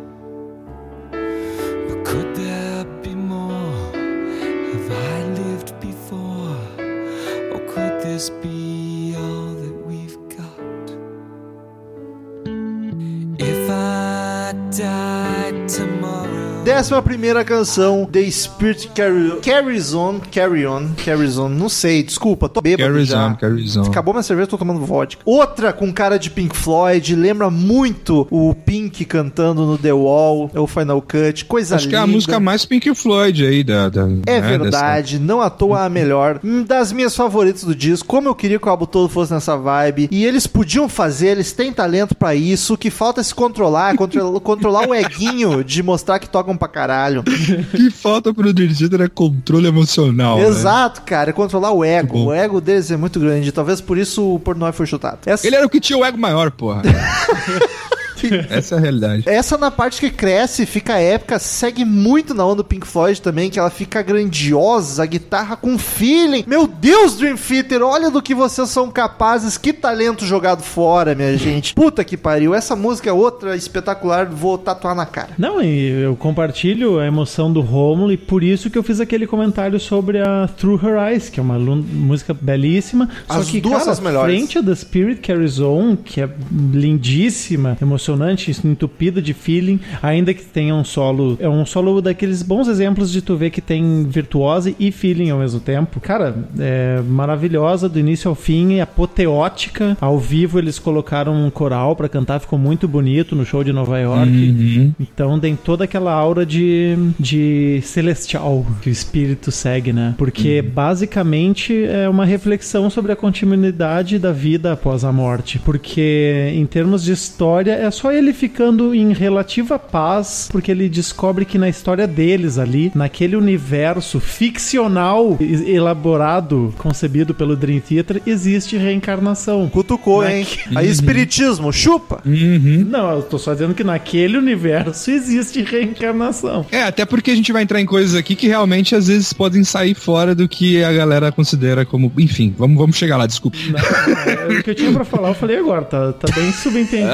But could there be more? Have I lived before? Or could this be all that we've got? If I died tomorrow, 11ª canção, The Spirit Carries On, não sei, desculpa, tô bêbado já. Carries On. Acabou minha cerveja, tô tomando vodka. Outra com cara de Pink Floyd, lembra muito o Pink cantando no The Wall, é o Final Cut, coisa Acho linda. que é a música mais Pink Floyd aí É verdade, não à toa a melhor. Das minhas favoritas do disco, como eu queria que o álbum todo fosse nessa vibe. E eles podiam fazer, eles têm talento pra isso. O que falta é se controlar o eguinho de mostrar que tocam pra caralho. Que falta pro Dream Theater é controle emocional. Exato, cara, é controlar o ego. Bom. O ego deles é muito grande. Talvez por isso o Portnoy foi chutado. Ele era o que tinha o ego maior, porra. Essa é a realidade. Essa na parte que cresce, fica épica, segue muito na onda do Pink Floyd também, que ela fica grandiosa, a guitarra com feeling. Meu Deus, Dream Theater, olha do que vocês são capazes, que talento jogado fora, minha gente. Puta que pariu, essa música é outra espetacular, vou tatuar na cara. Não, e eu compartilho a emoção do Rômulo e por isso que eu fiz aquele comentário sobre a Through Her Eyes, que é uma música belíssima. As só que, duas cara, são as melhores. frente a The Spirit Carries On, que é lindíssima, emocionante, entupida de feeling, ainda que tenha um solo, é um solo daqueles bons exemplos de tu ver que tem virtuose e feeling ao mesmo tempo. Cara, é maravilhosa do início ao fim, apoteótica. Ao vivo eles colocaram um coral pra cantar, ficou muito bonito no show de Nova York. Então tem toda aquela aura de celestial que o espírito segue, né? Porque basicamente é uma reflexão sobre a continuidade da vida após a morte. Porque em termos de história é só ele ficando em relativa paz, porque ele descobre que na história deles ali, naquele universo ficcional elaborado, concebido pelo Dream Theater, existe reencarnação. Cutucou, hein? Aí espiritismo, chupa! Não, eu tô só dizendo que naquele universo existe reencarnação. É, até porque a gente vai entrar em coisas aqui que realmente às vezes podem sair fora do que a galera considera como... Enfim, vamos chegar lá, desculpa. Não, o que eu tinha pra falar eu falei agora, tá bem subentendido.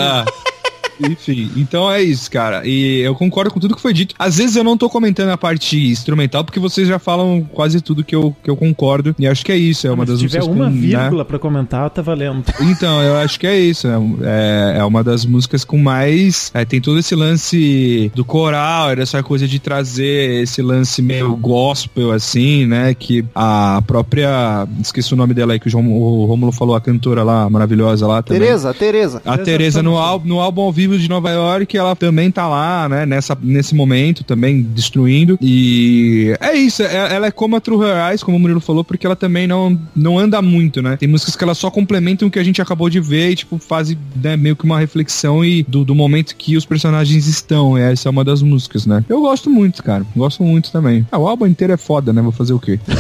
Enfim, então é isso, cara. E eu concordo com tudo que foi dito. Às vezes eu não tô comentando a parte instrumental, porque vocês já falam quase tudo que eu concordo. E acho que é isso. É uma das músicas. Se tiver uma vírgula pra comentar, tá valendo. Então, eu acho que é isso. É uma das músicas com mais... tem todo esse lance do coral, dessa coisa de trazer esse lance meio gospel, assim, né? Que a própria... Esqueci o nome dela aí, que o Rômulo falou, a cantora lá, maravilhosa lá também. Tereza. A Tereza no álbum ao vivo de Nova York, ela também tá lá, né, nesse momento também destruindo, e é isso, ela é como a Through Her Eyes, como o Murilo falou, porque ela também não anda muito, né, tem músicas que ela só complementam o que a gente acabou de ver e tipo, fazem, né, meio que uma reflexão e do momento que os personagens estão, essa é uma das músicas, né, eu gosto muito, cara, gosto muito também. O álbum inteiro é foda, né, vou fazer o quê?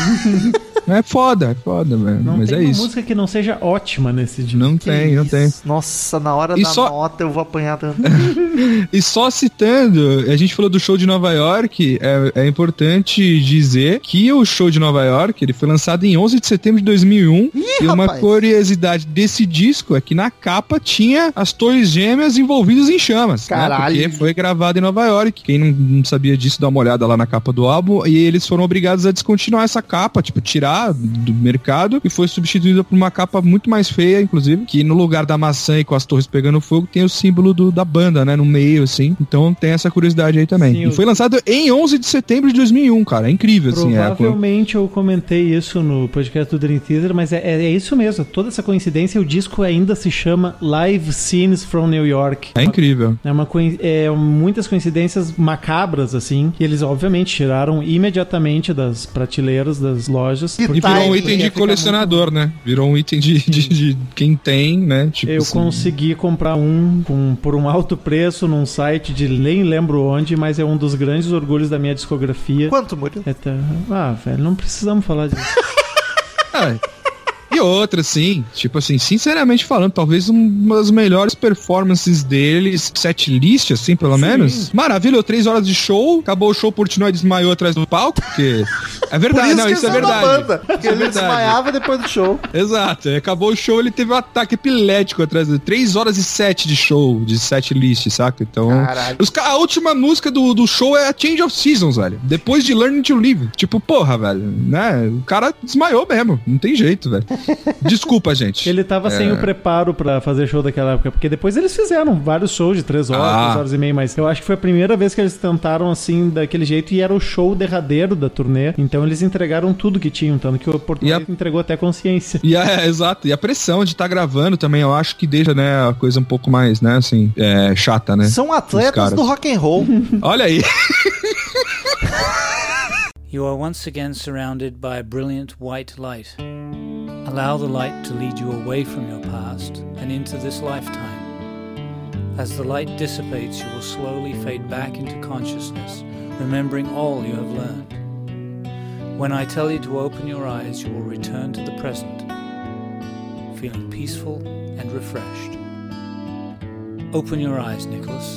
É foda, velho. Não mas tem é uma isso. música que não seja ótima nesse disco. Não tem. Nossa, na hora da nota eu vou apanhar tanto. E só citando, a gente falou do show de Nova York, é importante dizer que o show de Nova York, ele foi lançado em 11 de setembro de 2001. E uma curiosidade desse disco é que na capa tinha as Torres Gêmeas envolvidas em chamas. Caralho. Né? Porque foi gravado em Nova York. Quem não sabia disso, dá uma olhada lá na capa do álbum. E eles foram obrigados a descontinuar essa capa, tipo, tirar do mercado, e foi substituída por uma capa muito mais feia, inclusive, que no lugar da maçã e com as torres pegando fogo, tem o símbolo da banda, né, no meio, assim. Então tem essa curiosidade aí também. Sim, e foi lançado em 11 de setembro de 2001, cara. É incrível, assim. Provavelmente eu comentei isso no podcast do Dream Theater, mas é isso mesmo. Toda essa coincidência, o disco ainda se chama Live Scenes from New York. É incrível. Muitas coincidências macabras, assim, e eles obviamente tiraram imediatamente das prateleiras das lojas. E virou um item de colecionador, né? Virou um item de quem tem, né? Tipo eu assim, consegui comprar por um alto preço num site de nem lembro onde, mas é um dos grandes orgulhos da minha discografia. Quanto, Murilo? Velho, não precisamos falar disso. E outra, assim, tipo assim, sinceramente falando, talvez uma das melhores performances deles, setlist, assim, pelo menos. Maravilha, 3 horas de show, acabou o show, Portnoy desmaiou atrás do palco, porque... É verdade, isso é verdade. Porque ele desmaiava depois do show. Exato, acabou o show, ele teve um ataque epilético atrás dele. 3 horas e 7 de show, de setlist, saca? Então... Caralho. A última música do show é a Change of Seasons, velho. Depois de Learning to Live. Tipo, porra, velho, né? O cara desmaiou mesmo, não tem jeito, velho. Desculpa, gente. Ele tava sem o preparo pra fazer show daquela época, porque depois eles fizeram vários shows de 3 horas, 3 horas e meia, mas eu acho que foi a primeira vez que eles tentaram assim, daquele jeito, e era o show derradeiro da turnê, então eles entregaram tudo que tinham, tanto que o Porto Alegre entregou até consciência. Exato, e a pressão de estar gravando também, eu acho que deixa, né, a coisa um pouco mais, né, assim, chata, né? São atletas do rock and roll. Olha aí. You are once again surrounded by a brilliant white light. Allow the light to lead you away from your past and into this lifetime. As the light dissipates, you will slowly fade back into consciousness, remembering all you have learned. When I tell you to open your eyes, you will return to the present, feeling peaceful and refreshed. Open your eyes, Nicholas.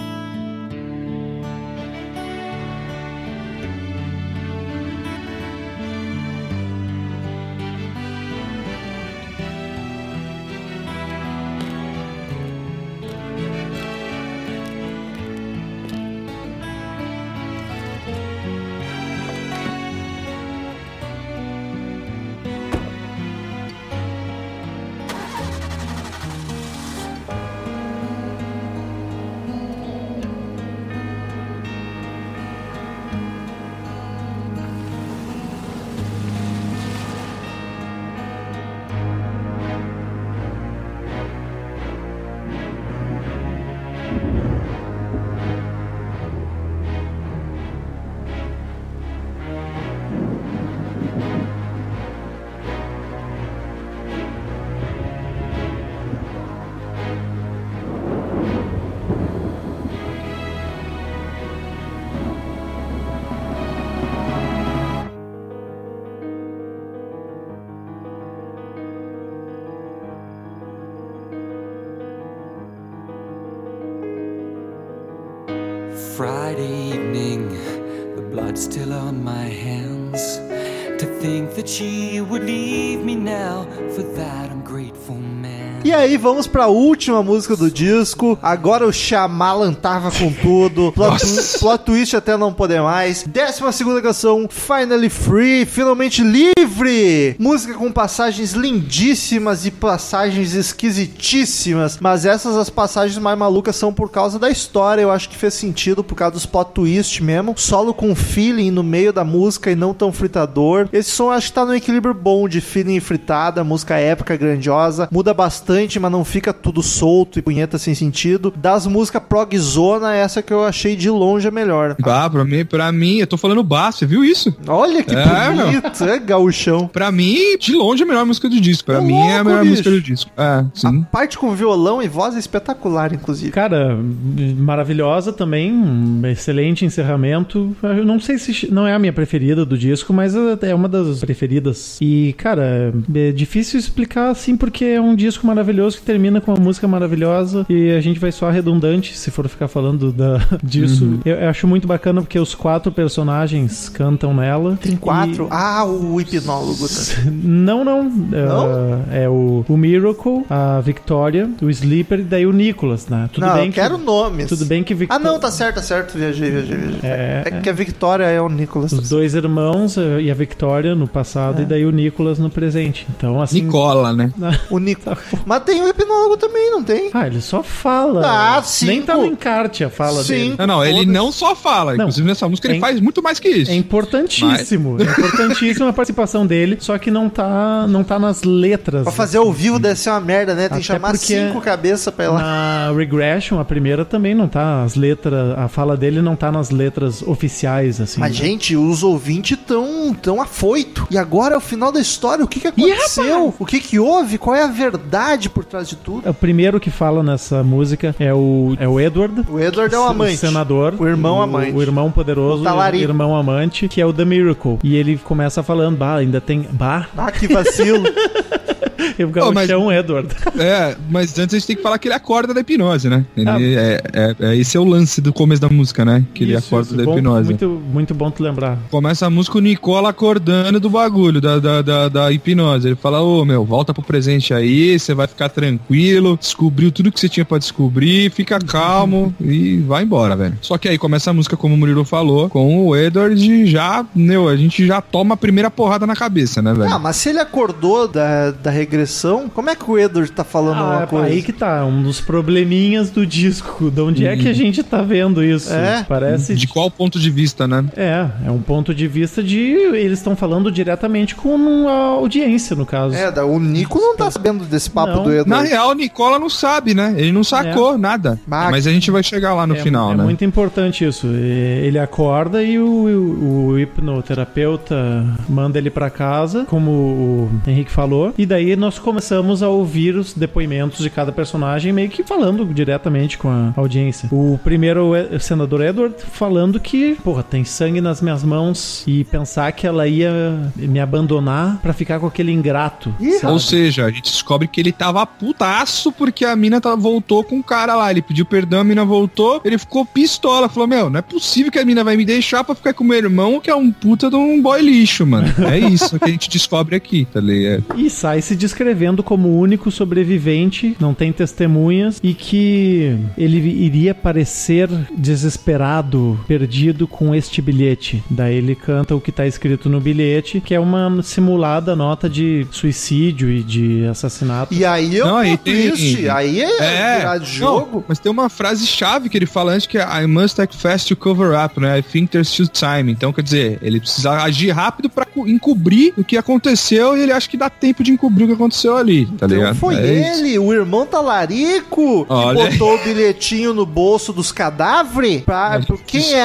Friday evening, the blood still on my hands. To think that she would leave me now, for that I'm grateful, man. E aí, vamos pra última música do disco. Agora o Shyamalan tava com tudo. Plot twist até não poder mais. 12ª canção, Finally Free, finalmente livre. Música com passagens lindíssimas e passagens esquisitíssimas. Mas essas, as passagens mais malucas, são por causa da história. Eu acho que fez sentido por causa dos plot twist mesmo. Solo com feeling no meio da música e não tão fritador. Esse som acho que tá no equilíbrio bom de feeling e fritada. Música épica, grandiosa. Muda bastante, mas não fica tudo solto e punheta sem sentido. Das músicas progzona, essa que eu achei de longe a melhor. Pra mim, eu tô falando baixo, você viu isso? Olha que bonito, é gauchão. Pra mim, de longe, a melhor música do disco. Pra mim, é a melhor música do disco. Sim. A parte com violão e voz é espetacular, inclusive. Cara, maravilhosa também, um excelente encerramento. Eu não sei se não é a minha preferida do disco, mas é uma das preferidas. E, cara, é difícil explicar assim, porque é um disco maravilhoso que termina com uma música maravilhosa e a gente vai soar redundante se for ficar falando disso. Uhum. Eu acho muito bacana porque os 4 personagens cantam nela. Tem 4? O hipnólogo. Não. É o Miracle, a Victoria, o Sleeper e daí o Nicholas, né? Eu quero nomes. Tudo bem que não, tá certo. Viajei. É que a Victoria é o Nicholas. Os 2 irmãos e a Victoria no passado e daí o Nicholas no presente. Então, assim... Nicola, né? O Nicolas. Mas tem o hipnólogo também, não tem? Ele só fala. Sim. Nem tá no encarte a fala dele. Não, ele não só fala. Inclusive nessa música ele faz muito mais que isso. É importantíssimo. É importantíssima a participação dele, só que não tá nas letras. Pra fazer ao vivo deve ser uma merda, né? Tem que chamar 5 cabeças pra ir lá. Na Regression, a primeira também não tá as letras, a fala dele não tá nas letras oficiais, assim. Mas, gente, os ouvintes tão afoito. E agora é o final da história. O que aconteceu? O que houve? Qual é a verdade por trás de tudo? O primeiro que fala nessa música é o Edward. O Edward é o amante. O senador. O irmão amante. O irmão poderoso. O irmão amante, que é o The Miracle. E ele começa falando, ainda tem... que vacilo. E o gauchão Edward. Mas antes a gente tem que falar que ele acorda da hipnose, né? Esse é o lance do começo da música, né? Que ele acorda da hipnose. Muito bom tu lembrar. Começa a música o Nicola acordando do bagulho, da hipnose. Ele fala, volta pro presente aí, você vai ficar tranquilo, descobriu tudo que você tinha pra descobrir, fica calmo e vai embora, velho. Só que aí começa a música, como o Murilo falou, com o Edward já, a gente já toma a primeira porrada na cabeça, né, velho? Mas se ele acordou da regressão, como é que o Edward tá falando alguma coisa? Aí que tá, um dos probleminhas do disco. De onde é que a gente tá vendo isso? Parece... De qual ponto de vista, né? É um ponto de vista de... Eles estão falando diretamente com a audiência, no caso. O Nico não tá sabendo desse papo do Edward. Na real, o Nicola não sabe, né? Ele não sacou nada. Mas a gente vai chegar lá no final, né? É muito importante isso. Ele acorda e o hipnoterapeuta manda ele pra casa, como o Henrique falou, e daí nós começamos a ouvir os depoimentos de cada personagem, meio que falando diretamente com a audiência. O primeiro, o senador Edward, falando que, tem sangue nas minhas mãos e pensar que ela ia me abandonar pra ficar com aquele ingrato. Ou seja, a gente descobre que ele tava putaço porque a mina voltou com o cara lá. Ele pediu perdão, a mina voltou, ele ficou pistola. Falou, não é possível que a mina vai me deixar pra ficar com o meu irmão, que é um puta de um boy lixo, mano. É isso que a gente descobre aqui, tá ligado? E sai se descrevendo como o único sobrevivente, não tem testemunhas, e que ele iria parecer desesperado, perdido com este bilhete. Daí ele canta o que tá escrito no bilhete, que é uma simulada nota de suicídio e de assassinato. E aí triste. Aí virar de jogo. Mas tem uma frase-chave que ele fala antes, que é I must act fast to cover up, né? I think there's still time. Então, quer dizer, ele precisa agir rápido pra encobrir o que aconteceu, e ele acha que dá tempo de encobrir o que aconteceu ali, tá ligado? Foi ele, o irmão talarico, que botou o bilhetinho no bolso dos cadáveres. Quem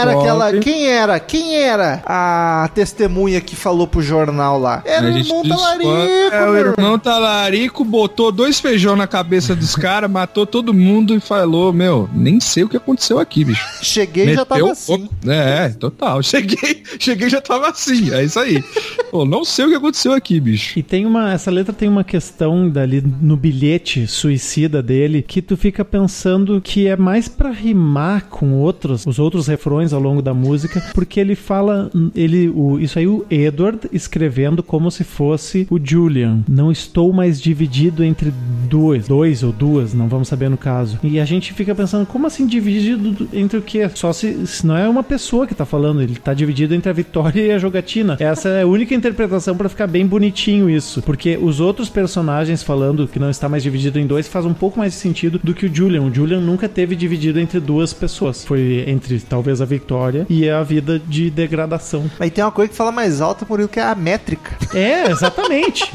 era a testemunha que falou pro jornal lá? Era o irmão talarico. O irmão talarico botou 2 feijão na cabeça dos caras, matou todo mundo e falou, nem sei o que aconteceu aqui, bicho. Cheguei e já tava assim. Total. Cheguei e já tava assim. É isso aí. Não sei o que aconteceu aqui, bicho. E essa letra tem uma questão dali no bilhete suicida dele, que tu fica pensando que é mais pra rimar com os outros refrões ao longo da música, porque ele fala, isso aí o Edward escrevendo como se fosse o Julian. Não estou mais dividido entre dois ou duas, não vamos saber no caso. E a gente fica pensando, como assim dividido entre o quê? Só se não é uma pessoa que tá falando, ele tá dividido entre a vitória e a jogatina. Essa é a única interpretação pra ficar bem bonitinho isso, porque os outros personagens falando que não está mais dividido em dois faz um pouco mais de sentido do que o Julian. O Julian nunca teve dividido entre duas pessoas. Foi entre talvez a vitória e a vida de degradação. Mas tem uma coisa que fala mais alta, por isso que é a métrica. Exatamente.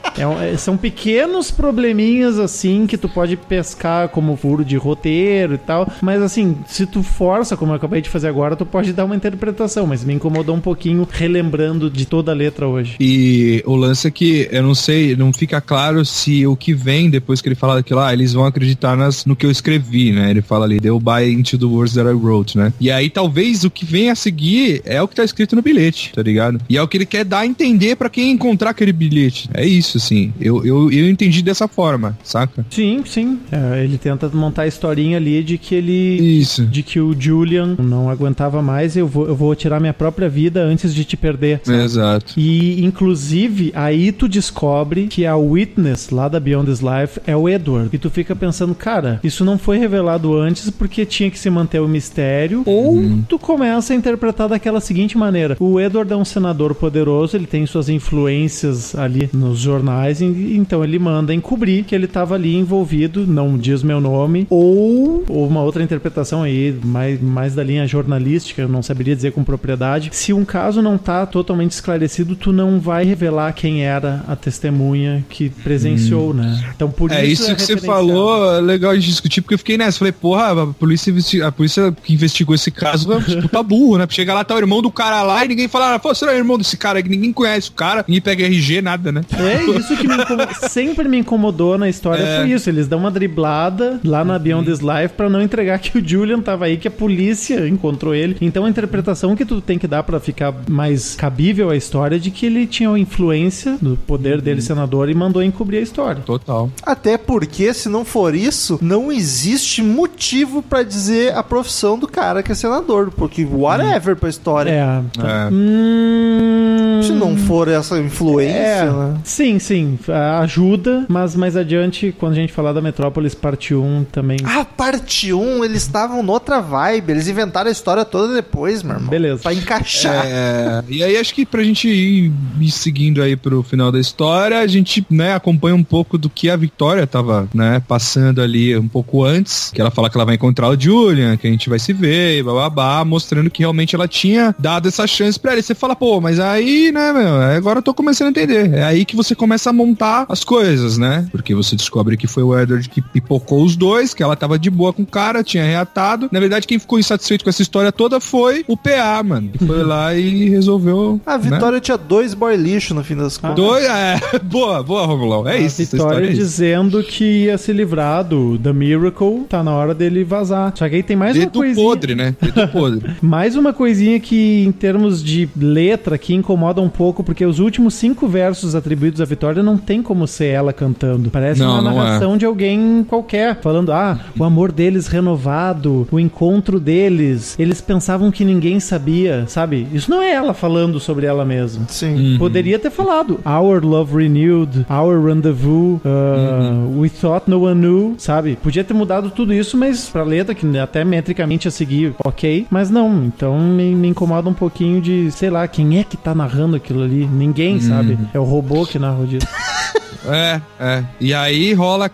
São pequenos probleminhas assim que tu pode pescar como furo de roteiro e tal, mas assim, se tu força, como eu acabei de fazer agora, tu pode dar uma interpretação, mas me incomodou um pouquinho relembrando de toda a letra hoje. E o lance é que, eu não sei, não fica claro se o que vem depois que ele fala daquilo lá, eles vão acreditar no que eu escrevi, né? Ele fala ali, they'll buy into the words that I wrote, né? E aí talvez o que vem a seguir é o que tá escrito no bilhete, tá ligado? E é o que ele quer dar a entender pra quem encontrar aquele bilhete. É isso, assim. Eu entendi dessa forma, saca? Sim. Ele tenta montar a historinha ali de que de que o Julian não aguentava mais, eu vou tirar minha própria vida antes de te perder. Exato. E, inclusive, aí tu descobre que a Witness lá da Beyond This Life é o Edward. E tu fica pensando, cara, isso não foi revelado antes porque tinha que se manter o mistério, ou tu começa a interpretar daquela seguinte maneira. O Edward é um senador poderoso, ele tem suas influências ali nos jornais, então ele manda encobrir que ele estava ali envolvido, não diz meu nome, ou uma outra interpretação aí, mais da linha jornalística, eu não saberia dizer com propriedade. Se um caso não tá totalmente esclarecido, tu não vai revelar quem era a testemunha que presenciou, né? Então por isso que você falou, é legal de discutir, porque eu fiquei nessa, falei, porra, a polícia que investigou esse caso é um puta burro, né? Chega lá, tá o irmão do cara lá e ninguém fala, pô, você não é irmão desse cara, que ninguém conhece o cara, ninguém pega RG, nada, né? É isso que sempre me incomodou na história foi isso. Eles dão uma driblada lá na Beyond This Life pra não entregar que o Julian tava aí, que a polícia encontrou ele. Então a interpretação que tu tem que dar pra ficar mais cabível a história é de que ele tinha influência do poder dele, senador, e mandou encobrir a história. Total. Até porque, se não for isso, não existe motivo pra dizer a profissão do cara que é senador, porque whatever pra história. Se não for essa influência, né? Sim, ajuda, mas mais adiante, quando a gente falar da Metrópolis parte 1 também... Parte 1, eles estavam noutra vibe, eles inventaram a história toda depois, meu irmão. Beleza. Pra encaixar. E aí acho que pra gente ir seguindo aí pro final da história, a gente, né, acompanha um pouco do que a Victoria tava, né, passando ali um pouco antes, que ela fala que ela vai encontrar o Julian, que a gente vai se ver, e bababá, mostrando que realmente ela tinha dado essa chance pra ele. Você fala, pô, mas aí, né, meu, agora eu tô começando a entender. É aí que você começa a montar as coisas, né? Porque você descobre que foi o Edward que pipocou os dois, que ela tava de boa com o cara, tinha reatado. Na verdade, quem ficou insatisfeito com essa história toda foi o PA, mano. Que foi lá e resolveu... A Vitória tinha 2 boy lixo no fim das contas. 2? Boa, Romulão. É isso. A Vitória dizendo que ia se livrar do The Miracle, tá na hora dele vazar. Só que aí tem mais uma coisinha... Dedo podre, né? Dedo podre. Mais uma coisinha que, em termos de letra, que incomoda um pouco, porque os últimos 5 versos atribuídos à Vitória não tem como ser ela cantando. Parece uma narração de alguém qualquer, falando, o amor deles renovado, o encontro deles, eles pensavam que ninguém sabia, sabe? Isso não é ela falando sobre ela mesma. Sim. Poderia ter falado Our love renewed, our rendezvous, we thought no one knew, sabe? Podia ter mudado tudo isso, mas pra letra, que até metricamente a seguir, ok, mas não. Então me incomoda um pouquinho de, sei lá, quem é que tá narrando aquilo ali? Ninguém, sabe? É o robô que narra disso. E aí rola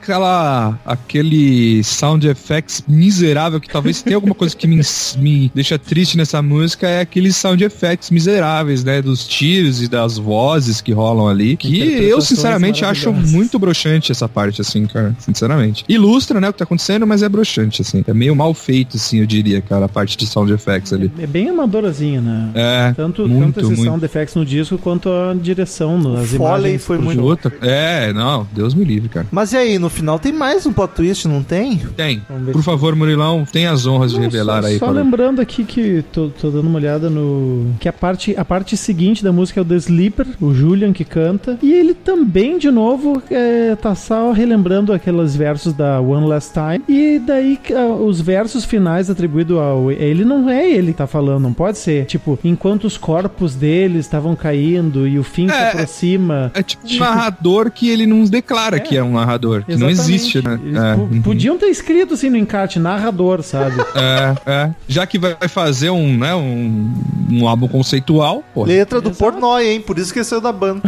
aquele sound effects miserável, que talvez tenha alguma coisa que me deixa triste nessa música, é aqueles sound effects miseráveis, né, dos tiros e das vozes que rolam ali, que eu sinceramente acho muito broxante essa parte, assim, cara, sinceramente. Ilustra, né, o que tá acontecendo, mas é broxante, assim, é meio mal feito, assim, eu diria, cara, a parte de sound effects ali. É bem amadorazinha, né? Tanto esse sound effects no disco, quanto a direção nas imagens. Foi muito... Não, Deus me livre, cara. Mas e aí, no final tem mais um plot twist, não tem? Tem. Por favor, Murilão, tem as honras de revelar aí. Só lembrando aqui que tô dando uma olhada no... Que a parte seguinte da música é o The Sleeper, o Julian que canta. E ele também, de novo, tá só relembrando aqueles versos da One Last Time. E daí, os versos finais atribuídos ao... Ele não é ele que tá falando, não pode ser. Tipo, enquanto os corpos deles estavam caindo e o fim se aproxima. É tipo um narrador que ele não declara que é um narrador, que não existe, né? Podiam ter escrito assim no encarte, narrador, sabe? Já que vai fazer um álbum conceitual, pô. Letra do Pornói, hein? Por isso que ele saiu da banda.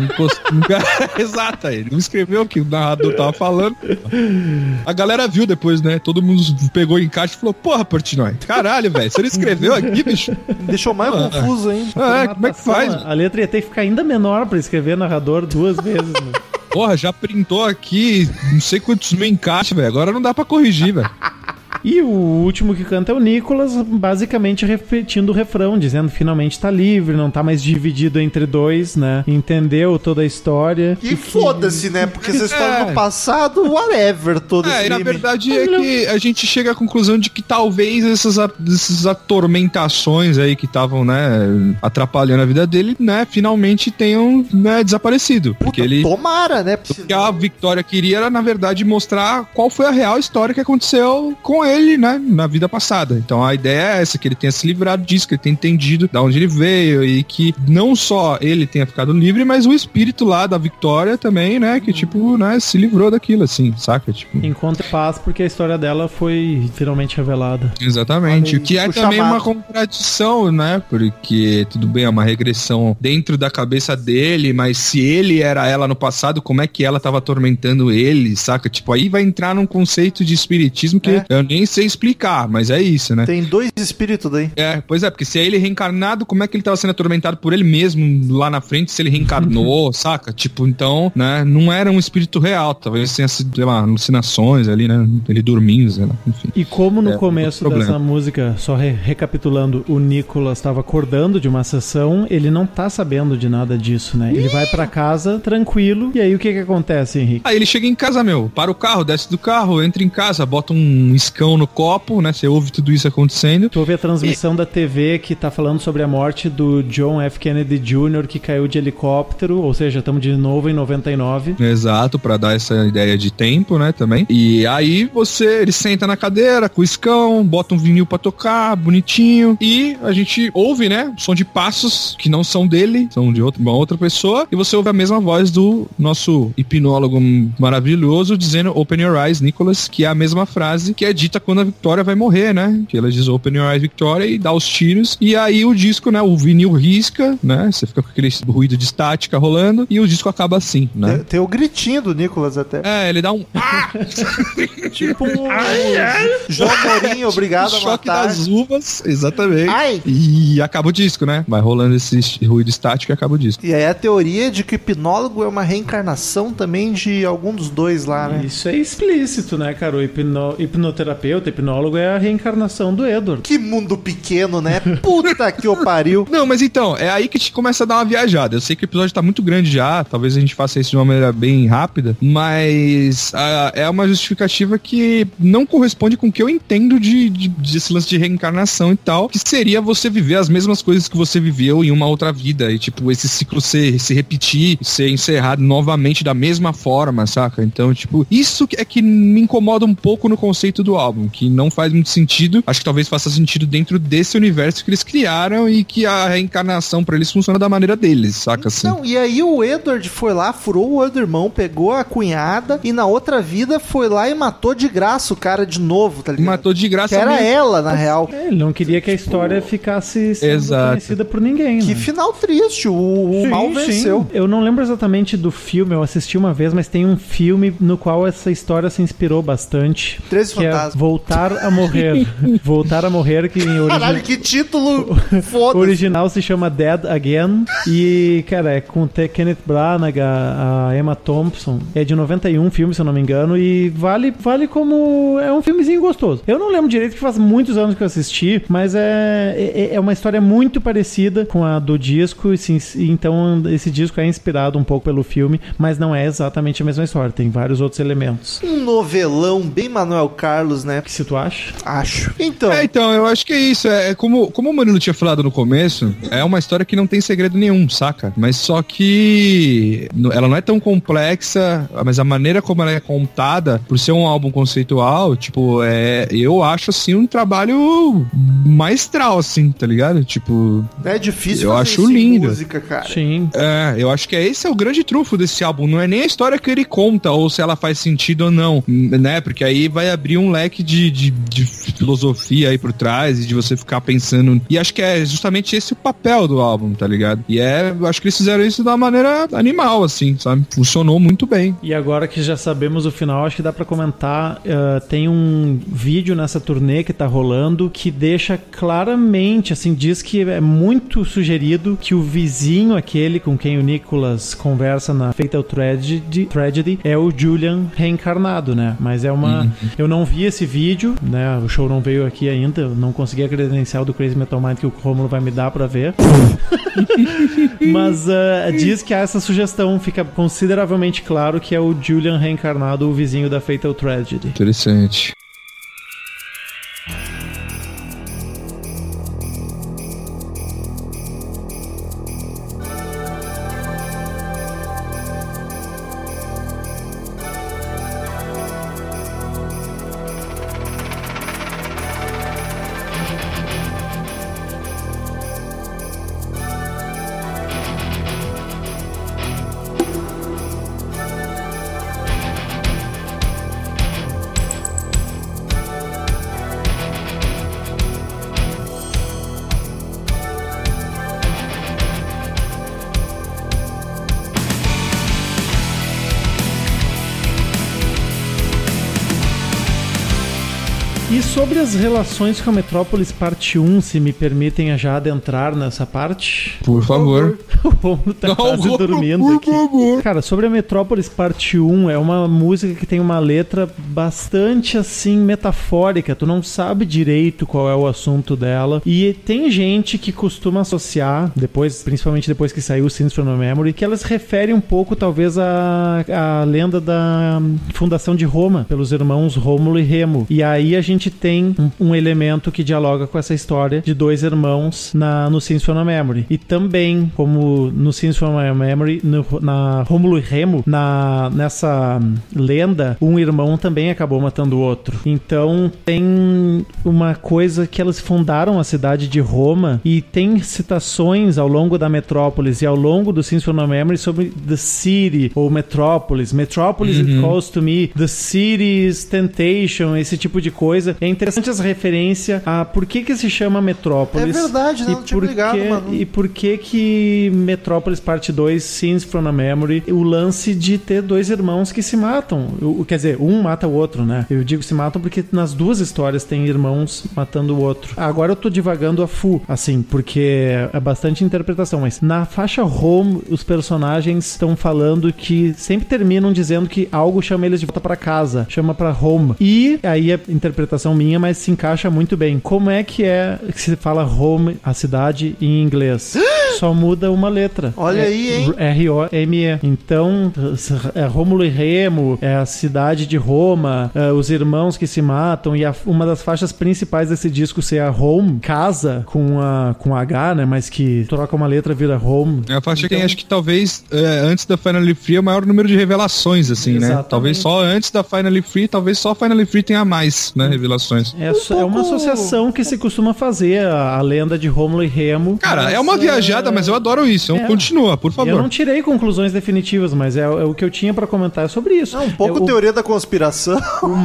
Exato, ele não escreveu o que o narrador tava falando. A galera viu depois, né? Todo mundo pegou o encarte e falou, porra, Portnoy, caralho, velho, você não escreveu aqui, bicho? Deixou mais confuso, hein? Como é que faz? A letra ia ter que ficar ainda menor pra escrever narrador 2 vezes, né? Porra, já printou aqui não sei quantos mil encaixes, velho. Agora não dá pra corrigir, velho. E o último que canta é o Nicholas, basicamente repetindo o refrão, dizendo que finalmente tá livre, não tá mais dividido entre dois, né? Entendeu toda a história. E foda-se, né? Porque essa história no passado, whatever, todo esse e na verdade é que a gente chega à conclusão de que talvez essas atormentações aí que estavam, né, atrapalhando a vida dele, né, finalmente tenham, né, desaparecido. Porque tomara, né? O que a Victoria queria era, na verdade, mostrar qual foi a real história que aconteceu com ele, né, na vida passada. Então a ideia é essa, que ele tenha se livrado disso, que ele tenha entendido de onde ele veio e que não só ele tenha ficado livre, mas o espírito lá da Victoria também, né, que tipo, né, se livrou daquilo, assim, saca? Tipo... Encontre paz porque a história dela foi finalmente revelada. Exatamente. O que é também uma contradição, né, porque tudo bem, é uma regressão dentro da cabeça dele, mas se ele era ela no passado, como é que ela tava atormentando ele, saca? Tipo, aí vai entrar num conceito de espiritismo que eu nem nem sei explicar, mas é isso, né? Tem 2 espíritos daí. Pois é, porque se é ele reencarnado, como é que ele tava sendo atormentado por ele mesmo lá na frente, se ele reencarnou, saca? Tipo, então, né, não era um espírito real, talvez tenha sido, sei lá, alucinações ali, né, ele dormindo, sei lá, enfim. E como no começo dessa música, só recapitulando, o Nicolas estava acordando de uma sessão, ele não tá sabendo de nada disso, né? Ele vai pra casa tranquilo, e aí o que acontece, Henrique? Aí ele chega em casa, para o carro, desce do carro, entra em casa, bota um iscão no copo, né, você ouve tudo isso acontecendo. Tu ouve a transmissão da TV que tá falando sobre a morte do John F. Kennedy Jr., que caiu de helicóptero, ou seja, estamos de novo em 99. Exato, pra dar essa ideia de tempo, né, também. E aí ele senta na cadeira com o iscão, bota um vinil pra tocar, bonitinho, e a gente ouve, né, som de passos que não são dele, são de uma outra pessoa, e você ouve a mesma voz do nosso hipnólogo maravilhoso dizendo Open Your Eyes, Nicholas, que é a mesma frase que é dita quando a Victoria vai morrer, né, que ela diz Open Your Eyes, Victoria, e dá os tiros, e aí o disco, né, o vinil risca, né, você fica com aquele ruído de estática rolando, e o disco acaba assim, né. Tem o gritinho do Nicholas até. Ele dá um... Tipo um... João Mourinho, obrigado a choque matar. das uvas, exatamente. Ai. E acaba o disco, né? Vai rolando esse ruído estático e acaba o disco. E aí a teoria de que o hipnólogo é uma reencarnação também de algum dos dois lá, né? Isso é explícito, né, cara? O hipnoterapeuta, hipnólogo é a reencarnação do Edward. Que mundo pequeno, né? Puta que o pariu. Não, mas então, é aí que a gente começa a dar uma viajada. Eu sei que o episódio tá muito grande já, talvez a gente faça isso de uma maneira bem rápida, mas é uma justificativa que não corresponde com o que eu entendo desse lance de reencarnação e tal, que seria você viver as mesmas coisas que você viveu em uma outra vida, e tipo, esse ciclo se repetir, ser encerrado novamente da mesma forma, saca? Então, tipo, isso é que me incomoda um pouco no conceito do álbum, que não faz muito sentido, acho que talvez faça sentido dentro desse universo que eles criaram e que a reencarnação pra eles funciona da maneira deles, saca? Assim. Não, e aí o Edward foi lá, furou o outro irmão, pegou a cunhada e na outra vida foi lá e matou de graça o cara de novo, tá ligado? Matou de graça que era mesmo. ela, na real. Ele não queria que a história ficasse sendo conhecida por ninguém, Que né? final triste, o mal venceu. Sim. Eu não lembro exatamente do filme, eu assisti uma vez, mas tem um filme no qual essa história se inspirou bastante. 13 que Fantasmas. é Voltar a Morrer. Voltar a Morrer, que em Caralho, que título foda. O original se chama Dead Again. E, cara, é com Kenneth Branagh, a Emma Thompson. É de 91 filme, se eu não me engano. E vale como... É um filmezinho gostoso. Eu não lembro direito, que faz muitos anos que eu assisti, mas é uma história muito parecida com a do disco. Então, esse disco é inspirado um pouco pelo filme, mas não é exatamente a mesma história. Tem vários outros elementos. Um novelão bem Manuel Carlos, né? O que tu acha? Acho. Então, eu acho que é isso. Como o Murilo tinha falado no começo, é uma história que não tem segredo nenhum, saca? Mas só que ela não é tão complexa, mas a maneira como ela é contada, por ser um álbum conceitual, tipo, eu acho, assim, um trabalho maestral, assim, tá ligado? Tipo... É difícil eu fazer acho isso lindo. em música, cara. Sim. Eu acho que esse é o grande trunfo desse álbum. Não é nem a história que ele conta, ou se ela faz sentido ou não, né? Porque aí vai abrir um leque de filosofia aí por trás, e de você ficar pensando... E acho que é justamente esse o papel do álbum, tá ligado? E acho que eles fizeram isso de uma maneira animal, assim, sabe? Funcionou muito bem. E agora que já sabemos o final, acho que dá pra comentar, tem um vídeo nessa turnê que tá rolando que deixa claramente, assim, diz que é muito sugerido que o vizinho, aquele com quem o Nicholas conversa na Fatal Tragedy é o Julian reencarnado, né? Mas é uma... Eu não vi esse vídeo, né? O show não veio aqui ainda, eu não consegui a credencial do Crazy Metal Mind que o Romulo vai me dar pra ver. Mas diz que há essa sugestão, fica consideravelmente claro que é o Julian reencarnado, o vizinho da Fatal Tragedy. Interessante. E sobre as relações com a Metrópolis parte 1, se me permitem já adentrar nessa parte. Por favor. O Romulo tá quase dormindo aqui. Cara, sobre a Metrópolis parte 1, é uma música que tem uma letra bastante, assim, metafórica. Tu não sabe direito qual é o assunto dela. E tem gente que costuma associar, depois, principalmente depois que saiu o Scenes from a Memory, que elas referem um pouco, talvez, a lenda da fundação de Roma, pelos irmãos Rômulo e Remo. E aí a gente tem um elemento que dialoga com essa história de dois irmãos no Scenes from a Memory. E também, como no Scenes from a Memory, na Rômulo e Remo, nessa lenda, um irmão também acabou matando o outro. Então tem uma coisa que elas fundaram a cidade de Roma, e tem citações ao longo da Metrópolis e ao longo do Scenes from a Memory sobre The City, ou Metrópolis. Metrópolis, it calls to me. The City's Temptation, esse tipo de coisa. É interessante essa referência a por que se chama Metrópolis. É verdade, não tinha ligado, mano. E por que Metrópolis parte 2, Scenes from a Memory, o lance de ter dois irmãos que se matam. Quer dizer, um mata o outro, né? Eu digo se matam porque nas duas histórias tem irmãos matando o outro. Agora eu tô divagando a full, assim, porque é bastante interpretação, mas na faixa Home, os personagens estão falando que sempre terminam dizendo que algo chama eles de volta pra casa, chama pra home. E aí é interpretação minha, mas se encaixa muito bem. Como é que se fala home, a cidade, em inglês? Só muda uma letra. Olha aí, hein? R-O-M-E. Então, Rômulo e Remo, é a cidade de Roma, os irmãos que se matam, e uma das faixas principais desse disco ser a home, casa, com H, né? Mas que troca uma letra, vira home. É a faixa então, que acho que talvez antes da Finally Free é o maior número de revelações, assim, exatamente, né? Talvez só antes da Finally Free, talvez só a Finally Free tenha mais, né? Revelações. É uma associação que se costuma fazer, a lenda de Rômulo e Remo. Cara, é uma viajada, mas eu adoro isso. Então continua, por favor. Eu não tirei conclusões definitivas, mas é o que eu tinha pra comentar sobre isso. É um pouco teoria da conspiração.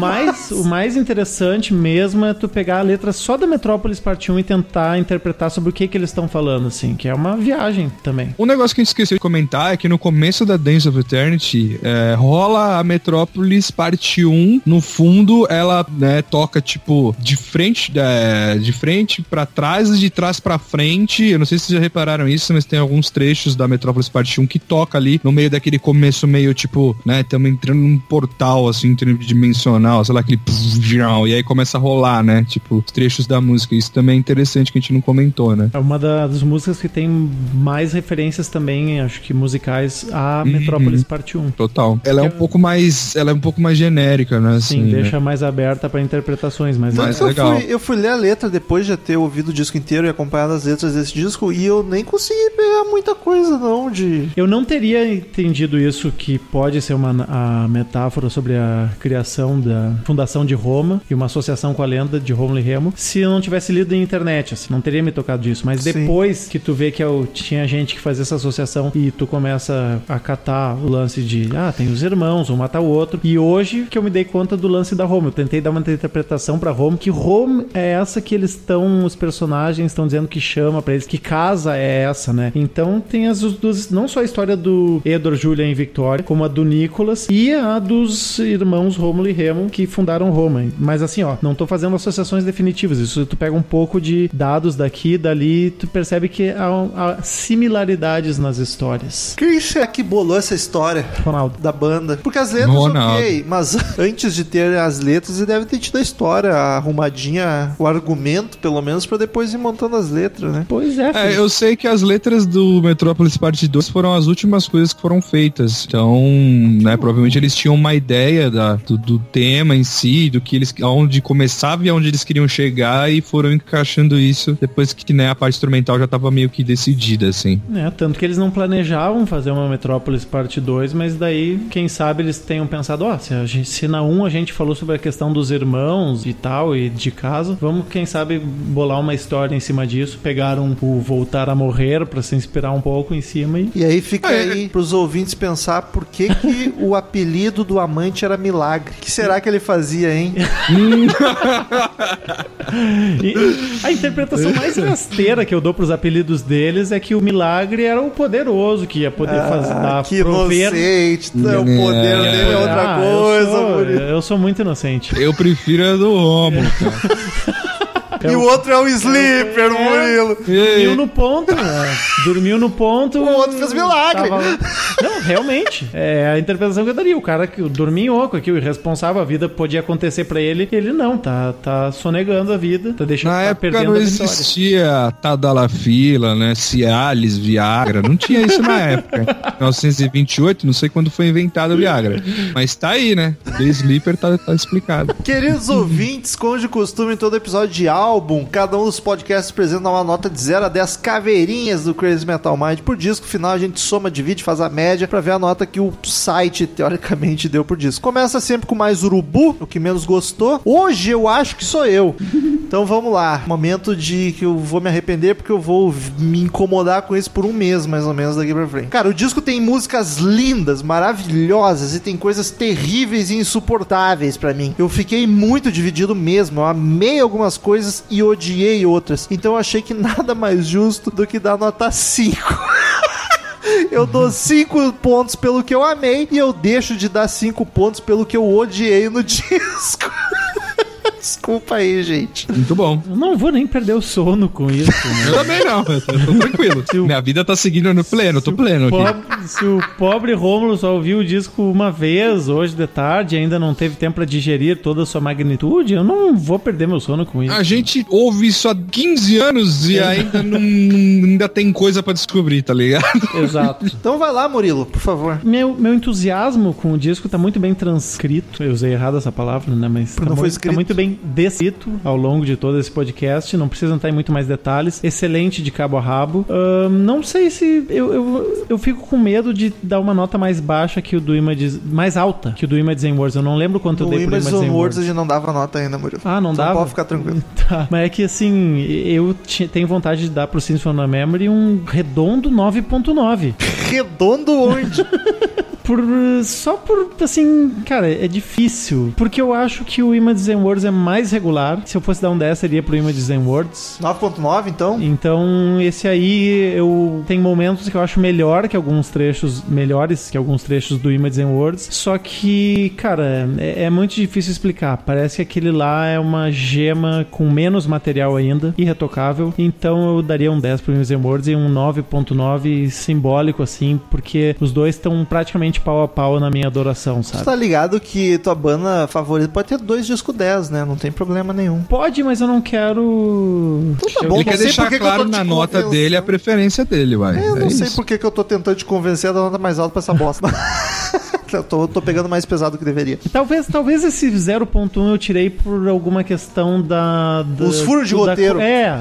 O mais interessante mesmo é tu pegar a letra só da Metrópolis parte 1 e tentar interpretar sobre o que eles estão falando, assim, que é uma viagem também. Um negócio que a gente esqueceu de comentar é que no começo da Dance of Eternity rola a Metrópolis parte 1, no fundo ela, né, toca tipo de frente pra trás e de trás pra frente. Eu não sei se vocês já repararam isso, mas tem alguns trechos da Metrópolis parte 1 que toca ali no meio daquele começo meio tipo, né, estamos entrando num portal assim, interdimensional, sei lá, aquele e aí começa a rolar, né, tipo, os trechos da música. Isso também é interessante que a gente não comentou, né? É uma das músicas que tem mais referências também, acho que musicais, a Metrópolis parte 1. Total. Ela é um pouco mais genérica, né? Sim, assim, deixa mais aberta pra interpretações, mas é legal. Eu fui ler a letra depois de ter ouvido o disco inteiro e acompanhado as letras desse disco, e eu nem consegui pegar muita coisa, não, Eu não teria entendido isso, que pode ser a metáfora sobre a criação da fundação de Roma e uma associação com a lenda de Rômulo e Remo, se eu não tivesse lido na internet, assim, não teria me tocado disso. Mas depois que tu vê que tinha gente que fazia essa associação e tu começa a catar o lance de, tem os irmãos, um mata o outro. E hoje que eu me dei conta do lance da Roma, eu tentei dar uma interpretação pra Roma, que Roma é essa que os personagens estão dizendo que chama pra eles, que casa é essa, né? Então tem as duas, não só a história do Edward, Julian e Victoria, como a do Nicholas e a dos irmãos Rômulo e Remo, que fundaram Roma. Mas assim, não tô fazendo associações definitivas, isso tu pega um pouco de dados daqui e dali, tu percebe que há similaridades nas histórias. Quem será que bolou essa história, Ronaldo, da banda? Porque as letras, ok, mas antes de ter as letras, ele deve ter tido a história arrumadinha, o argumento, pelo menos, pra depois ir montando as letras, né? Pois é. Eu sei que as letras do Metrópolis Parte 2 foram as últimas coisas que foram feitas. Então, né, provavelmente eles tinham uma ideia do tema em si, do que aonde começava e aonde eles queriam chegar, e foram encaixando isso depois que, né, a parte instrumental já tava meio que decidida, assim. Tanto que eles não planejavam fazer uma Metrópolis Parte 2, mas daí, quem sabe eles tenham pensado, se na 1 a gente falou sobre a questão dos irmãos e tal, e de casa, vamos, quem sabe, bolar uma história em cima disso. Pegaram o Voltar a Morrer recorrer pra se inspirar um pouco em cima. E aí fica aí pros ouvintes pensar por que o apelido do amante era Milagre. O que será que ele fazia, hein? E a interpretação mais rasteira que eu dou pros apelidos deles é que o Milagre era o poderoso que ia poder dar que inocente. O poder dele é outra coisa. Eu sou muito inocente. Eu prefiro a do Romulo, cara. E o outro é o Sleeper, Murilo. Dormiu no ponto, né? Dormiu no ponto. O outro fez milagre. Não, realmente. É a interpretação que eu daria. O cara que dormia oco aqui, o irresponsável, a vida podia acontecer pra ele. Ele não, tá sonegando a vida, tá deixando na tá época perdendo não a vitória. existia Tadalafila, né? Cialis, Viagra. Não tinha isso na época. 1928, não sei quando foi inventado o Viagra. Mas tá aí, né? The Sleeper tá explicado. Queridos ouvintes, como de costume em todo episódio de álbum, cada um dos podcasts apresenta uma nota de 0 a 10 caveirinhas do Crazy Metal Mind por disco. Final a gente soma, divide, faz a média pra ver a nota que o site teoricamente deu por disco. Começa sempre com mais urubu, o que menos gostou. Hoje eu acho que sou eu. Então vamos lá. Momento de que eu vou me arrepender porque eu vou me incomodar com isso por um mês, mais ou menos, daqui pra frente. Cara, o disco tem músicas lindas, maravilhosas e tem coisas terríveis e insuportáveis pra mim. Eu fiquei muito dividido mesmo. Eu amei algumas coisas e odiei outras. Então eu achei que nada mais justo do que dar nota 5. Eu dou 5 pontos pelo que eu amei e eu deixo de dar 5 pontos pelo que eu odiei no disco. Desculpa aí, gente. Muito bom. Eu não vou nem perder o sono com isso, né? Eu também não, eu tô tranquilo. Minha vida tá seguindo no pleno, eu tô pleno aqui. Se o pobre Rômulo só ouviu o disco uma vez, hoje de tarde, e ainda não teve tempo pra digerir toda a sua magnitude, eu não vou perder meu sono com isso. A gente ouve isso há 15 anos e ainda tem coisa pra descobrir, tá ligado? Exato. Então vai lá, Murilo, por favor. Meu entusiasmo com o disco tá muito bem transcrito. Eu usei errado essa palavra, né? Mas tá muito bem descrito ao longo de todo esse podcast. Não precisa entrar em muito mais detalhes. Excelente de cabo a rabo. Não sei se... Eu fico com medo de dar uma nota mais baixa que o do Images... Mais alta que o do Images and Words. Eu não lembro quanto eu dei pro Images and Words. A gente não dava nota ainda, Murilo. Ah, não dava? Pode ficar tranquilo. Tá. Mas é que assim, eu tenho vontade de dar pro Symphony of Memory um redondo 9.9. Redondo onde? Só por, assim, cara, é difícil. Porque eu acho que o Images and Words é mais regular. Se eu fosse dar um 10, seria pro Images and Words. 9.9, então? Então, esse aí, tem momentos que eu acho melhores que alguns trechos do Images and Words. Só que, cara, é muito difícil explicar. Parece que aquele lá é uma gema com menos material ainda, irretocável. Então, eu daria um 10 pro Images and Words e um 9.9 simbólico, assim, porque os dois estão praticamente pau a pau na minha adoração, sabe? Você tá ligado que tua banda favorita pode ter 2 discos 10, né? Não tem problema nenhum. Pode, mas eu não quero... Então tá bom, ele quer deixar claro na nota dele a preferência dele, uai. Eu não sei por que eu tô tentando te convencer a dar nota mais alta pra essa bosta. Eu tô pegando mais pesado do que deveria. Talvez esse 0.1 eu tirei por alguma questão da os furos de roteiro.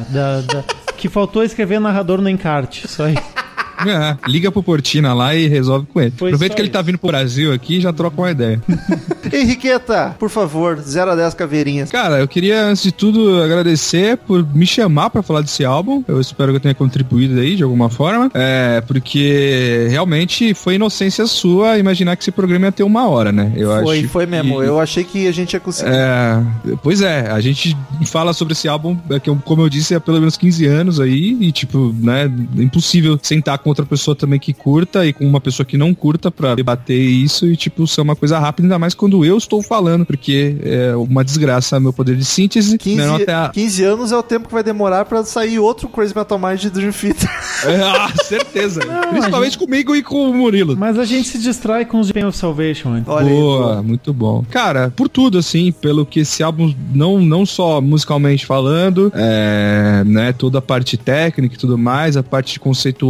Que faltou escrever narrador no encarte. Só aí. Liga pro Portina lá e resolve com ele. Aproveita que isso. ele tá vindo pro Brasil aqui e já troca uma ideia. Henriqueta, por favor, 0 a 10 caveirinhas. Cara, eu queria, antes de tudo, agradecer por me chamar pra falar desse álbum. Eu espero que eu tenha contribuído aí de alguma forma. Porque realmente foi inocência sua imaginar que esse programa ia ter 1 hora, né? Foi mesmo. Eu achei que a gente ia conseguir. Pois é, a gente fala sobre esse álbum, que como eu disse, há pelo menos 15 anos aí, e tipo, né, é impossível sentar com outra pessoa também que curta e com uma pessoa que não curta pra debater isso e, tipo, ser uma coisa rápida, ainda mais quando eu estou falando, porque é uma desgraça meu poder de síntese. 15 anos é o tempo que vai demorar pra sair outro Crazy Metal Mind de Dream Theater. Certeza. Principalmente comigo e com o Murilo. Mas a gente se distrai com os Pain of Salvation. Boa, muito bom. Cara, por tudo, assim, pelo que esse álbum, não só musicalmente falando, né, toda a parte técnica e tudo mais, a parte conceitual, que eu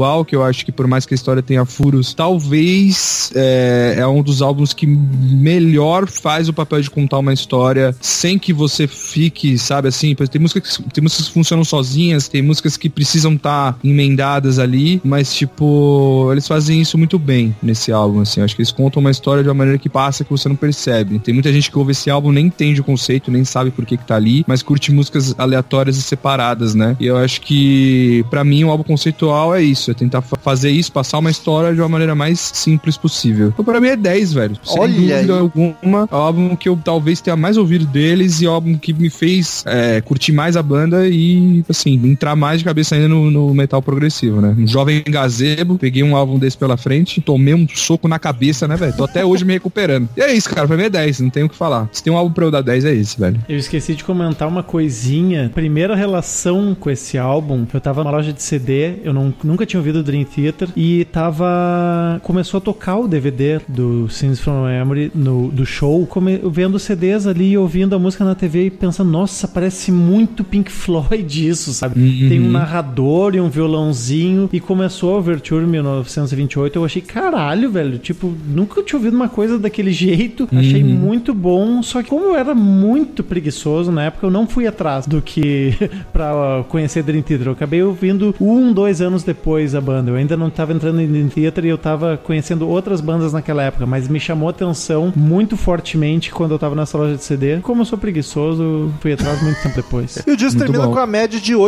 acho que por mais que a história tenha furos, talvez é um dos álbuns que melhor faz o papel de contar uma história sem que você fique, sabe, assim, tem músicas que funcionam sozinhas, tem músicas que precisam estar emendadas ali, mas tipo, eles fazem isso muito bem nesse álbum, assim, acho que eles contam uma história de uma maneira que passa que você não percebe. Tem muita gente que ouve esse álbum, nem entende o conceito, nem sabe por que tá ali, mas curte músicas aleatórias e separadas, né? E eu acho que pra mim o álbum conceitual é isso, é tentar fazer isso, passar uma história de uma maneira mais simples possível. Então pra mim é 10, velho. Sem dúvida alguma, é o álbum que eu talvez tenha mais ouvido deles e é o álbum que me fez curtir mais a banda e, assim, entrar mais de cabeça ainda no metal progressivo, né? Um jovem gazebo, peguei um álbum desse pela frente, tomei um soco na cabeça, né, velho? Tô até hoje me recuperando. E é isso, cara, pra mim é 10, não tenho o que falar. Se tem um álbum pra eu dar 10, é esse, velho. Eu esqueci de comentar uma coisinha. Primeira relação com esse álbum, eu tava numa loja de CD, eu nunca tinha ouvido Dream Theater, e começou a tocar o DVD do Scenes from Memory do show, vendo CDs ali, ouvindo a música na TV e pensando, nossa, parece muito Pink Floyd isso, sabe? Tem um narrador e um violãozinho, e começou a Overture 1928, eu achei, caralho, velho, tipo, nunca tinha ouvido uma coisa daquele jeito, achei muito bom, só que como eu era muito preguiçoso na época, eu não fui atrás do que pra conhecer Dream Theater, eu acabei ouvindo 2 anos depois a banda, eu ainda não tava entrando em Dream Theater e eu tava conhecendo outras bandas naquela época, mas me chamou a atenção muito fortemente quando eu tava nessa loja de CD. Como eu sou preguiçoso, fui atrás muito tempo depois. E o disco termina com a média de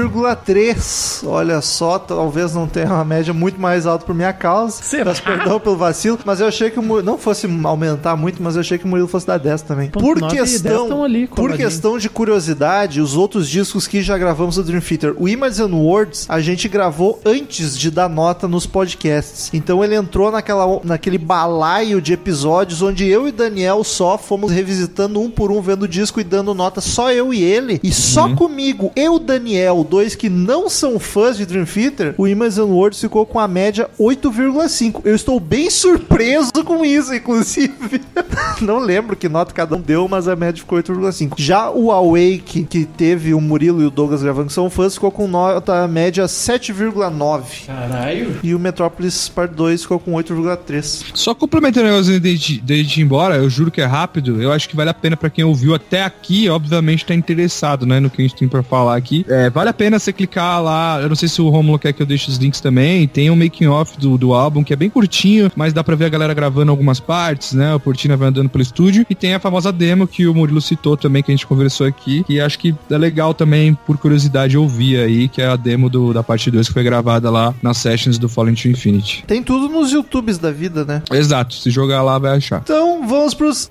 8,3. Olha só, talvez não tenha uma média muito mais alta por minha causa. Peço perdão pelo vacilo, mas eu achei que não fosse aumentar muito, mas eu achei que o Murilo fosse dar 10 também. Por questão de curiosidade, os outros discos que já gravamos do Dream Theater, o Images and Words, a gente gravou antes de dar nota nos podcasts. Então ele entrou naquele balaio de episódios onde eu e Daniel só fomos revisitando um por um, vendo o disco e dando nota, só eu e ele. E só comigo, eu e Daniel, 2 que não são fãs de Dream Theater, o Images and Words ficou com a média 8,5. Eu estou bem surpreso com isso, inclusive. Não lembro que nota cada um deu, mas a média ficou 8,5. Já o Awake, que teve o Murilo e o Douglas gravando, que são fãs, ficou com nota média 7,9. Caralho. E o Metropolis Part 2 ficou com 8,3. Só complementando o negócio de ir embora, eu juro que é rápido, eu acho que vale a pena pra quem ouviu até aqui, obviamente tá interessado, né, no que a gente tem pra falar aqui. Vale a pena você clicar lá, eu não sei se o Romulo quer que eu deixe os links também, tem um making off do álbum, que é bem curtinho, mas dá pra ver a galera gravando algumas partes, né, o Portina vai andando pelo estúdio, e tem a famosa demo que o Murilo citou também, que a gente conversou aqui, que acho que é legal também, por curiosidade, ouvir aí, que é a demo da parte 2 que foi gravada lá nas sessions do Fallen to Infinity. Tem tudo nos YouTubes da vida, né? Exato, se jogar lá vai achar. Então vamos pros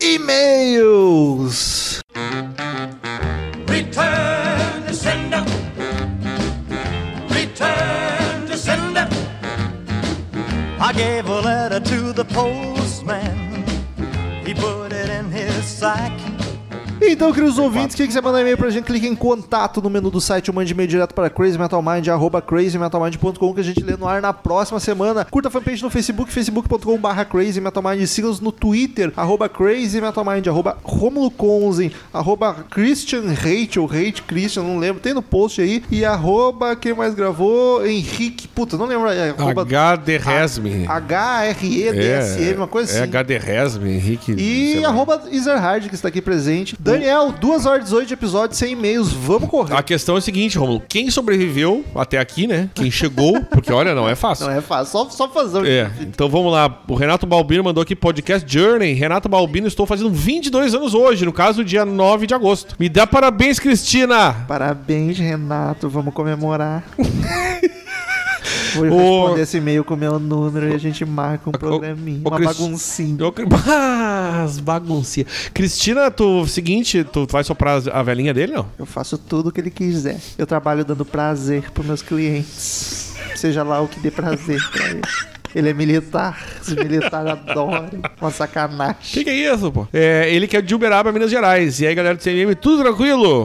e-mails. Return to sender. Return to sender. I gave a letter to the postman. He put it in his sack. Então, queridos ouvintes, quem quiser mandar e-mail pra gente, clique em contato no menu do site ou mande e-mail direto para crazymetalmind, @crazymetalmind.com, que a gente lê no ar na próxima semana. Curta a fanpage no Facebook, facebook.com/crazymetalmind. Siga-nos no Twitter, @crazymetalmind, @Romulo Conzen, @ChristianHate Christian, não lembro, tem no post aí, e quem mais gravou? Henrique, puta, não lembro. HDResme. HREDSM, uma coisa assim. HDResme, Henrique. E @Ezerhard, que está aqui presente. Daniel, 2h18 de episódio, sem e-mails, vamos correr. A questão é a seguinte, Romulo, quem sobreviveu até aqui, né? Quem chegou, porque olha, não é fácil. Não é fácil, só fazer. Então vamos lá, o Renato Balbino mandou aqui podcast Journey. Renato Balbino, estou fazendo 22 anos hoje, no caso, dia 9 de agosto. Me dá parabéns, Cristina. Parabéns, Renato, vamos comemorar. Vou responder esse e-mail com o meu número e a gente marca um programinha, uma baguncinha. Baguncinha. Cristina, tu vai soprar a velhinha dele, não? Eu faço tudo o que ele quiser. Eu trabalho dando prazer pros meus clientes. Seja lá o que dê prazer pra ele. Ele é militar. Os militares adoram. Uma sacanagem. Que é isso, pô? Ele que é de Uberaba, Minas Gerais. E aí, galera do CMM, tudo tranquilo?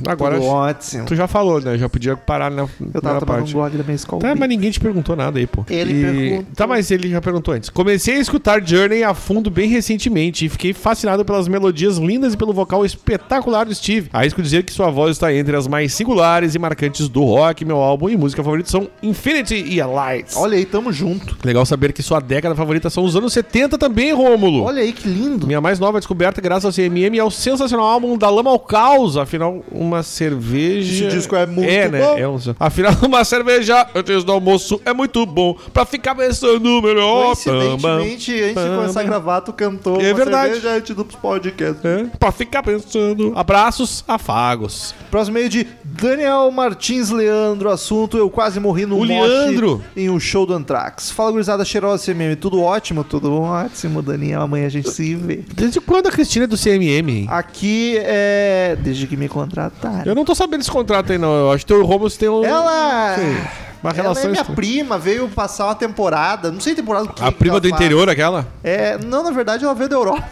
Agora, Tudo ótimo. tu já falou, né? Já podia parar na Eu tava primeira tomando parte. um gole da minha escola. Tá, mas ninguém te perguntou nada aí, pô. Ele perguntou. Tá, mas ele já perguntou antes. Comecei a escutar Journey a fundo bem recentemente e fiquei fascinado pelas melodias lindas e pelo vocal espetacular do Steve. Arrisco dizer que sua voz está entre as mais singulares e marcantes do rock. Meu álbum e música favorita são Infinity e A Lights. Olha aí, tamo junto. Legal saber que sua década favorita são os anos 70 também, Rômulo. Olha aí, que lindo. Minha mais nova descoberta, graças ao CMM, é o sensacional álbum Da Lama ao Caos. Afinal, uma cerveja... Esse disco é muito bom. Afinal, uma cerveja antes do almoço é muito bom pra ficar pensando melhor. Coincidentemente, antes de começar a gravar, tu cantou É verdade. cerveja antes do podcast. É, pra ficar pensando. Abraços, afagos. Próximo meio de Daniel Martins Leandro. Assunto: eu quase morri no O mosh Leandro. em um show do Anthrax. Fala, gurizada cheirosa CMM. Tudo ótimo? Tudo ótimo, Daniel. Amanhã a gente se vê. Desde quando a Cristina é do CMM? Aqui é... desde que me contrataram. Eu não tô sabendo desse contrato aí, não. Eu acho que o Rômulo tem um... Ela... Sim. Uma Ela relação é minha estranha. prima, veio passar uma temporada. Não sei temporada do que A que prima ela do faz. interior, aquela? É, não, na verdade ela veio da Europa.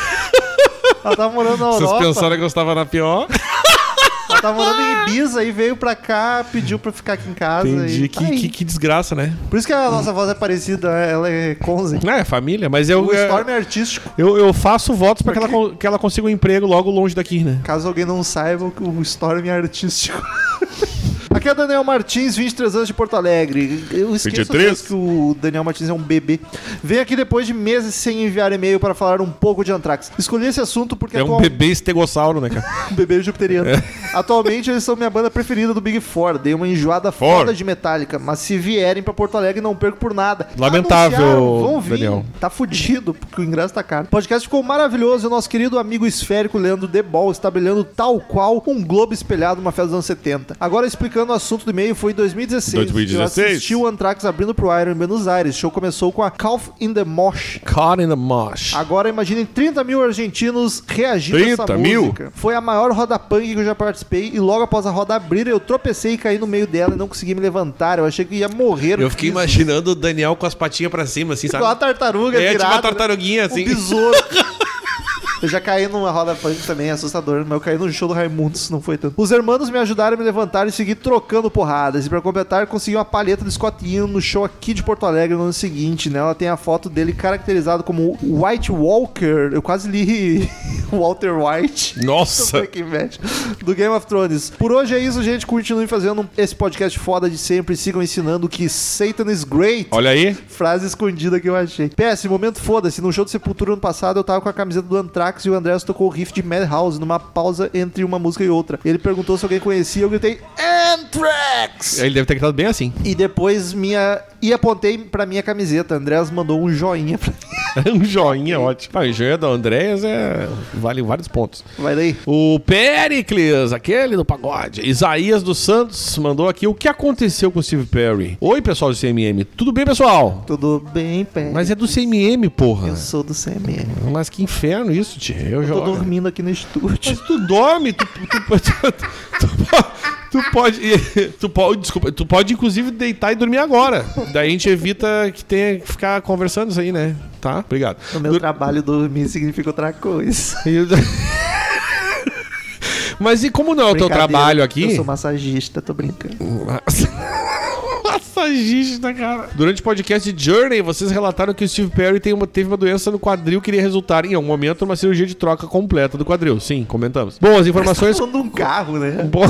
Ela tava morando na Vocês Europa. pensaram que eu estava na pior? Ela tava morando em Ibiza e veio pra cá, pediu pra ficar aqui em casa. Entendi. E tá aí. Que desgraça, né? Por isso que a nossa voz é parecida, ela é Conze. É, família, mas eu... O Storm é artístico. Eu faço votos pra que ela consiga um emprego logo longe daqui, né? Caso alguém não saiba, o Storm é artístico. Aqui é Daniel Martins, 23 anos de Porto Alegre. Eu esqueço 23? às vezes que o Daniel Martins é um bebê. Venho aqui depois de meses sem enviar e-mail para falar um pouco de Anthrax. Escolhi esse assunto porque É um bebê estegossauro, né, cara? um bebê jupiteriano. Atualmente eles são minha banda preferida do Big Four. Dei uma enjoada foda de Metallica, mas se vierem pra Porto Alegre não perco por nada. Lamentável, Anunciaram, vão vir. Daniel. Tá fudido, porque o ingresso tá caro. O podcast ficou maravilhoso e o nosso querido amigo esférico Leandro Debol está brilhando tal qual um globo espelhado numa festa dos anos 70. Agora explicando o assunto do e-mail, foi em 2016. Eu assisti o Anthrax abrindo pro Iron em Buenos Aires. O show começou com a Calf in the Mosh. Caught in the Mosh. Agora imaginem 30 mil argentinos reagindo a essa 30 mil? música. Foi a maior roda punk que eu já participei e logo após a roda abrir eu tropecei e caí no meio dela e não consegui me levantar. Eu achei que ia morrer. Eu fiquei imaginando o Daniel com as patinhas pra cima, assim, sabe? Igual a tartaruga É, virada, tipo uma tartaruguinha, assim. Um besouro. Eu já caí numa roda punk também, assustador, mas eu caí no show do Raimundos, não foi tanto. Os hermanos me ajudaram a me levantar e seguir trocando porradas. E pra completar, consegui uma palheta do Scott Ian no show aqui de Porto Alegre no ano seguinte. Nela tem a foto dele caracterizado como White Walker. Eu quase li Walter White. Nossa! Do Game of Thrones. Por hoje é isso, gente. Continuem fazendo esse podcast foda de sempre. Sigam ensinando que Satan is great. Olha aí. Frase escondida que eu achei. PS, momento foda-se. No show do Sepultura ano passado, eu tava com a camiseta do Anthrax e o Andrés tocou o riff de Madhouse numa pausa entre uma música e outra. Ele perguntou se alguém conhecia, eu gritei Anthrax! Ele deve ter gritado bem assim. E depois e apontei pra minha camiseta. Andrés mandou um joinha pra mim. Um joinha ótimo. Ah, o joinha da Andréas vale vários pontos. Vai daí. O Pericles, aquele do pagode. Isaías dos Santos mandou aqui o que aconteceu com o Steve Perry. Oi, pessoal do CMM. Tudo bem, pessoal? Tudo bem, Pé? Mas é do CMM, porra. Eu sou do CMM. Mas que inferno isso, tio. Eu tô dormindo aqui no estúdio. Mas tu dorme, tu pode inclusive deitar e dormir agora. Daí a gente evita que tenha que ficar conversando isso aí, né? Tá? Obrigado. No meu trabalho, dormir significa outra coisa. Mas e como não é o teu trabalho aqui? Eu sou massagista, tô brincando. Massagista, cara. Durante o podcast de Journey, vocês relataram que o Steve Perry teve uma doença no quadril que iria resultar em algum momento numa cirurgia de troca completa do quadril. Sim, comentamos. Bom, as informações... Você tá falando de um carro, né? Bom...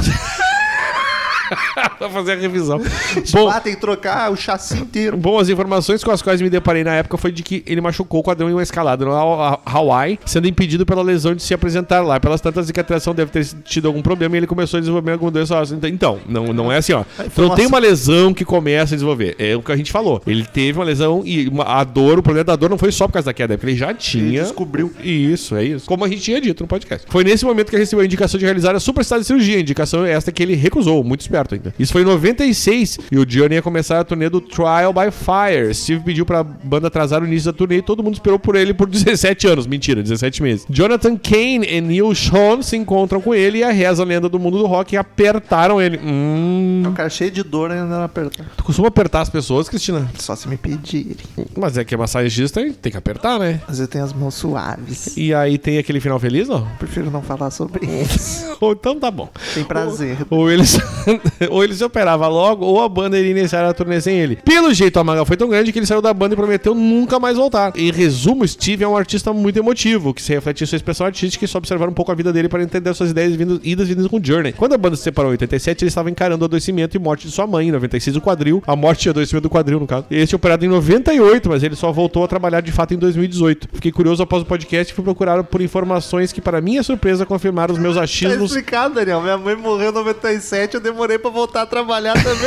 pra fazer a revisão. Bom, tem que trocar o chassi inteiro. Bom, as informações com as quais me deparei na época foi de que ele machucou o quadril em uma escalada no Hawaii, sendo impedido pela lesão de se apresentar lá. Pelas tantas, a cicatrização deve ter tido algum problema e ele começou a desenvolver alguma doença. Então, não é assim, ó. Então, não tem uma lesão que começa a desenvolver. É o que a gente falou. Ele teve uma lesão e a dor, o problema da dor não foi só por causa da queda, é porque ele já tinha... Ele descobriu. Isso, é isso. Como a gente tinha dito no podcast. Foi nesse momento que ele recebeu a indicação de realizar a superstar de cirurgia. A indicação é esta que ele recusou. Muito esperto. aberto ainda. Isso foi em 96 e o Johnny ia começar a turnê do Trial by Fire. Steve pediu pra banda atrasar o início da turnê e todo mundo esperou por ele por 17 anos. Mentira, 17 meses. Jonathan Cain e Neil Schon se encontram com ele e a reza a lenda do mundo do rock e apertaram ele. É um cara cheio de dor ainda não apertar. Tu costuma apertar as pessoas, Cristina? Só se me pedirem. Mas é que é massagista e tem que apertar, né? Mas eu tenho as mãos suaves. E aí tem aquele final feliz, não? Prefiro não falar sobre isso. Então tá bom. Tem prazer. Ou ele se operava logo, ou a banda iria iniciar a turnê sem ele. Pelo jeito, a mágoa foi tão grande que ele saiu da banda e prometeu nunca mais voltar. Em resumo, Steve é um artista muito emotivo, que se reflete em sua expressão artística e só observar um pouco a vida dele para entender suas ideias idas e vindas com Journey. Quando a banda se separou em 87, ele estava encarando o adoecimento e morte de sua mãe. Em 96, o quadril. A morte e adoecimento do quadril, no caso. Este operado em 98, mas ele só voltou a trabalhar de fato em 2018. Fiquei curioso após o podcast e fui procurar por informações que, para minha surpresa, confirmaram os meus Tá achismos. explicado, Daniel. Minha mãe morreu em 97, eu demorei pra voltar a trabalhar também.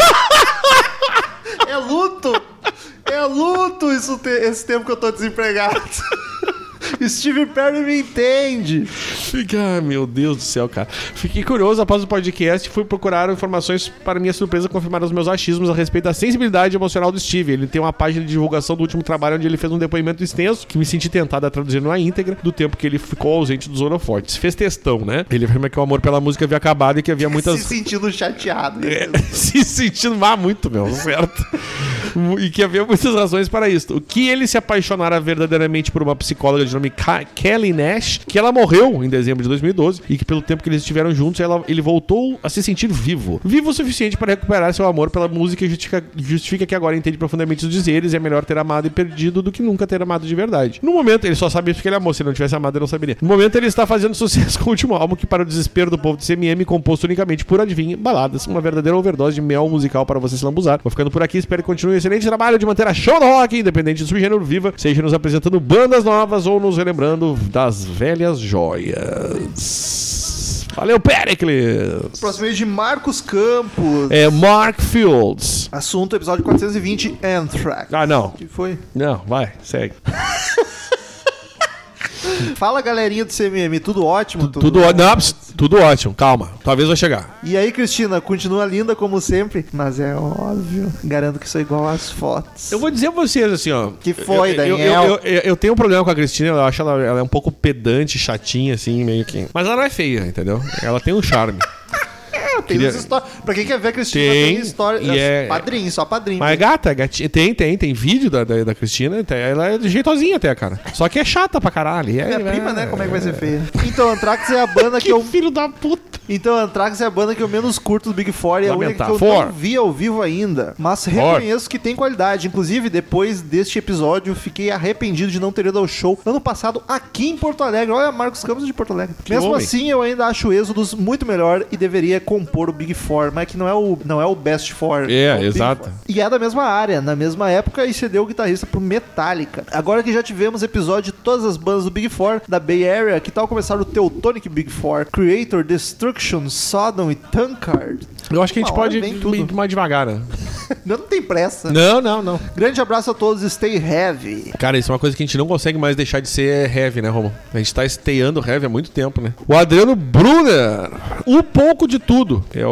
É luto! É luto esse tempo que eu tô desempregado. Steve Perry me entende. Ai, meu Deus do céu, cara. Fiquei curioso após o podcast e fui procurar informações para minha surpresa confirmar os meus achismos a respeito da sensibilidade emocional do Steve. Ele tem uma página de divulgação do último trabalho onde ele fez um depoimento extenso que me senti tentado a traduzir na íntegra do tempo que ele ficou ausente dos holofotes. Fez textão, né? Ele afirma que o amor pela música havia acabado e que havia muitas... Se sentindo chateado. Se sentindo muito, meu, certo? E que havia muitas razões para isso. O que ele se apaixonara verdadeiramente por uma psicóloga de nome Kelly Nash, que ela morreu em dezembro de 2012 e que pelo tempo que eles estiveram juntos, ele voltou a se sentir vivo. Vivo o suficiente para recuperar seu amor pela música e justifica que agora entende profundamente os dizeres e é melhor ter amado e perdido do que nunca ter amado de verdade. No momento, ele só sabia porque ele amou. Se ele não tivesse amado, ele não saberia. No momento, ele está fazendo sucesso com o último álbum que, para o desespero do povo de CMM, composto unicamente por, adivinha, baladas. Uma verdadeira overdose de mel musical para você se lambuzar. Vou ficando por aqui, espero que continue o excelente trabalho de manter a show do rock, independente do subgênero viva, seja nos apresentando bandas novas ou nos relembrando das velhas joias. Valeu, Pericles! Próximo mês de Marcos Campos. É Mark Fields. Assunto, episódio 420, Anthrax. Ah, não. O que foi? Não, vai, segue. Fala, galerinha do CMM, tudo ótimo? Tudo ótimo, calma, talvez vai chegar. E aí, Cristina, continua linda como sempre, mas é óbvio, garanto que sou igual às fotos. Eu vou dizer a vocês assim, ó. Que foi, Daniel? Eu tenho um problema com a Cristina, eu acho ela é um pouco pedante, chatinha, assim, meio que... Mas ela não é feia, entendeu? Ela tem um charme. Tem histórias. Pra quem quer ver a Cristina, tem história. Padrinho, só padrinho. Mas gatinha. Tem vídeo da Cristina. Ela é jeitosinha até, cara. Só que é chata pra caralho. Minha prima, né? Como é que vai ser feia? Então, Anthrax é a banda que eu... filho da puta. Então, Anthrax é a banda que eu menos curto do Big Four e é a única que eu não vi ao vivo ainda. Mas reconheço que tem qualidade. Inclusive, depois deste episódio, fiquei arrependido de não ter ido ao show ano passado aqui em Porto Alegre. Olha, Marcos Campos de Porto Alegre. Mesmo assim, eu ainda acho o Êxodos muito melhor e deveria compor o Big Four, mas que não é o Best Four. É exato. E é da mesma área, na mesma época, e cedeu o guitarrista pro Metallica. Agora que já tivemos episódio de todas as bandas do Big Four da Bay Area, que tal começar o Teutonic Big Four, Creator, Destruction, Sodom e Tankard? Eu acho que a gente pode ir mais devagar, né? Não tem pressa. Não. Grande abraço a todos, stay heavy. Cara, isso é uma coisa que a gente não consegue mais deixar de ser heavy, né, Romo? A gente tá stayando heavy há muito tempo, né? O Adriano Brunner, um pouco de tudo é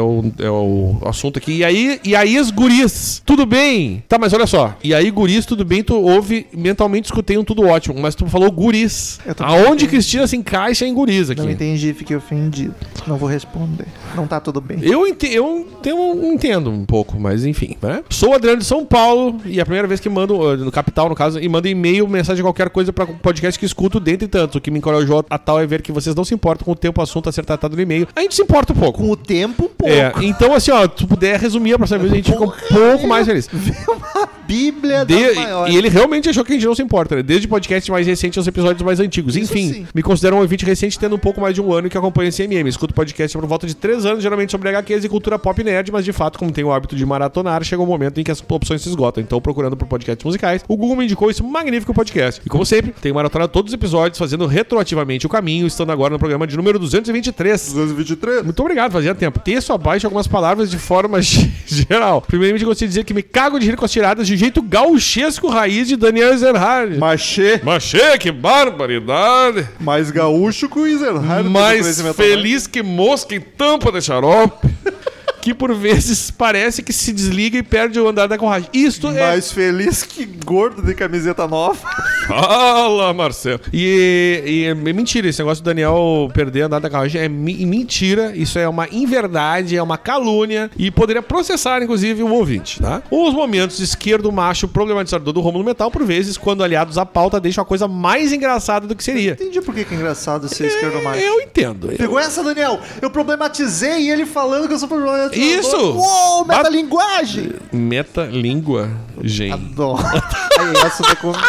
o assunto aqui. E aí as guris, tudo bem? Tá, mas olha só. E aí guris, tudo bem, tu ouve, mentalmente escutei um tudo ótimo, mas tu falou guris. Aonde Cristina se encaixa em guris aqui? Não entendi, fiquei ofendido. Não vou responder. Não tá tudo bem. Eu entendo um pouco, mas enfim, né? Sou o Adriano de São Paulo e é a primeira vez que mando, no capital no caso, e mando e-mail, mensagem, qualquer coisa pra podcast que escuto dentre tantos. O que me encorajou a tal é ver que vocês não se importam com o tempo, o assunto a ser tratado no e-mail. A gente se importa um pouco. Com o tempo, um pouco. Então assim, ó, se tu puder resumir a próxima vez, a gente fica um pouco mais feliz. Uma bíblia das maiores. E ele realmente achou que a gente não se importa, né? Desde o podcast mais recente aos episódios mais antigos. Isso enfim, sim. Me considero um ouvinte recente, tendo um pouco mais de um ano e que acompanha esse CMM. Escuto podcast por volta de 3 anos, geralmente sobre HQs e cultura pop nerd, mas de fato, como tenho o hábito de maratonar, chega um momento em que as opções se esgotam. Então, procurando por podcasts musicais, o Google me indicou esse magnífico podcast. E como sempre, tenho maratonado todos os episódios, fazendo retroativamente o caminho, estando agora no programa de número 223. 223? Muito obrigado, fazia tempo. Texto abaixo algumas palavras de forma geral. Primeiramente, gostaria de dizer que me cago de rir com as tiradas de jeito gauchesco raiz de Daniel Ezerhard. Machê, que barbaridade. Mais gaúcho que o Ezerhard. Mais feliz que mosca em tampa de xarope. que por vezes parece que se desliga e perde o andar da carruagem. Isto é... Mais feliz que gordo de camiseta nova. Fala, Marcelo. E é mentira, esse negócio do Daniel perder a andar da carruagem é mentira. Isso é uma inverdade, é uma calúnia e poderia processar, inclusive, o ouvinte, tá? Os momentos esquerdo macho problematizador do Rômulo Metal, por vezes, quando aliados à pauta, deixam a coisa mais engraçada do que seria. Entendi por que é engraçado ser esquerdo macho. Eu entendo. Pegou essa, Daniel? Eu problematizei e ele falando que eu sou problematizador. Isso! Uou, metalinguagem! Metalíngua, gente. Adoro. Aí, essa vai comigo.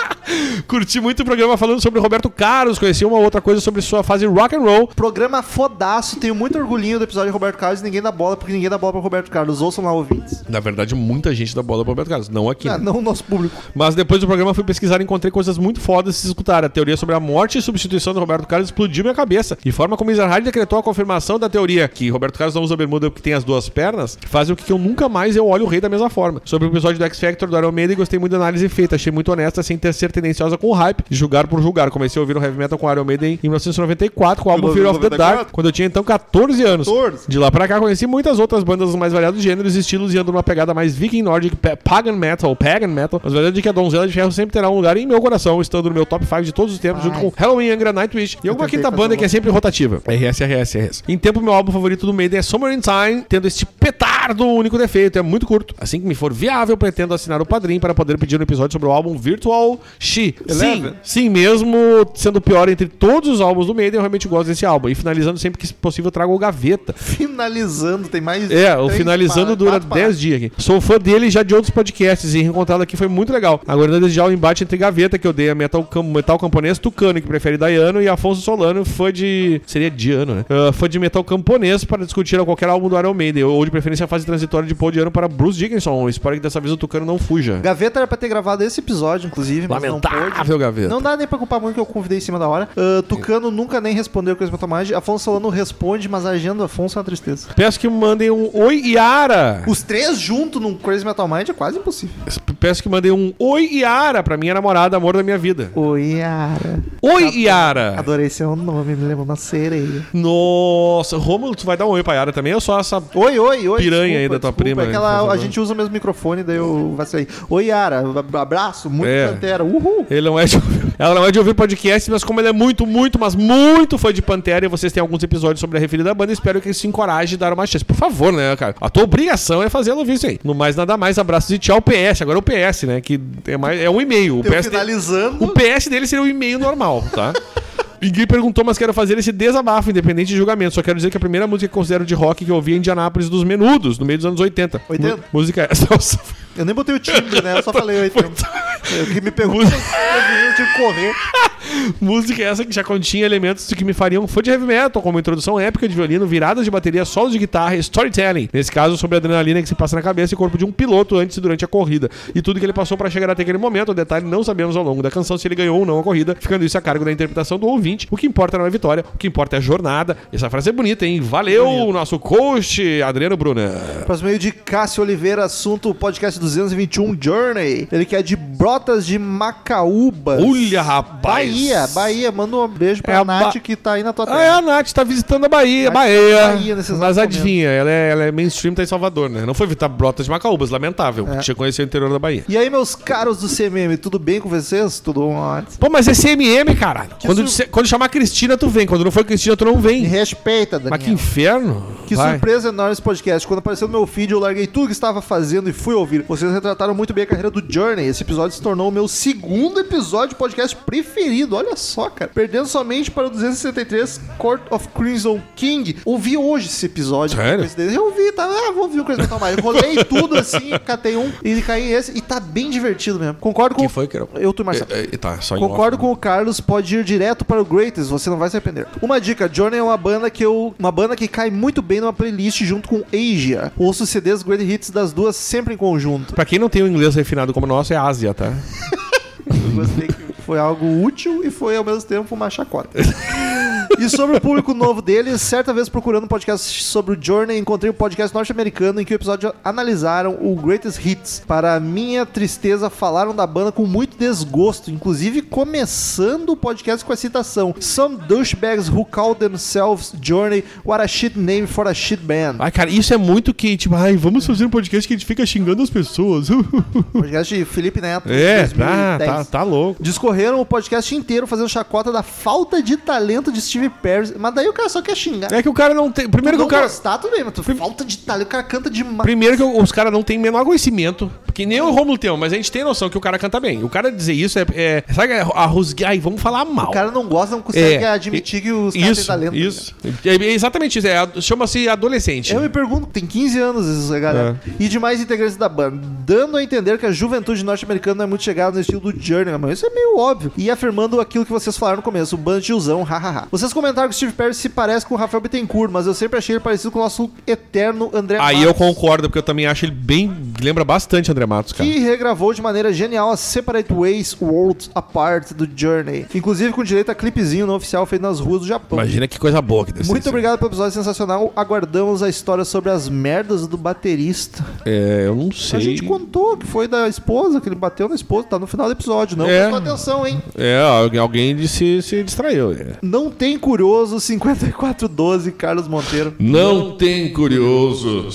Curti muito o programa falando sobre Roberto Carlos. Conheci uma outra coisa sobre sua fase rock and roll. Programa fodaço. Tenho muito orgulhinho do episódio de Roberto Carlos e ninguém dá bola, porque ninguém dá bola pra Roberto Carlos. Ouçam lá, ouvintes. Na verdade, muita gente dá bola pro Roberto Carlos. Não aqui. Não o nosso público. Mas depois do programa fui pesquisar e encontrei coisas muito fodas de se escutar. A teoria sobre a morte e substituição do Roberto Carlos explodiu minha cabeça. E forma como Ezerhard decretou a confirmação da teoria que Roberto Carlos não usa bermuda porque tem as duas pernas, fazem o que eu nunca mais olho o rei da mesma forma. Sobre o episódio do X Factor do Iron Maiden, gostei muito da análise feita. Achei muito honesta, sem ter ser tendenciosa com o hype. Julgar por julgar. Comecei a ouvir o heavy metal com Iron Maiden em 1994, com o álbum Fear of the Dark, quando eu tinha então 14 anos. De lá pra cá conheci muitas outras bandas dos mais variados gêneros e estilos, e ando numa pegada mais viking nordic, pagan metal, mas verdade é que a Donzela de Ferro sempre terá um lugar em meu coração, estando no meu top 5 de todos os tempos, junto com Halloween, Angra, Nightwish e alguma quinta banda que é sempre rotativa. RS. Em tempo, meu álbum favorito do Maiden é Summer in Time, tendo este petardo único defeito, é muito curto. Assim que me for viável, pretendo assinar o padrinho para poder pedir um episódio sobre o álbum Virtual She. Sim, mesmo sendo o pior entre todos os álbuns do Maiden, eu realmente gosto desse álbum. E finalizando sempre que possível, trago o Gaveta. Finalizando, tem mais... o finalizando dura 10 dias aqui. Sou fã dele já de outros podcasts e reencontrá-lo aqui foi muito legal. Agora desde já o embate entre Gaveta, que odeia metal camponês, Tucano, que prefere Daiano, e Afonso Solano, fã de... seria Diano, né? Fã de metal camponês para discutir qualquer álbum do Iron Maiden, ou de preferência a fase transitória de Paul Diano para Bruce Dickinson. Espero que dessa vez o Tucano não fuja. Gaveta era pra ter gravado esse episódio, inclusive, mas lamentável, Gaveta. Não dá nem pra culpar muito que eu convidei em cima da hora. Tucano nunca nem respondeu coisa pra tomar. Afonso Solano responde, mas a agenda do Afonso é uma tristeza. Peço que mandem um Oi, Yara. Os três juntos num Crazy Metal Mind é quase impossível. Peço que mandem um Oi, Yara pra minha namorada, amor da minha vida. Oi, Yara. Oi, Yara. Adorei seu nome, me lembra uma sereia. Nossa, Rômulo, tu vai dar um oi pra Yara também? Eu sou essa oi, piranha aí da tua prima. É que a gente usa o mesmo microfone, daí eu vai sair. Oi, Yara, abraço, muito Pantera, uhul. Ela não é de ouvir podcast, mas como ela é muito fã de Pantera e vocês têm alguns episódios sobre a referida banda, espero que ele se encoraje a dar uma chance. Por favor, né, cara? A tua obrigação é fazer ela ouvir isso aí. No mais, nada mais, abraços e tchau. PS, agora o PS, né? Que é um e-mail. Finalizando. O PS dele seria o e-mail normal, tá? Ninguém perguntou, mas quero fazer esse desabafo, independente de julgamento. Só quero dizer que a primeira música que considero de rock que eu ouvi é Indianápolis dos Menudos, no meio dos anos 80. 80? Música essa. Eu nem botei o timbre, né? Eu só falei 80. Que me perguntou, eu tive que correr. Música essa que já continha elementos que me fariam fã de heavy metal, como introdução épica de violino, viradas de bateria, solos de guitarra e storytelling. Nesse caso, sobre a adrenalina que se passa na cabeça e corpo de um piloto antes e durante a corrida. E tudo que ele passou para chegar até aquele momento. O detalhe, não sabemos ao longo da canção se ele ganhou ou não a corrida, ficando isso a cargo da interpretação do ouvinte. O que importa não é a vitória, o que importa é a jornada. Essa frase é bonita, hein? Valeu, bonito. Nosso coach, Adriano Bruna. Próximo meio de Cássio Oliveira, assunto podcast 221 Journey. Ele que é de Brotas de Macaúbas. Olha, rapaz. Bahia. Manda um beijo pra Nath que tá aí na tua terra. A Nath tá visitando a Bahia. Mas adivinha, ela é mainstream, tá em Salvador, né? Não foi visitar Brotas de Macaúbas, lamentável. Tinha conhecido o interior da Bahia. E aí, meus caros do CMM, tudo bem com vocês? Tudo ótimo. Pô, mas é CMM, caralho. Quando chamar Cristina, tu vem. Quando não for Cristina, tu não vem. Me respeita, Daniel. Mas que inferno. Que surpresa enorme esse podcast. Quando apareceu no meu feed, eu larguei tudo que estava fazendo e fui ouvir. Vocês retrataram muito bem a carreira do Journey. Esse episódio se tornou o meu segundo episódio de podcast preferido. Olha só, cara. Perdendo somente para o 263 Court of Crimson King. Ouvi hoje esse episódio. Sério? Eu ouvi, tá? Vou ouvir o Crazy Metal Mind. Rolei tudo assim, catei um e caí esse. E tá bem divertido mesmo. Concordo com... Que foi, Carol? Eu tô Marcelo. Só Concordo com o Carlos, pode ir direto para o Greatest, você não vai se arrepender. Uma dica, Journey é uma banda que cai muito bem numa playlist junto com Asia. Ouço os CDs Great Hits das duas sempre em conjunto. Pra quem não tem o inglês refinado como o nosso, é Ásia, tá? Eu gostei que foi algo útil e foi ao mesmo tempo uma chacota. E sobre o público novo deles, certa vez procurando um podcast sobre o Journey, encontrei um podcast norte-americano em que o episódio analisaram o Greatest Hits. Para minha tristeza, falaram da banda com muito desgosto, inclusive começando o podcast com a citação: "Some douchebags who call themselves Journey, what a shit name for a shit band." Ai, cara, isso é muito que, tipo, vamos fazer um podcast que a gente fica xingando as pessoas. Podcast de Felipe Neto. É, 2010. tá louco. Discorreram o podcast inteiro fazendo chacota da falta de talento de Steve Perry. Mas daí o cara só quer xingar. É que o cara não tem... Primeiro que o cara... Gostar, tudo bem, mas falta de talento, o cara canta demais. Primeiro que os caras não têm menor conhecimento, porque nem o Romulo tem, mas a gente tem noção que o cara canta bem. O cara dizer isso sabe, a rusguear, vamos falar mal. O cara não gosta, não consegue admitir que os caras têm talento. Isso. É exatamente isso. Chama-se adolescente. Eu me pergunto, tem 15 anos isso, galera. E demais integrantes da banda, dando a entender que a juventude norte-americana não é muito chegada no estilo do Journey, mas isso é meio óbvio. E afirmando aquilo que vocês falaram no começo, o bando tiozão, hahaha. Vocês comentaram que o Steve Perry se parece com o Rafael Bittencourt, mas eu sempre achei ele parecido com o nosso eterno André Matos. Aí eu concordo, porque eu também acho ele bem... Lembra bastante André Matos, cara. Que regravou de maneira genial a Separate Ways, Worlds Apart do Journey. Inclusive com direito a clipezinho não oficial feito nas ruas do Japão. Imagina que coisa boa que deve ser. Muito obrigado pelo episódio sensacional. Aguardamos a história sobre as merdas do baterista. Eu não sei. A gente contou que foi da esposa, que ele bateu na esposa. Tá no final do episódio. Não prestou atenção, hein? Alguém se distraiu. Não tem curioso, 5412, Carlos Monteiro. Não tem curioso,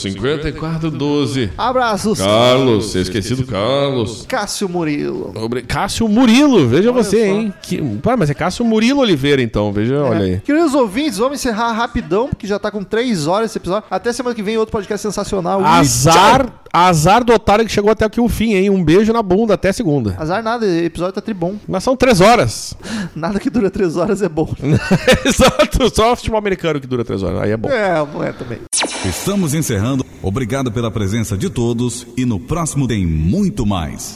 5412. Abraços. Carlos, você esqueci do Carlos. Cássio Murilo. Cássio Murilo, veja olha você, só. Hein? Mas é Cássio Murilo Oliveira, então, veja, olha aí. Queridos ouvintes, vamos encerrar rapidão, porque já tá com 3 horas esse episódio. Até semana que vem, outro podcast sensacional. Azar do otário que chegou até aqui o fim, hein? Um beijo na bunda, até segunda. Azar nada, o episódio tá tribom. Mas são 3 horas. Nada que dura 3 horas é bom. Exato, só o futebol americano que dura 3 horas, aí é bom. Não é também. Estamos encerrando. Obrigado pela presença de todos e no próximo tem muito mais.